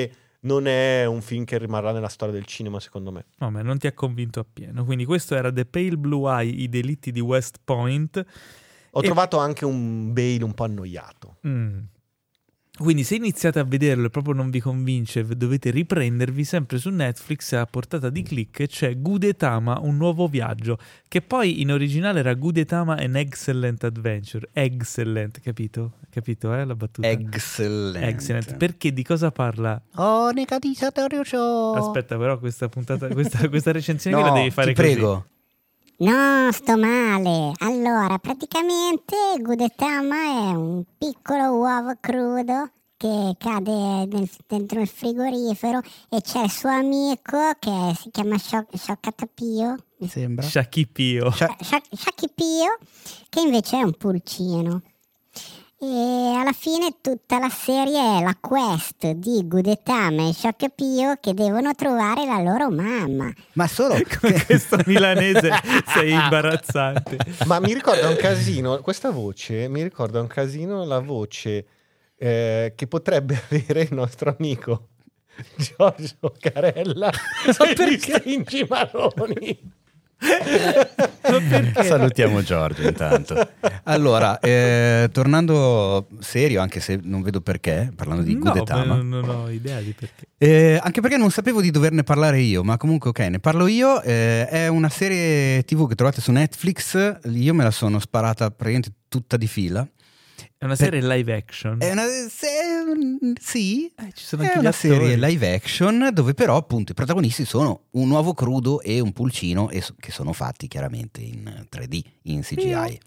non è un film che rimarrà nella storia del cinema, secondo me. No, ma non ti ha convinto appieno. Quindi questo era The Pale Blue Eye, i delitti di West Point. Ho e... trovato anche un Bale un po' annoiato. Mm. Quindi se iniziate a vederlo e proprio non vi convince, dovete riprendervi. Sempre su Netflix a portata di click c'è Gudetama, un nuovo viaggio, che poi in originale era Gudetama an Excellent Adventure. Excellent, capito? Capito, eh, la battuta? Excellent. Excellent. Perché di cosa parla? Oh, negatizzato ciò. Aspetta, però questa puntata, questa, questa recensione no, che la devi fare ti così. prego. No, sto male. Allora, praticamente Gudetama è un piccolo uovo crudo che cade nel, dentro il frigorifero e c'è il suo amico che si chiama Sciocatapio. Mi sembra. Shakipio. Scia- Shakipio, che invece è un pulcino. E alla fine tutta la serie è la quest di Gudetama e Shakipio che devono trovare la loro mamma. Ma solo Con questo milanese sei imbarazzante. Ma mi ricorda un casino, questa voce mi ricorda un casino la voce eh, che potrebbe avere il nostro amico Giorgio Carella di Stringi Maroni. Salutiamo Giorgio intanto. Allora, eh, tornando serio, anche se non vedo perché, parlando di No, Gudetama, non, non ho idea di perché. eh, anche perché non sapevo di doverne parlare io, ma comunque ok, ne parlo io. Eh, è una serie tivù che trovate su Netflix, io me la sono sparata praticamente tutta di fila. È una serie live action. È una se, sì, Eh, ci sono è anche gli una attori. serie live action dove però appunto i protagonisti sono un uovo crudo e un pulcino e so- che sono fatti chiaramente in tre D, in C G I.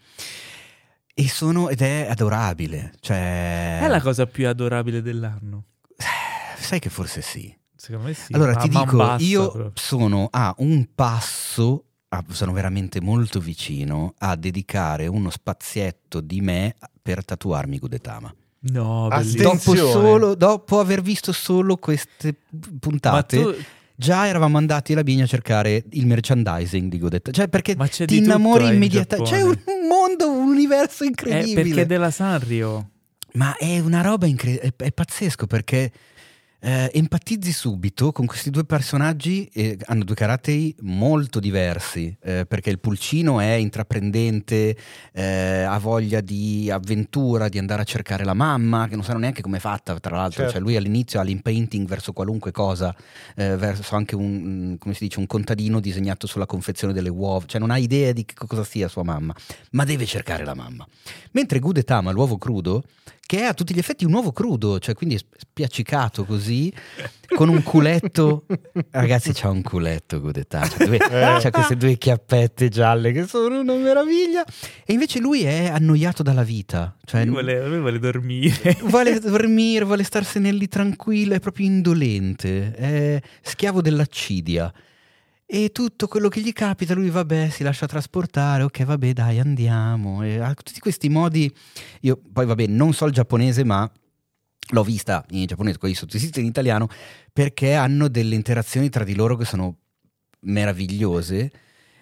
E sono, ed è adorabile, cioè È la cosa più adorabile dell'anno. sai che forse sì. Secondo me sì. Allora Ma ti a man dico, bassa io proprio. sono a un passo, ah, sono veramente molto vicino a dedicare uno spazietto di me per tatuarmi Gudetama. No, Ah, bellissimo. Dopo, Attenzione. solo, dopo aver visto solo queste Ma puntate, tu, già eravamo andati alla Vigna a cercare il merchandising di Gudetama. Cioè, perché Ma c'è ti di tutto, innamori eh, in immediatamente. C'è un Giappone. mondo, un universo è incredibile. perché è della Sanrio. Ma è una roba incredibile, è, è pazzesco perché eh, empatizzi subito con questi due personaggi e hanno due caratteri molto diversi, eh, perché il pulcino è intraprendente, eh, ha voglia di avventura, di andare a cercare la mamma, che non sanno neanche come è fatta, tra l'altro. Certo. Cioè lui all'inizio ha l'impainting verso qualunque cosa, eh, verso anche un, come si dice, un contadino disegnato sulla confezione delle uova, cioè non ha idea di che cosa sia sua mamma, ma deve cercare la mamma. Mentre Gudetama, l'uovo crudo, che è a tutti gli effetti un uovo crudo, cioè quindi è spiaccicato così, con un culetto. Ragazzi, c'ha un culetto Gudetama, c'ha, due, c'ha queste due chiappette gialle che sono una meraviglia. E invece lui è annoiato dalla vita, cioè Lui vuole, lui vuole dormire. vuole dormire, vuole starsene lì tranquillo, è proprio indolente, è schiavo dell'accidia. E tutto quello che gli capita, lui vabbè, si lascia trasportare, ok vabbè dai andiamo, e ha tutti questi modi. Io poi vabbè non so il giapponese, ma l'ho vista in giapponese con i sottotitoli in italiano, perché hanno delle interazioni tra di loro che sono meravigliose,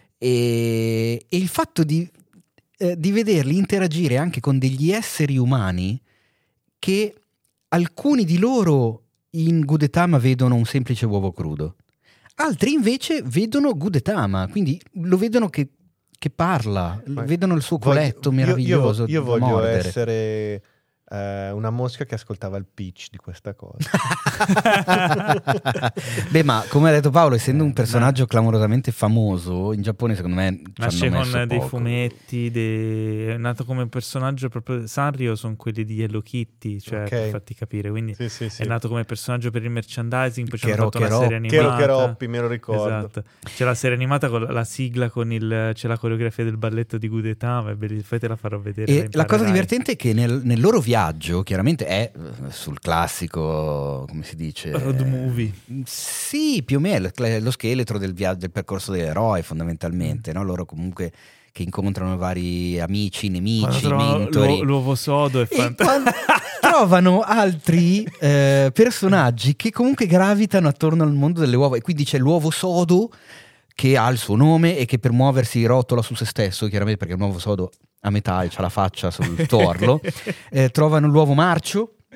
e, e il fatto di, eh, di vederli interagire anche con degli esseri umani che alcuni di loro in Gudetama vedono un semplice uovo crudo. Altri invece vedono Gudetama, quindi lo vedono che, che parla, Ma vedono il suo voglio- culetto io- meraviglioso. Io, io da voglio mordere. essere eh, una mosca che ascoltava il pitch di questa cosa. Beh, ma come ha detto Paolo, essendo un personaggio clamorosamente famoso, in Giappone secondo me ci Nasce hanno con messo dei poco. fumetti, dei... è nato come personaggio proprio. Sanrio sono quelli di Hello Kitty, cioè Ok. per farti capire. Quindi Sì, sì, sì. è nato come personaggio per il merchandising. Poi ci Che hanno ro- fatto che una serie ro- Che ero animata. che Roppi, me lo ricordo. Esatto. C'è la serie animata con la, la sigla, con il c'è la coreografia del balletto di Gudetama. È bellissimo. Poi te la farò vedere. E la cosa imparerai. divertente è che nel, nel loro viaggio, chiaramente è eh, sul classico, come si dice? Road movie. Sì, più o meno, è lo scheletro del, via- del percorso dell'eroe fondamentalmente, no? Loro comunque che incontrano vari amici, Quando nemici, trovano mentori. l'uo- l'uovo sodo è E fantastico. quando trovano altri eh, personaggi che comunque gravitano attorno al mondo delle uova, e quindi c'è l'uovo sodo che ha il suo nome e che per muoversi rotola su se stesso, chiaramente perché l'uovo sodo a metà e c'ha la faccia sul tuorlo. Eh, trovano l'uovo marcio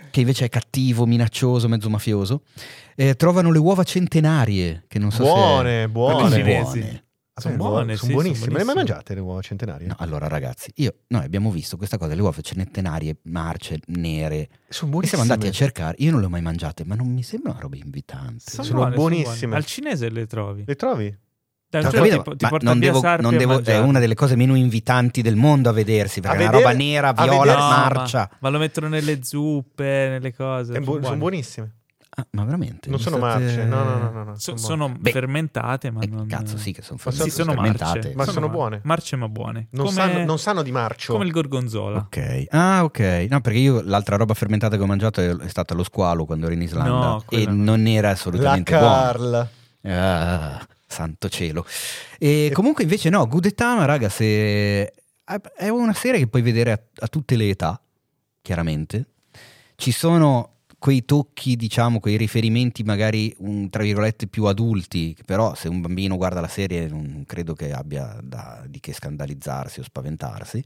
che invece è cattivo, minaccioso, mezzo mafioso. Eh, trovano le uova centenarie, che non so buone, se... buone, Sono cinesi. buone. Sono Sono buone, buone, sono sì, buonissime. sono Le hai mai buonissime. mangiate le uova centenarie? No, allora ragazzi, io, noi abbiamo visto questa cosa, le uova centenarie, marce, nere, Sono e siamo buonissime. andati a cercare, io non le ho mai mangiate, ma non mi sembra una roba invitante. Sono, Sono buone, buonissime. buone. Al cinese le trovi. Le trovi? Dai, Ho tu capito, ti, ti ma porta non via devo, Sarpi non a devo- è mangiare. una delle cose meno invitanti del mondo a vedersi, perché A è una vedere- roba nera, a viola, vedere- No, marcia. ma, ma lo mettono nelle zuppe, nelle cose. È bu- buone. sono buonissime. Ah, ma veramente? Non Mi sono state- marce. No, no, no. no, no. So- Sono sono Beh, fermentate, ma Eh, non... cazzo, sì che sono Ma Sì, fermentate. sono marce. Ma sono mar- buone. Marce ma buone. Non, come, sanno, non sanno di marcio. come il gorgonzola. Ok, ah ok, no perché io l'altra roba fermentata che ho mangiato è, è stata lo squalo quando ero in Islanda No, e quella no. non era La assolutamente buono. Carl. Ah, santo cielo. E comunque invece no, Gudetama, raga, se è una serie che puoi vedere a, a tutte le età, chiaramente. Ci sono quei tocchi, diciamo, quei riferimenti magari un, tra virgolette più adulti, che però se un bambino guarda la serie non credo che abbia da, di che scandalizzarsi o spaventarsi.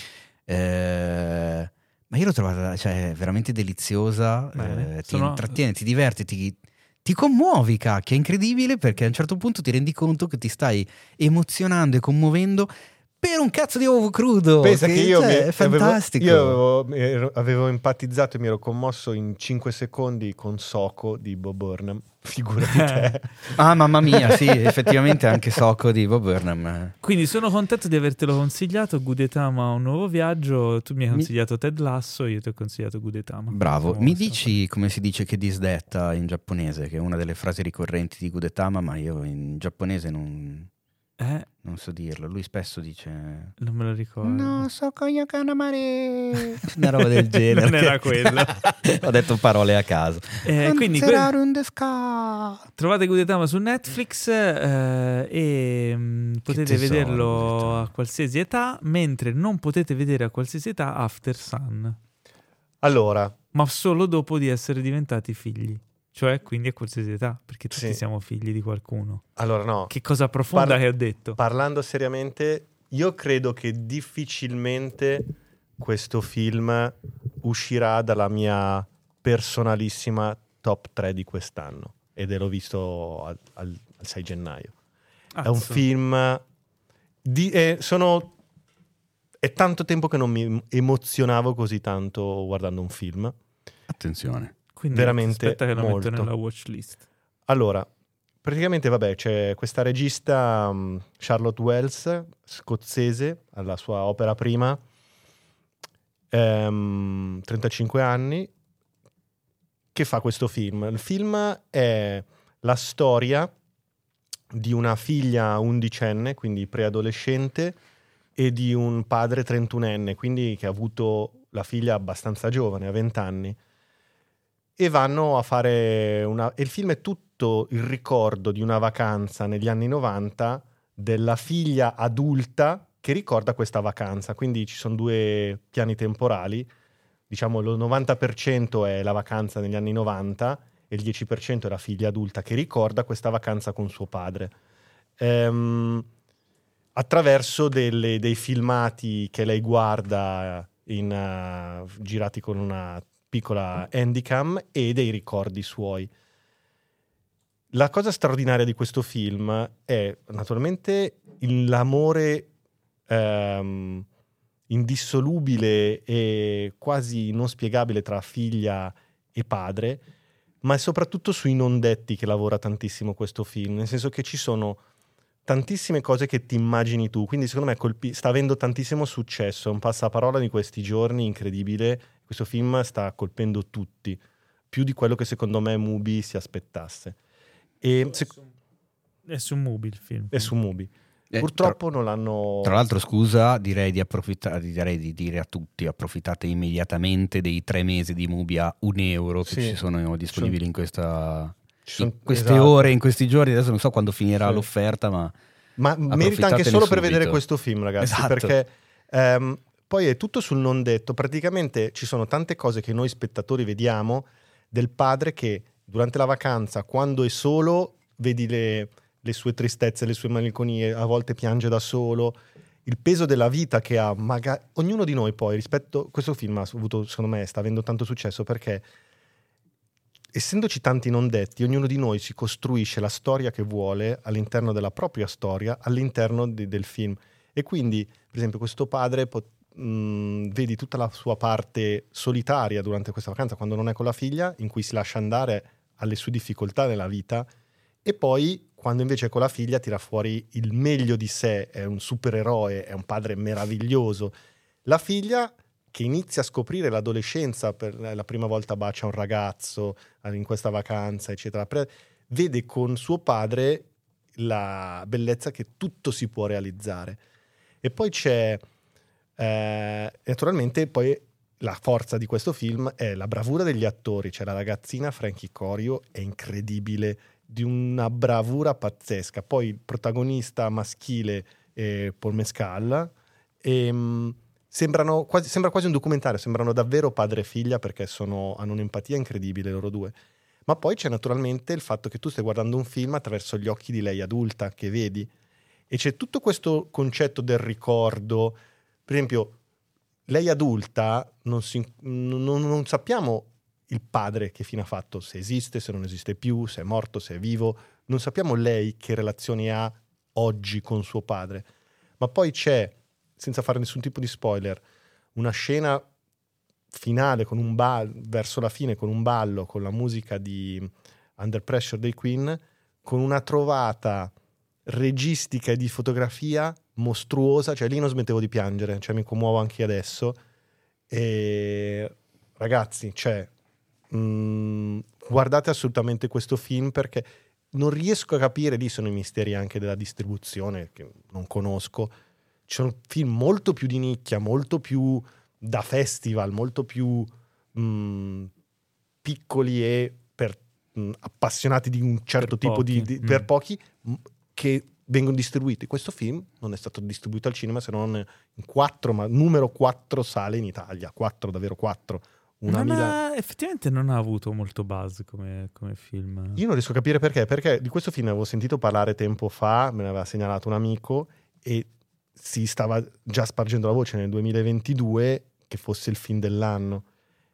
Eh, ma io l'ho trovata, cioè, veramente deliziosa, Bene. eh, ti Sono- intrattiene, ti diverti, ti, ti commuovi, cacchia, è incredibile perché a un certo punto ti rendi conto che ti stai emozionando e commuovendo per un cazzo di uovo crudo. Pensa che, io cioè, mi- è avevo- fantastico. io avevo, mi ero- avevo empatizzato e mi ero commosso in cinque secondi con Soko di Bob Burnham. Figurati te. Ah, mamma mia, sì, effettivamente anche Soko di Bob Burnham. Quindi sono contento di avertelo consigliato. Gudetama un nuovo viaggio. Tu mi hai Mi- consigliato Ted Lasso, io ti ho consigliato Gudetama. Bravo, Siamo- mi siamo- dici come si dice che disdetta in giapponese, che è una delle frasi ricorrenti di Gudetama, ma io in giapponese non, Eh, non so dirlo. Lui spesso dice non me lo ricordo. no, so koyo kanamare, una roba del genere. Non era quello. Ho detto parole a caso. Eh, quindi que- Anzerarun desu ka? trovate Gudetama su Netflix eh, e mm, potete tesoro, vederlo Gudetama. a qualsiasi età, mentre non potete vedere a qualsiasi età After Sun, Allora, ma solo dopo di essere diventati figli. Cioè, quindi a qualsiasi età, perché tutti Sì. siamo figli di qualcuno. allora no. Che cosa profonda Par- che ho detto. Parlando seriamente, io credo che difficilmente questo film uscirà dalla mia personalissima top tre di quest'anno. Ed l'ho visto al, al- al sei gennaio. È un Azzo. film... Di, eh, sono, è tanto tempo che non mi emozionavo così tanto guardando un film. Attenzione. Quindi veramente aspetta che lo molto. metto nella watch list. Allora, praticamente vabbè, c'è questa regista um, Charlotte Wells, scozzese, alla sua opera prima, ehm, trentacinque anni, che fa questo film. Il film è la storia di una figlia undicenne, quindi preadolescente, e di un padre trentunenne, quindi che ha avuto la figlia abbastanza giovane, a venti anni. E vanno a fare una... E il film è tutto il ricordo di una vacanza negli anni novanta della figlia adulta che ricorda questa vacanza. Quindi ci sono due piani temporali. Diciamo il novanta per cento è la vacanza negli anni novanta e il dieci per cento è la figlia adulta che ricorda questa vacanza con suo padre. Ehm, attraverso delle- dei filmati che lei guarda in, uh, girati con una piccola handycam e dei ricordi suoi. La cosa straordinaria di questo film è naturalmente il- l'amore ehm, indissolubile e quasi non spiegabile tra figlia e padre, ma è soprattutto sui non detti che lavora tantissimo questo film, nel senso che ci sono tantissime cose che ti immagini tu, quindi secondo me colpi- sta avendo tantissimo successo, è un passaparola di questi giorni incredibile. Questo film sta colpendo tutti, più di quello che secondo me Mubi si aspettasse. E se- È su Mubi il film. è su Mubi. Eh, Purtroppo non l'hanno... Tra l'altro, scusa, direi di approfittare, direi di dire a tutti: approfittate immediatamente dei tre mesi di Mubi a un euro che Sì. ci sono disponibili in questa. Ci sono- in queste esatto. ore, in questi giorni. Adesso non so quando finirà Sì. l'offerta, ma Ma merita anche approfittatene solo per subito. vedere questo film, ragazzi, Esatto. perché ehm, poi è tutto sul non detto. Praticamente ci sono tante cose che noi spettatori vediamo del padre che durante la vacanza, quando è solo, vedi le, le sue tristezze, le sue malinconie, a volte piange da solo il peso della vita che ha magari ognuno di noi poi rispetto questo film ha avuto, secondo me sta avendo tanto successo perché essendoci tanti non detti, ognuno di noi si costruisce la storia che vuole all'interno della propria storia, all'interno di, del film. E quindi, per esempio, questo padre, pot- mh, vedi tutta la sua parte solitaria durante questa vacanza, quando non è con la figlia, in cui si lascia andare alle sue difficoltà nella vita, e poi, quando invece è con la figlia, tira fuori il meglio di sé, è un supereroe, è un padre meraviglioso. La figlia che inizia a scoprire l'adolescenza, per la prima volta bacia un ragazzo in questa vacanza, eccetera, vede con suo padre la bellezza che tutto si può realizzare. E poi c'è, eh, naturalmente, poi la forza di questo film è la bravura degli attori, c'è la ragazzina Frankie Corio, è incredibile, di una bravura pazzesca. Poi il protagonista maschile è Paul Mescal, e mh, sembrano quasi, sembra quasi un documentario, sembrano davvero padre e figlia perché sono, hanno un'empatia incredibile loro due. Ma poi c'è naturalmente il fatto che tu stai guardando un film attraverso gli occhi di lei adulta che vedi, e c'è tutto questo concetto del ricordo. Per esempio, lei adulta non, si, non, non sappiamo il padre che fine ha fatto, se esiste, se non esiste più, se è morto, se è vivo, non sappiamo lei che relazioni ha oggi con suo padre. Ma poi c'è, senza fare nessun tipo di spoiler, una scena finale con un ballo, verso la fine con un ballo, con la musica di Under Pressure dei Queen, con una trovata registica e di fotografia mostruosa, cioè lì non smettevo di piangere, cioè mi commuovo anche adesso. E ragazzi, cioè mh, guardate assolutamente questo film, perché non riesco a capire, lì sono i misteri anche della distribuzione che non conosco. Ci sono film molto più di nicchia, molto più da festival, molto più mh, piccoli e per mh, appassionati di un certo Per tipo pochi. di, di Mm. per pochi, mh, che vengono distribuiti. Questo film non è stato distribuito al cinema se non in quattro, ma numero quattro sale in Italia, quattro, davvero quattro. Una Non Mila- ha- effettivamente non ha avuto molto buzz come, come film. Io non riesco a capire perché, perché di questo film avevo sentito parlare tempo fa, me ne aveva segnalato un amico e si stava già spargendo la voce nel duemilaventidue che fosse il film dell'anno,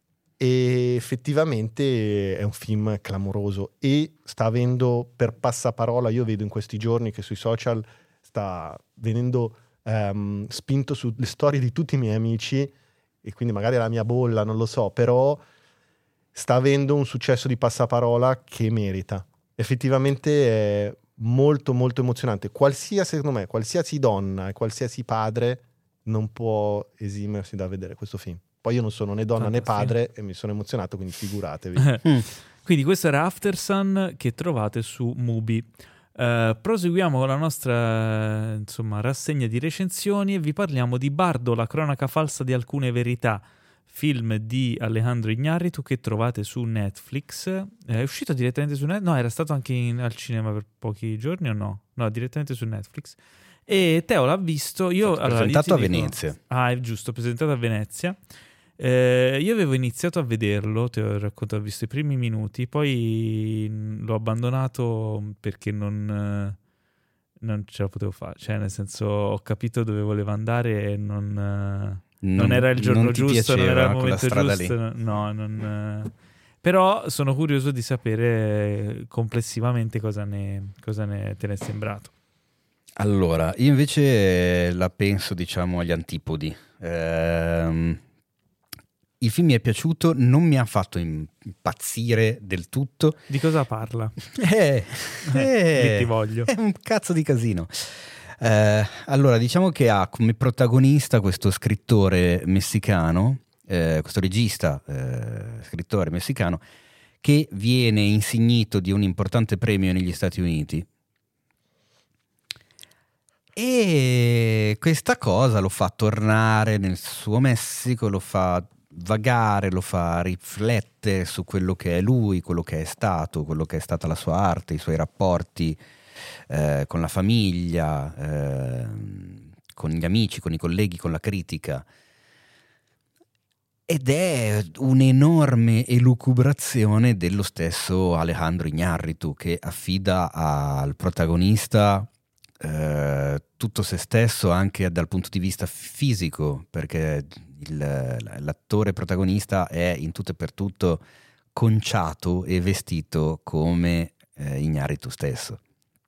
e effettivamente è un film clamoroso e sta avendo per passaparola, io vedo in questi giorni che sui social sta venendo ehm, spinto sulle storie di tutti i miei amici, e quindi magari è la mia bolla, non lo so, però sta avendo un successo di passaparola che merita. Effettivamente è molto molto emozionante. Qualsiasi, secondo me, qualsiasi donna e qualsiasi padre non può esimersi da vedere questo film. Poi io non sono né donna né Fantastico. padre e mi sono emozionato, quindi figuratevi. Mm. Quindi questo era Aftersun, che trovate su Mubi. Eh, proseguiamo con la nostra, insomma, rassegna di recensioni e vi parliamo di Bardo, la cronaca falsa di alcune verità, film di Alejandro Iñárritu che trovate su Netflix. È uscito direttamente su Netflix? No, era stato anche in- al cinema per pochi giorni o no? No, direttamente su Netflix. E Teo l'ha visto. Io, Stato allora, io presentato ti a dico- Venezia. Ah, è giusto, presentato a Venezia. Eh, io avevo iniziato a vederlo, ti ho raccontato, ho visto i primi minuti, poi mh, l'ho abbandonato perché non, eh, non ce la potevo fare. Cioè, nel senso, ho capito dove voleva andare e non, eh, non era il giorno non ti giusto, non era il piaceva quella momento strada giusto. lì. No, non, eh. Però sono curioso di sapere complessivamente cosa ne, cosa ne te ne è sembrato. Allora, io invece la penso, diciamo, agli antipodi. Ehm, il film mi è piaciuto, non mi ha fatto impazzire del tutto. Di cosa parla? Eh, Lì ti eh, voglio. è un cazzo di casino. Eh, allora, diciamo che ha come protagonista questo scrittore messicano, eh, questo regista, eh, scrittore messicano, che viene insignito di un importante premio negli Stati Uniti. E questa cosa lo fa tornare nel suo Messico, lo fa vagare, lo fa riflettere su quello che è lui, quello che è stato, quello che è stata la sua arte, i suoi rapporti eh, con la famiglia, eh, con gli amici, con i colleghi, con la critica. Ed è un'enorme elucubrazione dello stesso Alejandro Iñárritu, che affida al protagonista eh, tutto se stesso anche dal punto di vista fisico, perché il, l'attore protagonista è in tutto e per tutto conciato e vestito come eh, Iñárritu stesso.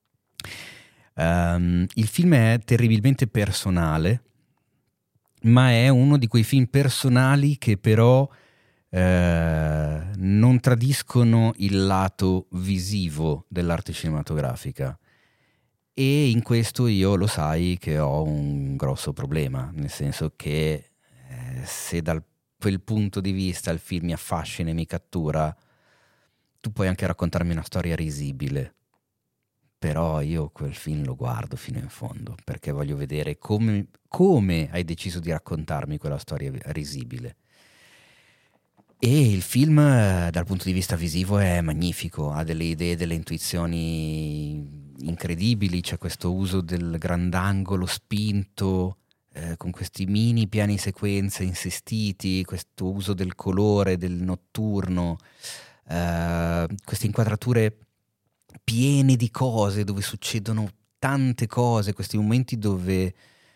Um, il film è terribilmente personale, ma è uno di quei film personali che però eh, non tradiscono il lato visivo dell'arte cinematografica, e in questo io lo sai che ho un grosso problema, nel senso che eh, se dal quel punto di vista il film mi affascina e mi cattura, tu puoi anche raccontarmi una storia risibile, però io quel film lo guardo fino in fondo, perché voglio vedere come, come hai deciso di raccontarmi quella storia risibile. E il film dal punto di vista visivo è magnifico, ha delle idee, delle intuizioni incredibili, c'è questo uso del grandangolo spinto, eh, con questi mini piani sequenze insistiti, questo uso del colore, del notturno, eh, queste inquadrature piene di cose, dove succedono tante cose, questi momenti dove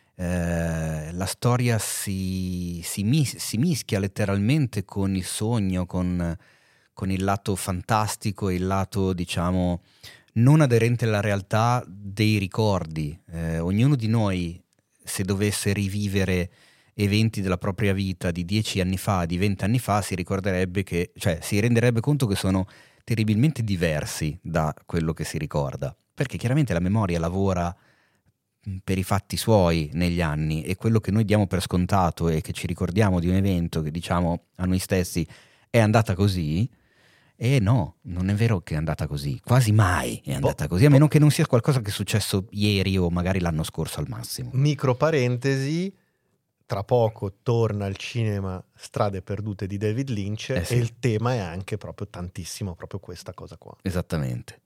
eh, la storia si, si, mis- si mischia letteralmente con il sogno, con, con il lato fantastico e il lato, diciamo, non aderente alla realtà dei ricordi. Eh, ognuno di noi, se dovesse rivivere eventi della propria vita di dieci anni fa, di venti anni fa, si ricorderebbe che, cioè si renderebbe conto che sono terribilmente diversi da quello che si ricorda, perché chiaramente la memoria lavora per i fatti suoi negli anni, e quello che noi diamo per scontato e che ci ricordiamo di un evento che diciamo a noi stessi è andata così, e no, non è vero che è andata così, quasi mai è andata così, a meno che non sia qualcosa che è successo ieri o magari l'anno scorso al massimo. Micro parentesi, tra poco torna al cinema Strade perdute di David Lynch, eh sì. E il tema è anche proprio tantissimo proprio questa cosa qua. Esattamente.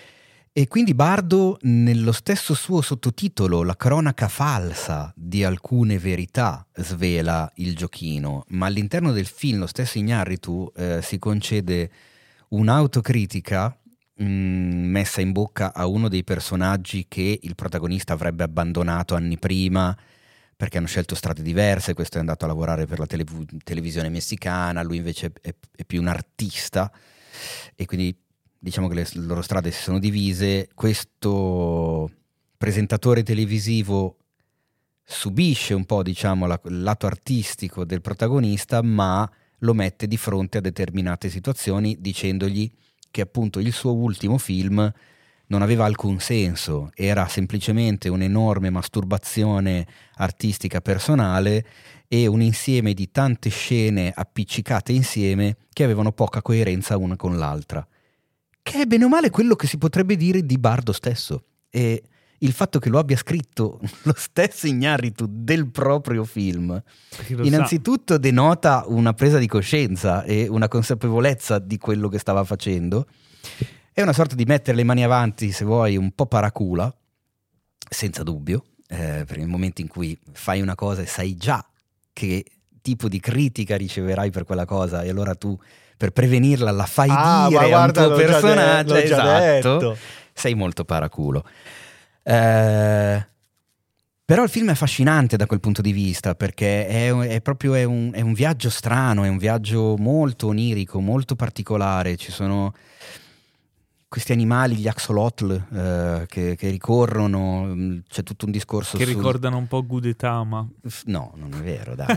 E quindi Bardo, nello stesso suo sottotitolo, La cronaca falsa di alcune verità, svela il giochino, ma all'interno del film lo stesso Iñárritu eh, si concede un'autocritica mh, messa in bocca a uno dei personaggi che il protagonista avrebbe abbandonato anni prima, perché hanno scelto strade diverse. Questo è andato a lavorare per la tele- televisione messicana, lui invece è, è più un artista, e quindi diciamo che le loro strade si sono divise. Questo presentatore televisivo subisce un po', diciamo, la, il lato artistico del protagonista, ma lo mette di fronte a determinate situazioni dicendogli che appunto il suo ultimo film non aveva alcun senso, era semplicemente un'enorme masturbazione artistica personale e un insieme di tante scene appiccicate insieme che avevano poca coerenza una con l'altra, che è bene o male quello che si potrebbe dire di Bardo stesso. E il fatto che lo abbia scritto lo stesso Iñárritu del proprio film innanzitutto sa. denota una presa di coscienza e una consapevolezza di quello che stava facendo. È una sorta di mettere le mani avanti, se vuoi, un po' paracula, senza dubbio, eh, per il momento in cui fai una cosa e sai già che tipo di critica riceverai per quella cosa, e allora tu per prevenirla la fai ah, dire guarda, a un tuo l'ho personaggio, già de- l'ho già esatto, detto. Sei molto paraculo. Eh, però il film è affascinante da quel punto di vista, perché è, è proprio è un, è un viaggio strano, è un viaggio molto onirico, molto particolare. Ci sono questi animali, gli axolotl, eh, che, che ricorrono, c'è tutto un discorso che sul... ricordano un po' Gudetama. No, non è vero, dai.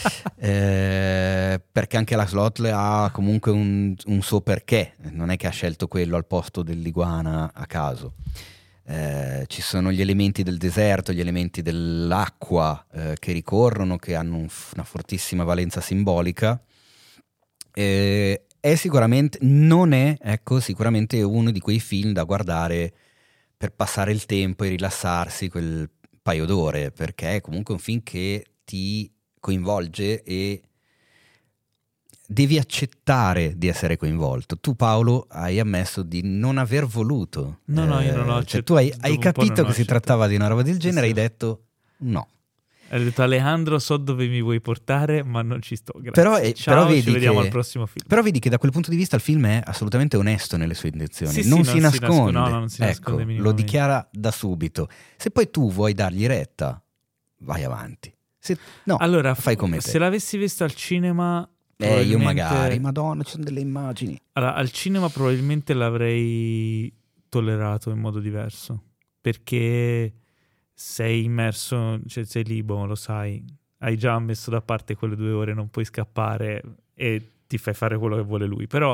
eh, perché anche l'axolotl ha comunque un, un suo perché, non è che ha scelto quello al posto dell'iguana a caso. Eh, ci sono gli elementi del deserto, gli elementi dell'acqua eh, che ricorrono, che hanno un, una fortissima valenza simbolica. Eh, è sicuramente, non è, ecco, sicuramente uno di quei film da guardare per passare il tempo e rilassarsi quel paio d'ore, perché è comunque un film che ti coinvolge e devi accettare di essere coinvolto. Tu, Paolo, hai ammesso di non aver voluto. No, no, io non l'ho eh, accettato. cioè, tu hai, hai capito che si trattava di una roba del genere, sì, hai detto no. Hai detto Alejandro, so dove mi vuoi portare, ma non ci sto. Grazie. Però, è, Ciao, però vedi ci vediamo che, al prossimo film. Però vedi che da quel punto di vista il film è assolutamente onesto nelle sue intenzioni. Sì, non, sì, si non si nasconde. nasconde, no, non si ecco, nasconde lo minimamente. dichiara da subito. Se poi tu vuoi dargli retta, vai avanti. Se, no, allora, fai come te. Se l'avessi visto al cinema... Eh, io magari, madonna, ci sono delle immagini. Allora, al cinema probabilmente l'avrei tollerato in modo diverso, perché sei immerso, cioè sei lì, boh, lo sai, hai già messo da parte quelle due ore, non puoi scappare e ti fai fare quello che vuole lui. Però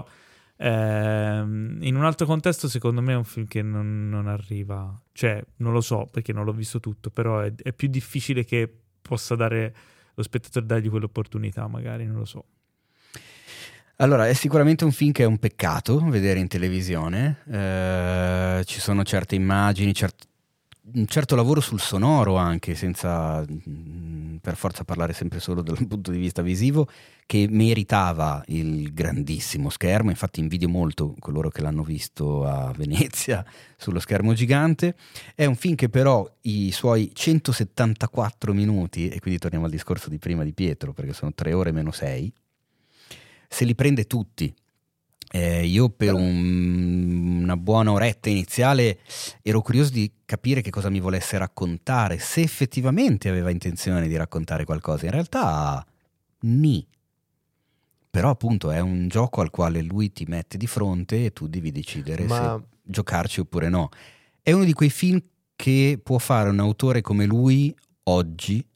ehm, in un altro contesto secondo me è un film che non, non arriva, cioè non lo so perché non l'ho visto tutto, però è, è più difficile che possa dare lo spettatore, dargli quell'opportunità magari, non lo so. Allora, è sicuramente un film che è un peccato vedere in televisione. Eh, ci sono certe immagini, cert- un certo lavoro sul sonoro anche, senza mh, per forza parlare sempre solo dal punto di vista visivo, che meritava il grandissimo schermo. Infatti invidio molto coloro che l'hanno visto a Venezia sullo schermo gigante. È un film che però i suoi centosettantaquattro minuti, e quindi torniamo al discorso di prima di Pietro, perché sono tre ore meno sei, se li prende tutti. Eh, io per un, una buona oretta iniziale ero curioso di capire che cosa mi volesse raccontare, se effettivamente aveva intenzione di raccontare qualcosa. In realtà ni. Però appunto è un gioco al quale lui ti mette di fronte e tu devi decidere Ma... se giocarci oppure no. È uno di quei film che può fare un autore come lui oggi.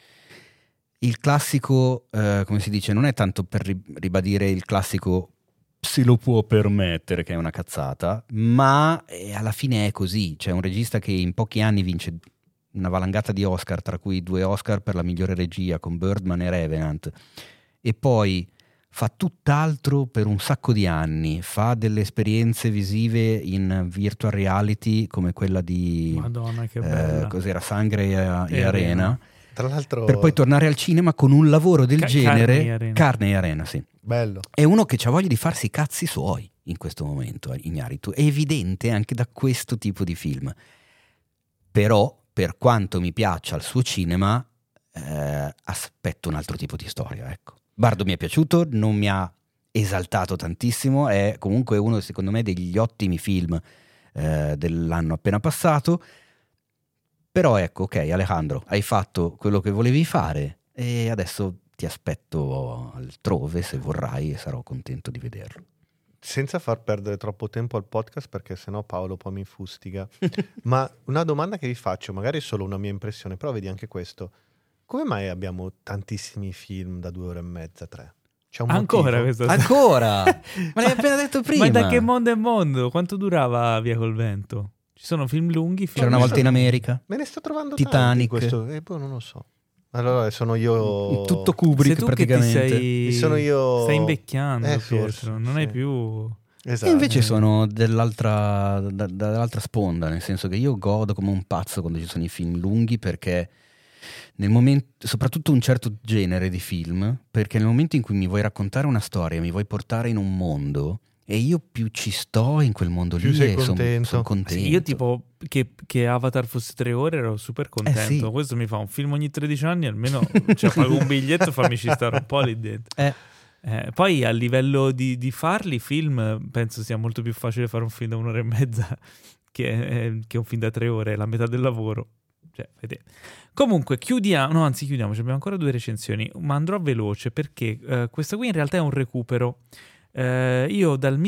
Il classico, eh, come si dice, non è tanto per ribadire il classico se lo può permettere, che è una cazzata, ma eh, alla fine è così. C'è un regista che in pochi anni vince una valangata di Oscar, tra cui due Oscar per la migliore regia con Birdman e Revenant, e poi fa tutt'altro per un sacco di anni, fa delle esperienze visive in virtual reality come quella di Madonna, che bella. Eh, cos'era, Sangre e, e, e Arena, Arena. Tra l'altro... per poi tornare al cinema con un lavoro del Ca- genere, Carne e Arena. Carne e Arena, sì. Bello. È uno che ha voglia di farsi i cazzi suoi in questo momento, Iñárritu. È evidente anche da questo tipo di film. Però, per quanto mi piaccia il suo cinema, eh, aspetto un altro tipo di storia, ecco. Bardo mi è piaciuto, non mi ha esaltato tantissimo, è comunque uno, secondo me, degli ottimi film eh, dell'anno appena passato. Però ecco, ok, Alejandro, hai fatto quello che volevi fare e adesso ti aspetto altrove se vorrai e sarò contento di vederlo. Senza far perdere troppo tempo al podcast, perché sennò Paolo poi mi fustiga. Ma una domanda che vi faccio, magari è solo una mia impressione, però vedi anche questo. Come mai abbiamo tantissimi film da due ore e mezza, tre? C'è un Ancora motivo? questa Ancora? Ma l'hai appena detto prima. Ma da che mondo è mondo? Quanto durava Via col Vento? Ci sono film lunghi, film C'era una volta in America. Me ne sto trovando Titanic. tanti questo, eh, poi non lo so. Allora sono io... Tutto Kubrick Sei tu praticamente. che ti sei... Mi sono io... Stai invecchiando, Eh, Pietro. forse, non sì. hai più... Esatto. E invece sono dell'altra, da- dall'altra sponda, nel senso che io godo come un pazzo quando ci sono i film lunghi, perché nel momento, soprattutto un certo genere di film, perché nel momento in cui mi vuoi raccontare una storia, mi vuoi portare in un mondo, e io più ci sto in quel mondo Più lì sei e sono contento. son contento. Sì, io tipo che, che Avatar fosse tre ore ero super contento. Eh, sì. Questo mi fa un film ogni tredici anni, almeno cioè, pago un biglietto e fammi ci stare un po' lì dentro. Eh, Eh, poi a livello di, di farli film, penso sia molto più facile fare un film da un'ora e mezza che, eh, che un film da tre ore, la metà del lavoro. Cioè, vedete. Comunque chiudiamo, no anzi chiudiamo, abbiamo ancora due recensioni, ma andrò veloce perché eh, questa qui in realtà è un recupero. Eh, io dal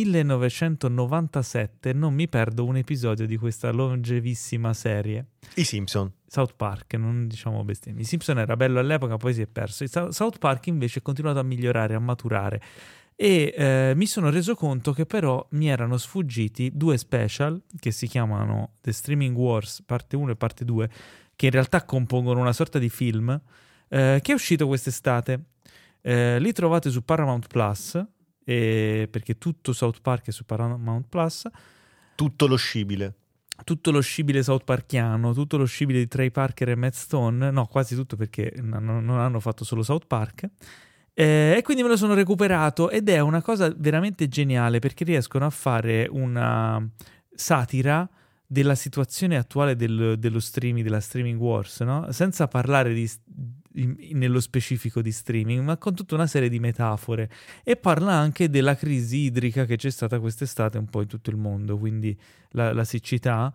millenovecentonovantasette non mi perdo un episodio di questa longevissima serie. I Simpson. South Park, non diciamo bestemmie. I Simpson era bello all'epoca, poi si è perso. Il South Park invece è continuato a migliorare, a maturare. E eh, mi sono reso conto che però mi erano sfuggiti due special che si chiamano The Streaming Wars parte uno e parte due, che in realtà compongono una sorta di film eh, che è uscito quest'estate. Eh, li trovate su Paramount Plus, eh, perché tutto South Park è su Paramount Plus. Tutto lo scibile. Tutto lo scibile South Parkiano, tutto lo scibile di Trey Parker e Matt Stone, no, quasi tutto perché non, non hanno fatto solo South Park, eh, e quindi me lo sono recuperato ed è una cosa veramente geniale perché riescono a fare una satira della situazione attuale del- dello streaming, della streaming wars, no? Senza parlare di, in- nello specifico di streaming, ma con tutta una serie di metafore. E parla anche della crisi idrica che c'è stata quest'estate un po' in tutto il mondo, quindi la, la siccità.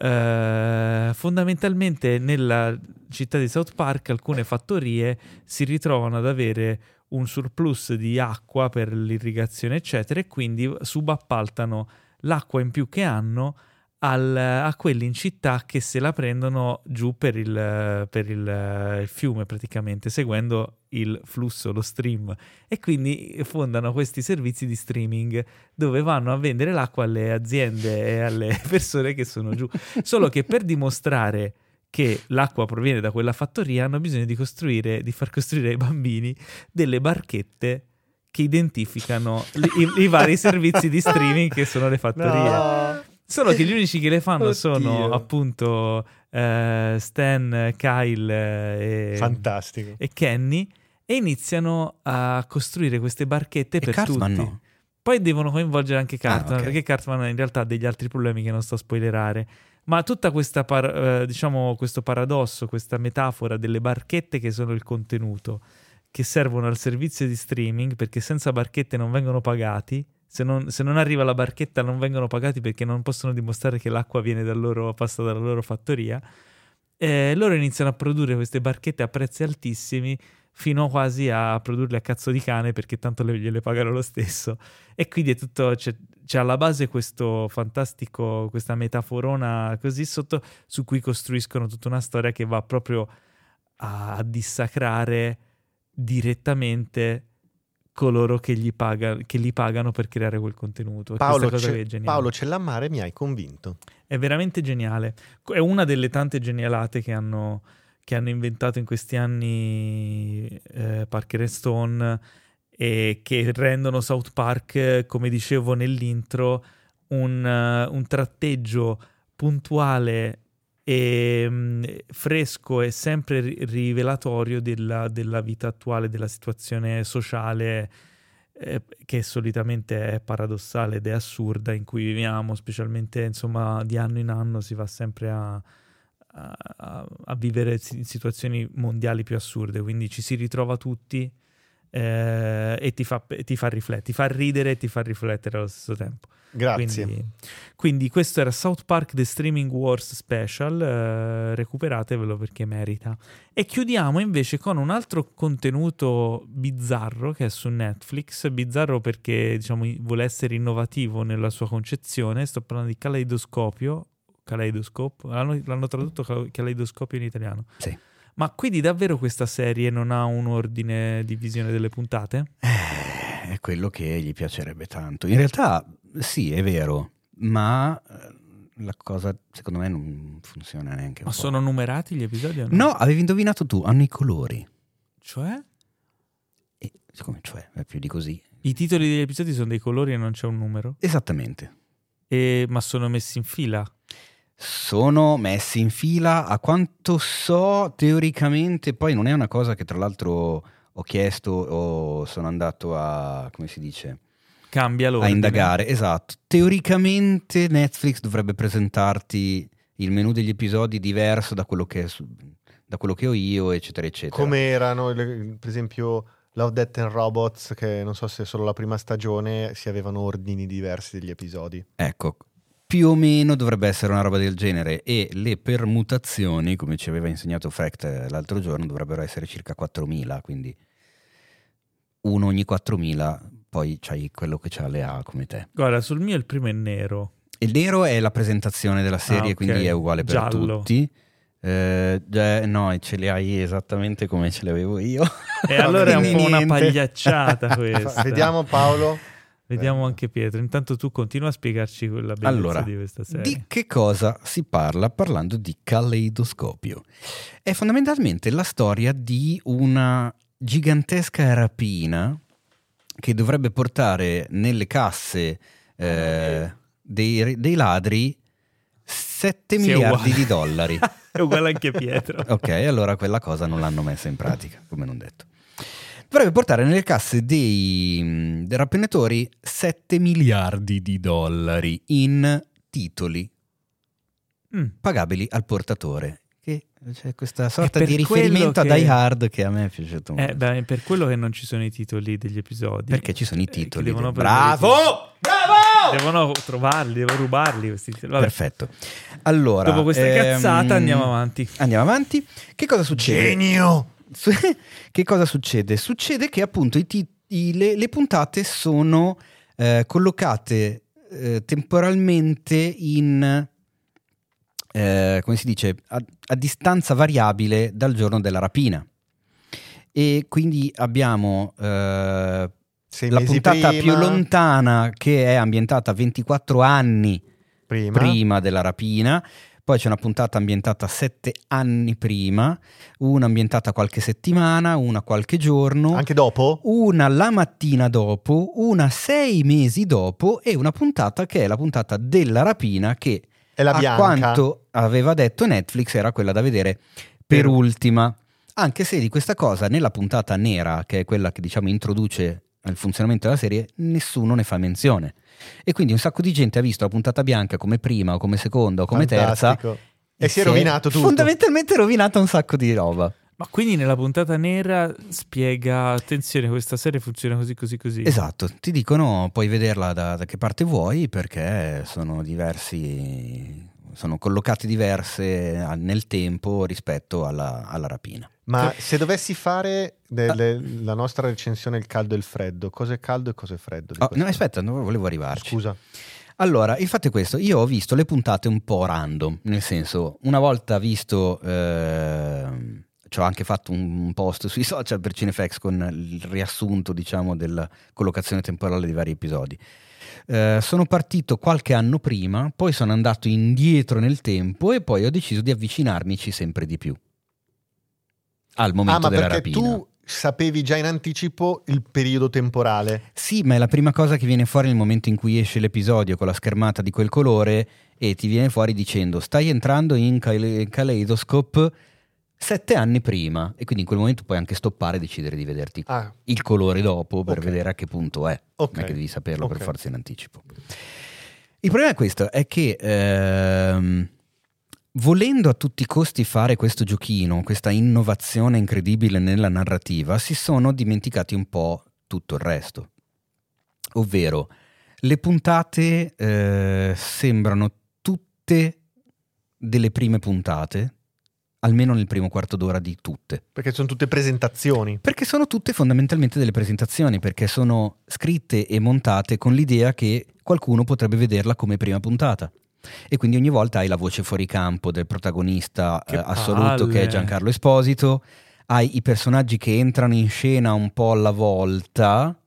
Eh, fondamentalmente nella città di South Park alcune fattorie si ritrovano ad avere un surplus di acqua per l'irrigazione eccetera, e quindi subappaltano l'acqua in più che hanno al- a quelli in città che se la prendono giù per il, per il, il fiume, praticamente seguendo il flusso, lo stream, e quindi fondano questi servizi di streaming dove vanno a vendere l'acqua alle aziende e alle persone che sono giù. Solo che per dimostrare che l'acqua proviene da quella fattoria hanno bisogno di costruire, di far costruire ai bambini delle barchette che identificano i, i vari servizi di streaming che sono le fattorie. No. Solo che gli unici che le fanno Oddio. sono appunto eh, Stan, Kyle eh, e, Fantastico. e Kenny, e iniziano a costruire queste barchette E per Cartman tutti. no. Poi devono coinvolgere anche Cartman, Ah, ok. perché Cartman in realtà ha degli altri problemi che non sto a spoilerare. Ma tutta questa par- eh, diciamo questo paradosso, questa metafora delle barchette che sono il contenuto, che servono al servizio di streaming, perché senza barchette non vengono pagati. Se non, se non arriva la barchetta non vengono pagati perché non possono dimostrare che l'acqua viene dal loro, passa dalla loro fattoria. Eh, loro iniziano a produrre queste barchette a prezzi altissimi, fino quasi a produrle a cazzo di cane, perché tanto le, gliele pagano lo stesso. E quindi è tutto, c'è, c'è alla base questo fantastico, questa metaforona così sotto, su cui costruiscono tutta una storia che va proprio a, a dissacrare direttamente coloro che gli, paga, che li pagano per creare quel contenuto. E Paolo, questa cosa c'è, che è geniale. Paolo Cellammare mi hai convinto. È veramente geniale. È una delle tante genialate che hanno, che hanno inventato in questi anni eh, Parker e Stone, e che rendono South Park, come dicevo nell'intro, un, uh, un tratteggio puntuale e mh, fresco e sempre ri- rivelatorio della, della vita attuale, della situazione sociale eh, che solitamente è paradossale ed è assurda, in cui viviamo, specialmente insomma di anno in anno si va sempre a, a, a vivere si- situazioni mondiali più assurde, quindi ci si ritrova tutti eh, e ti fa, ti fa riflettere, ti fa ridere e ti fa riflettere allo stesso tempo. Grazie. Quindi, quindi questo era South Park The Streaming Wars Special, eh, recuperatevelo perché merita. E chiudiamo invece con un altro contenuto bizzarro che è su Netflix, bizzarro perché diciamo vuole essere innovativo nella sua concezione. Sto parlando di Caleidoscopio, Kaleidoscope, l'hanno, l'hanno tradotto cal- Caleidoscopio in italiano. Sì. Ma quindi davvero questa serie non ha un ordine di visione delle puntate? Eh, è quello che gli piacerebbe tanto. In realtà sì, è vero, ma eh, la cosa secondo me non funziona neanche un Ma po'. sono numerati gli episodi o no? No, avevi indovinato tu, hanno i colori. Cioè? E come cioè, è più di così. I titoli degli episodi sono dei colori e non c'è un numero? Esattamente. E, ma sono messi in fila? Sono messi in fila, a quanto so, teoricamente, poi non è una cosa che tra l'altro ho chiesto o sono andato a, come si dice, Cambia a l'ordine. indagare, esatto. Teoricamente Netflix dovrebbe presentarti il menu degli episodi diverso da quello che, è su- da quello che ho io, eccetera, eccetera. Come erano, le- per esempio, Love, Death and Robots, che non so se solo la prima stagione si avevano ordini diversi degli episodi. Ecco, più o meno dovrebbe essere una roba del genere, e le permutazioni, come ci aveva insegnato Frecht eh, l'altro giorno, dovrebbero essere circa quattromila, quindi uno ogni quattromila, poi c'hai quello che c'ha le A come te. Guarda, sul mio il primo è nero. Il nero è la presentazione della serie, Ah, ok. quindi è uguale per Giallo. tutti. Eh, già- no, ce li hai esattamente come ce li avevo io. E allora è un Quindi po' una niente. pagliacciata questa. Vediamo Paolo. Vediamo anche Pietro. Intanto tu continua a spiegarci la bellezza Allora, di questa serie. di che cosa si parla parlando di Caleidoscopio? È fondamentalmente la storia di una gigantesca rapina che dovrebbe portare nelle casse eh, dei, dei ladri sette Sì, è miliardi uguale. di dollari. È uguale anche Pietro. Ok, allora quella cosa non l'hanno messa in pratica, come non detto. Dovrebbe portare nelle casse dei, dei rapinatori sette miliardi di dollari in titoli. Mm. pagabili al portatore. Che c'è questa sorta per di riferimento quello a che- Die Hard che a me è piaciuto molto. Eh, beh, è per quello che non ci sono i titoli degli episodi. Perché ci sono i Eh, che titoli. devono del- prendere i Bravo! Bravo! titoli. Devono trovarli, devo rubarli questi titoli. Vabbè. Perfetto. Allora, Dopo questa ehm, cazzata andiamo avanti. Andiamo avanti. Che cosa succede? Genio! Su- che cosa succede? Succede che appunto i ti- i- le, le puntate sono eh, collocate eh, temporalmente in eh, come si dice a, a distanza variabile dal giorno della rapina, e quindi abbiamo eh, Sei la mesi puntata prima, più lontana che è ambientata ventiquattro anni prima. prima della rapina. Poi c'è una puntata ambientata sette anni prima, una ambientata qualche settimana, una qualche giorno, Anche dopo? una la mattina dopo, una sei mesi dopo e una puntata che è la puntata della rapina, che È la a bianca. quanto aveva detto Netflix era quella da vedere per Per- ultima. Anche se di questa cosa nella puntata nera, che è quella che diciamo introduce il funzionamento della serie, nessuno ne fa menzione. E quindi un sacco di gente ha visto la puntata bianca come prima o come seconda o come Fantastico. terza E si è rovinato tutto. Fondamentalmente rovinato un sacco di roba. Ma quindi nella puntata nera spiega, attenzione, questa serie funziona così, così, così. Esatto, ti dicono puoi vederla da, da che parte vuoi, perché sono diversi, sono collocate diverse nel tempo rispetto alla, alla rapina. Ma se dovessi fare delle- la nostra recensione il caldo e il freddo, cosa è caldo e cosa è freddo? di Oh, questo? no, aspetta, no, volevo arrivarci. Scusa. Allora, il fatto è questo, io ho visto le puntate un po' random, nel senso, una volta visto, ehm, ci ho anche fatto un, un post sui social per Cinefx con il riassunto, diciamo, della collocazione temporale di vari episodi. Eh, sono partito qualche anno prima, poi sono andato indietro nel tempo e poi ho deciso di avvicinarmici sempre di più al momento Ah, ma della perché rapina. tu sapevi già in anticipo il periodo temporale? Sì, ma è la prima cosa che viene fuori nel momento in cui esce l'episodio con la schermata di quel colore e ti viene fuori dicendo stai entrando in Kale- Kaleidoscope sette anni prima, e quindi in quel momento puoi anche stoppare e decidere di vederti Ah, il colore dopo per Ok. vedere a che punto è. ok. Non è che devi saperlo per Ok. forza in anticipo. Il problema è questo, è che ehm, volendo a tutti i costi fare questo giochino, questa innovazione incredibile nella narrativa, si sono dimenticati un po' tutto il resto. Ovvero, le puntate eh, sembrano tutte delle prime puntate, almeno nel primo quarto d'ora di tutte. Perché sono tutte presentazioni. Perché sono tutte fondamentalmente delle presentazioni, perché sono scritte e montate con l'idea che qualcuno potrebbe vederla come prima puntata. E quindi ogni volta hai la voce fuori campo del protagonista Che eh, assoluto, che è palle. Giancarlo Esposito, hai i personaggi che entrano in scena un po' alla volta.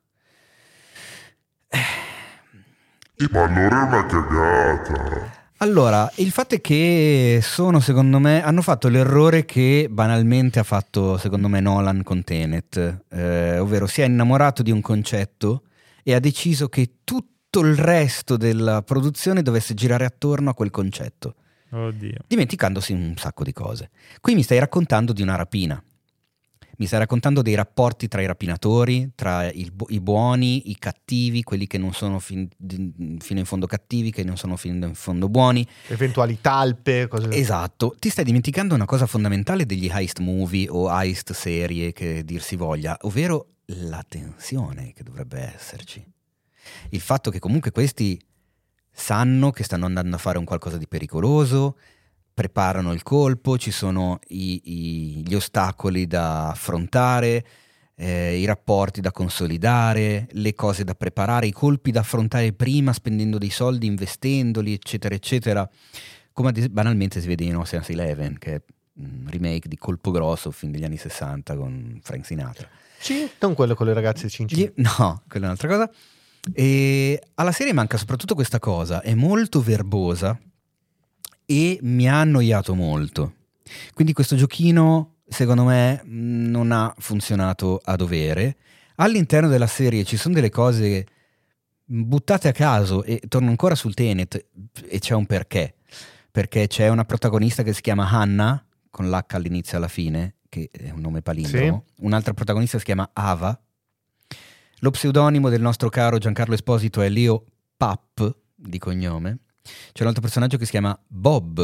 Ma allora è una cagata. Allora, il fatto è che sono, secondo me, hanno fatto l'errore che banalmente ha fatto, secondo me, Nolan con Tenet, eh, ovvero si è innamorato di un concetto e ha deciso che tutto il resto della produzione dovesse girare attorno a quel concetto, Oddio. dimenticandosi un sacco di cose. Qui mi stai raccontando di una rapina. Mi stai raccontando dei rapporti tra i rapinatori, tra il bu- i buoni, i cattivi, quelli che non sono fin- di- fino in fondo cattivi, che non sono fino in fondo buoni. Eventuali talpe, cose Esatto, ti stai dimenticando una cosa fondamentale degli heist movie o heist serie, che dir si voglia, ovvero la tensione che dovrebbe esserci. Il fatto che comunque questi sanno che stanno andando a fare un qualcosa di pericoloso, preparano il colpo, ci sono i- i- gli ostacoli da affrontare, eh, i rapporti da consolidare, le cose da preparare, i colpi da affrontare prima spendendo dei soldi, investendoli, eccetera, eccetera. Come ad es- banalmente si vede in Ocean's Eleven, che è un remake di Colpo Grosso, film degli anni sessanta con Frank Sinatra. Sì, non quello con le ragazze cinci. Gli- No, quella è un'altra cosa. E alla serie manca soprattutto questa cosa, è molto verbosa e mi ha annoiato molto. Quindi questo giochino, secondo me, mh, non ha funzionato a dovere. All'interno della serie ci sono delle cose buttate a caso, e torno ancora sul Tenet, e c'è un perché. Perché c'è una protagonista che si chiama Hannah, con l'H all'inizio e alla fine, che è un nome palindromo. Un'altra protagonista si chiama Ava. Lo pseudonimo del nostro caro Giancarlo Esposito è Leo Papp, di cognome. C'è un altro personaggio che si chiama Bob,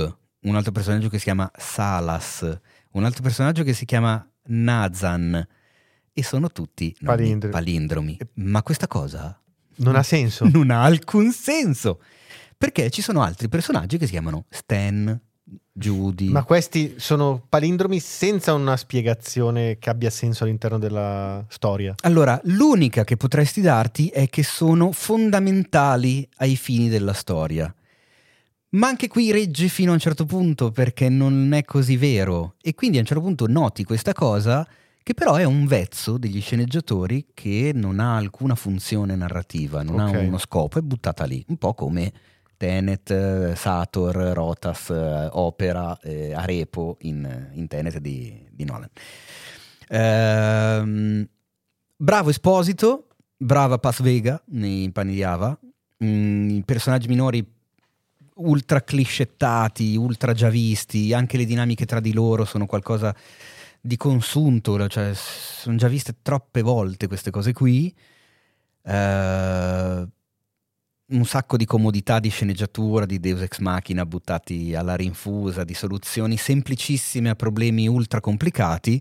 un altro personaggio che si chiama Salas, un altro personaggio che si chiama Nazan, e sono tutti nomi Palindromi. palindromi. Ma questa cosa Non ha senso. non ha alcun senso, perché ci sono altri personaggi che si chiamano Stan, Judy. Ma questi sono palindromi senza una spiegazione che abbia senso all'interno della storia. Allora, l'unica che potresti darti è che sono fondamentali ai fini della storia. Ma anche qui regge fino a un certo punto, perché non è così vero. E quindi a un certo punto noti questa cosa, che però è un vezzo degli sceneggiatori che non ha alcuna funzione narrativa, non Ok. ha uno scopo, è buttata lì. Un po' come Tenet, eh, Sator, Rotas, eh, Opera, eh, Arepo in, in Tenet di, di Nolan. Ehm, bravo Esposito, brava Paz Vega nei panni di Ava, mm, i personaggi minori ultra cliscettati, ultra già visti, anche le dinamiche tra di loro sono qualcosa di consunto, cioè sono già viste troppe volte queste cose qui. Eh, un sacco di comodità di sceneggiatura, di Deus Ex Machina buttati alla rinfusa, di soluzioni semplicissime a problemi ultra complicati.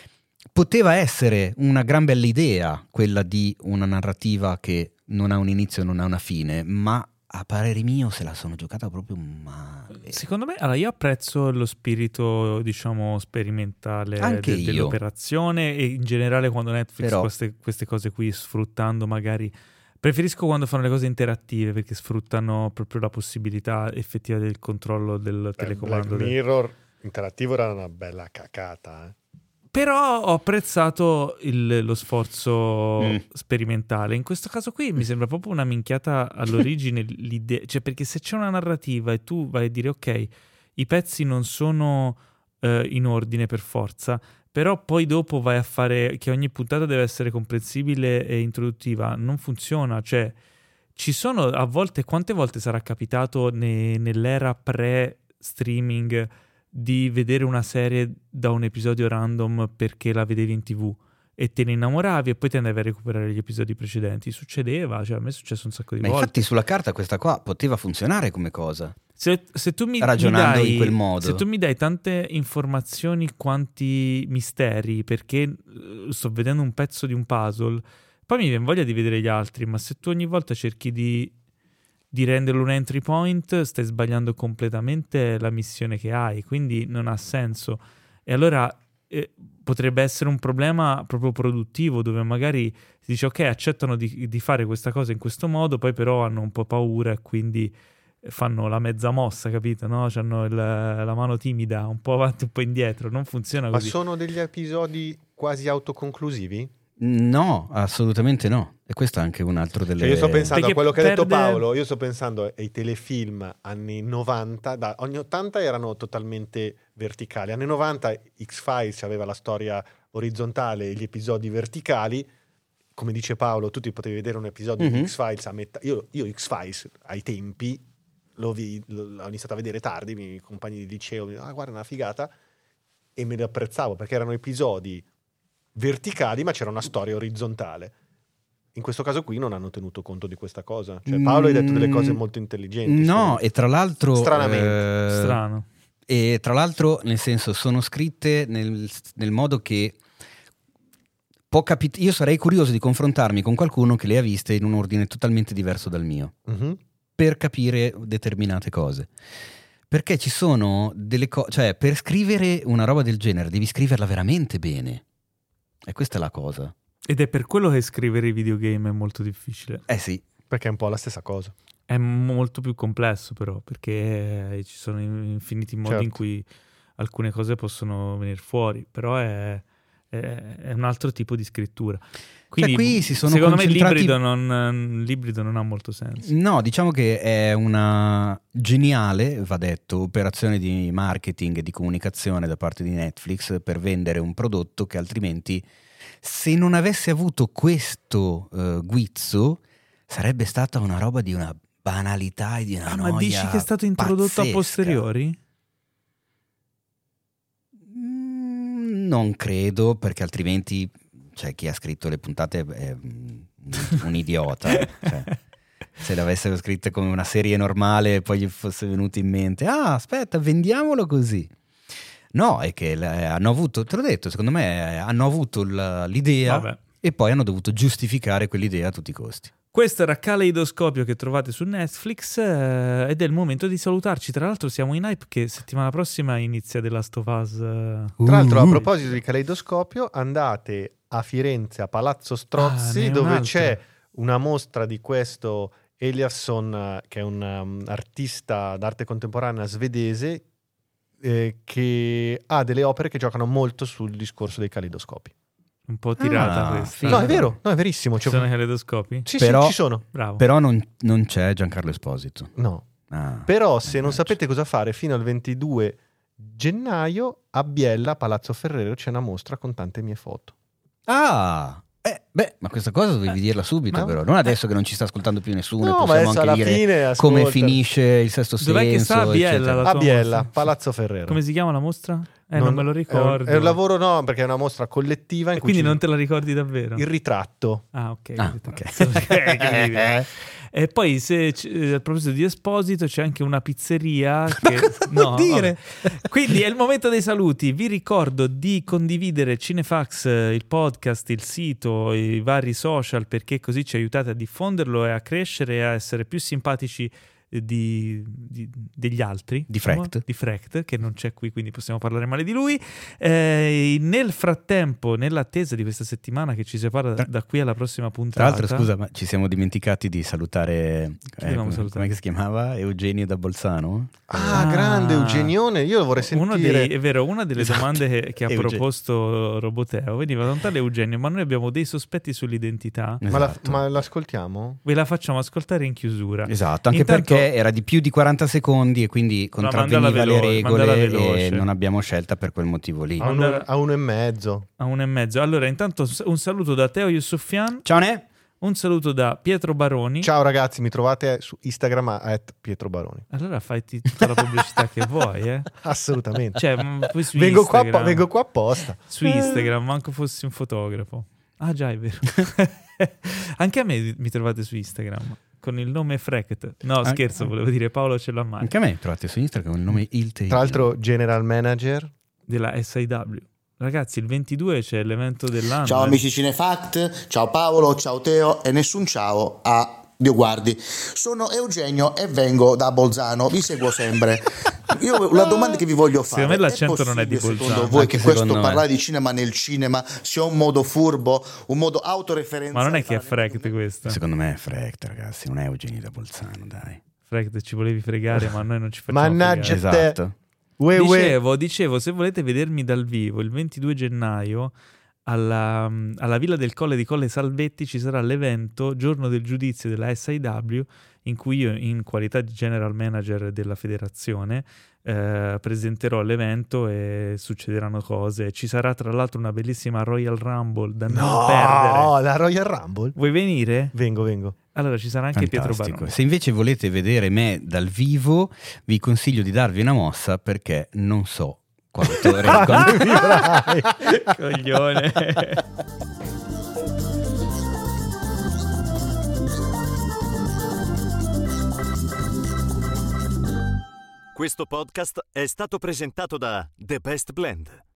Poteva essere una gran bella idea quella di una narrativa che non ha un inizio e non ha una fine, ma a parere mio se la sono giocata proprio male. Secondo me, allora io apprezzo lo spirito, diciamo, sperimentale Anche de- io. dell'operazione, e in generale quando Netflix Però- queste, queste cose qui, sfruttando magari, preferisco quando fanno le cose interattive, perché sfruttano proprio la possibilità effettiva del controllo del telecomando. Black del- Mirror interattivo era una bella cacata. Eh. Però ho apprezzato il- lo sforzo Mm. sperimentale. In questo caso qui mi sembra proprio una minchiata all'origine l'idea, cioè perché se c'è una narrativa e tu vai a dire ok, i pezzi non sono eh, in ordine per forza, però poi dopo vai a fare che ogni puntata deve essere comprensibile e introduttiva, non funziona. Cioè ci sono a volte, quante volte sarà capitato ne- nell'era pre-streaming di vedere una serie da un episodio random perché la vedevi in tv e te ne innamoravi e poi te andavi a recuperare gli episodi precedenti? Succedeva, cioè a me è successo un sacco di Ma volte. infatti sulla carta questa qua poteva funzionare come cosa. Se, se tu mi, mi Ragionando dai, in quel modo. se tu mi dai tante informazioni quanti misteri, perché eh, sto vedendo un pezzo di un puzzle, poi mi viene voglia di vedere gli altri, ma se tu ogni volta cerchi di, di renderlo un entry point, stai sbagliando completamente la missione che hai, quindi non ha senso. E allora eh, potrebbe essere un problema proprio produttivo, dove magari si dice ok, accettano di, di fare questa cosa in questo modo, poi però hanno un po' paura e quindi fanno la mezza mossa, capito? No? C'hanno il- la mano timida, un po' avanti, un po' indietro, non funziona Ma così. sono degli episodi quasi autoconclusivi? No, assolutamente no. E questo è anche un altro delle... Cioè io sto pensando Perché a quello che ha detto perde- Paolo, io sto pensando ai telefilm anni novanta, da, anni ottanta erano totalmente verticali, anni novanta X-Files aveva la storia orizzontale e gli episodi verticali, come dice Paolo, tu ti potevi vedere un episodio Mhm. di X-Files a metà, io, io X-Files ai tempi l'ho, vi- l'ho iniziato a vedere tardi, i miei compagni di liceo mi dicevano, ah guarda una figata, e me ne apprezzavo perché erano episodi verticali ma c'era una storia orizzontale. In questo caso qui non hanno tenuto conto di questa cosa. Cioè, Paolo hai detto delle cose molto intelligenti. No, secondo me. e tra l'altro... Stranamente. eh, Strano. E tra l'altro, nel senso, sono scritte nel, nel modo che può capit- io sarei curioso di confrontarmi con qualcuno che le ha viste in un ordine totalmente diverso dal mio, Mhm. per capire determinate cose. Perché ci sono delle cose, cioè per scrivere una roba del genere devi scriverla veramente bene. E questa è la cosa. Ed è per quello che scrivere i videogame è molto difficile. Eh sì, Perché è un po' la stessa cosa. È molto più complesso però, perché eh, ci sono in- infiniti modi Certo. in cui alcune cose possono venire fuori, però è, è, è un altro tipo di scrittura. Quindi qui si sono secondo concentrati- me l'ibrido non, l'ibrido non ha molto senso. no, diciamo che è una geniale, va detto, operazione di marketing e di comunicazione da parte di Netflix per vendere un prodotto che altrimenti, se non avesse avuto questo eh, guizzo, sarebbe stata una roba di una banalità e di una Ah, noia ma dici che è stato introdotto a pazzesca. posteriori? Mm, non credo, perché altrimenti, cioè, chi ha scritto le puntate è mm, un, un idiota. Cioè, se l'avessero scritte come una serie normale e poi gli fosse venuto in mente ah aspetta vendiamolo così. No, è che hanno avuto, te l'ho detto, secondo me hanno avuto l'idea Vabbè. e poi hanno dovuto giustificare quell'idea a tutti i costi. Questo era Caleidoscopio che trovate su Netflix eh, ed è il momento di salutarci. Tra l'altro siamo in hype che settimana prossima inizia The Last of Us. eh. Tra l'altro, a Uh. proposito di Caleidoscopio, andate a Firenze, a Palazzo Ah, Strozzi, ne è dove un'altra. c'è una mostra di questo Eliasson, eh, che è un um, artista d'arte contemporanea svedese, eh, che ha delle opere che giocano molto sul discorso dei caleidoscopi. Un po' tirata Ah, questa. figo. No, è vero, no, è verissimo. Ci Cioè, sono i caleidoscopi? sì, Però- sì, ci sono. Bravo. Però non, non c'è Giancarlo Esposito. No. Ah, Però se non mannaggia. sapete cosa fare, fino al ventidue gennaio a Biella, Palazzo Ferrero, c'è una mostra con tante mie foto. Ah, eh, beh, ma questa cosa dovevi dirla subito, ma- però. Non adesso che non ci sta ascoltando più nessuno, No, ma possiamo adesso anche alla dire fine come ascolta. finisce il sesto senso. Dov'è che sta a Biella eccetera. la A tua Biella, mostra? Palazzo Ferrero. Come si chiama la mostra? Eh, non, me lo è un- ricordo. È un, lavoro, no, perché è una mostra collettiva in E cui quindi ci- non te la ricordi davvero? il ritratto. Ah, ok. Ah, capito. ok. Eh, incredibile. E poi se c- eh, a proposito di Esposito c'è anche una pizzeria che no, dire? vabbè. Quindi è il momento dei saluti. Vi ricordo di condividere Cinefax, eh, il podcast, il sito, i vari social, perché così ci aiutate a diffonderlo e a crescere e a essere più simpatici di, di- degli altri, Di Frecht. di Frecht, che non c'è qui, quindi possiamo parlare male di lui. Eh, nel frattempo, nell'attesa di questa settimana che ci separa da, da qui alla prossima Tra puntata, l'altro, scusa, ma ci siamo dimenticati di salutare. dobbiamo come, salutare? come si chiamava? Eugenio da Bolzano? Ah, Ah. grande Eugenione, io lo vorrei Uno sentire. dei, è vero, una delle Esatto. domande che, che ha Eugenio. proposto Roboteo veniva da un tale Eugenio, ma noi abbiamo dei sospetti sull'identità. Ma, la- Esatto. ma l'ascoltiamo? Ve la facciamo ascoltare in chiusura. Esatto, anche Intanto- perché era di più di quaranta secondi e quindi contravveniva mandala le velo- mandala regole veloce. e non abbiamo scelta per quel motivo lì. A uno, Mandare- a uno e mezzo. A uno e mezzo. Allora, intanto s- un saluto da Teo Yusufian, Ciao Ne? un saluto da Pietro Baroni. Ciao ragazzi, mi trovate su Instagram a at Pietro Baroni. Allora fai tutta la pubblicità che vuoi, eh? Assolutamente. Cioè, m- poi su vengo, qua, Instagram, appo- vengo qua apposta. su Instagram, manco fossi un fotografo. Ah già, è vero. Anche a me mi trovate su Instagram con il nome Frecht. No, Anche- scherzo, volevo dire Paolo Cellamani Anche a me trovate su Instagram con il nome Ilte. Tra l'altro, general manager. della S I W. Ragazzi, il ventidue c'è l'evento dell'anno. Ciao eh. amici Cinefact, ciao Paolo, ciao Teo e nessun ciao a Dio guardi. Sono Eugenio e vengo da Bolzano, vi seguo sempre. Io la domanda che vi voglio fare: Secondo me l'accento è non è di possibile, Bolzano. secondo voi, Anche che questo secondo me. parlare di cinema nel cinema sia un modo furbo, un modo autoreferenziale? Ma non è che è di fare- Frecht questa. Secondo me è Frecht, ragazzi, non è Eugenio da Bolzano, dai. Frecht, ci volevi fregare, ma noi non ci facciamo Mannaggia fregare. te. Esatto. Ue, ue. Dicevo, dicevo, se volete vedermi dal vivo il ventidue gennaio alla, alla Villa del Colle di Colle Salvetti ci sarà l'evento Giorno del Giudizio della S I W, in cui io, in qualità di general manager della federazione, eh, presenterò l'evento e succederanno cose. Ci sarà tra l'altro una bellissima Royal Rumble da non perdere. No, la Royal Rumble. Vuoi venire? Vengo, vengo. Allora ci sarà anche Pietro Fantastico. Baroni. Se invece volete vedere me dal vivo, vi consiglio di darvi una mossa perché non so quanto Quando vivrai. Coglione. Questo podcast è stato presentato da The Best Blend.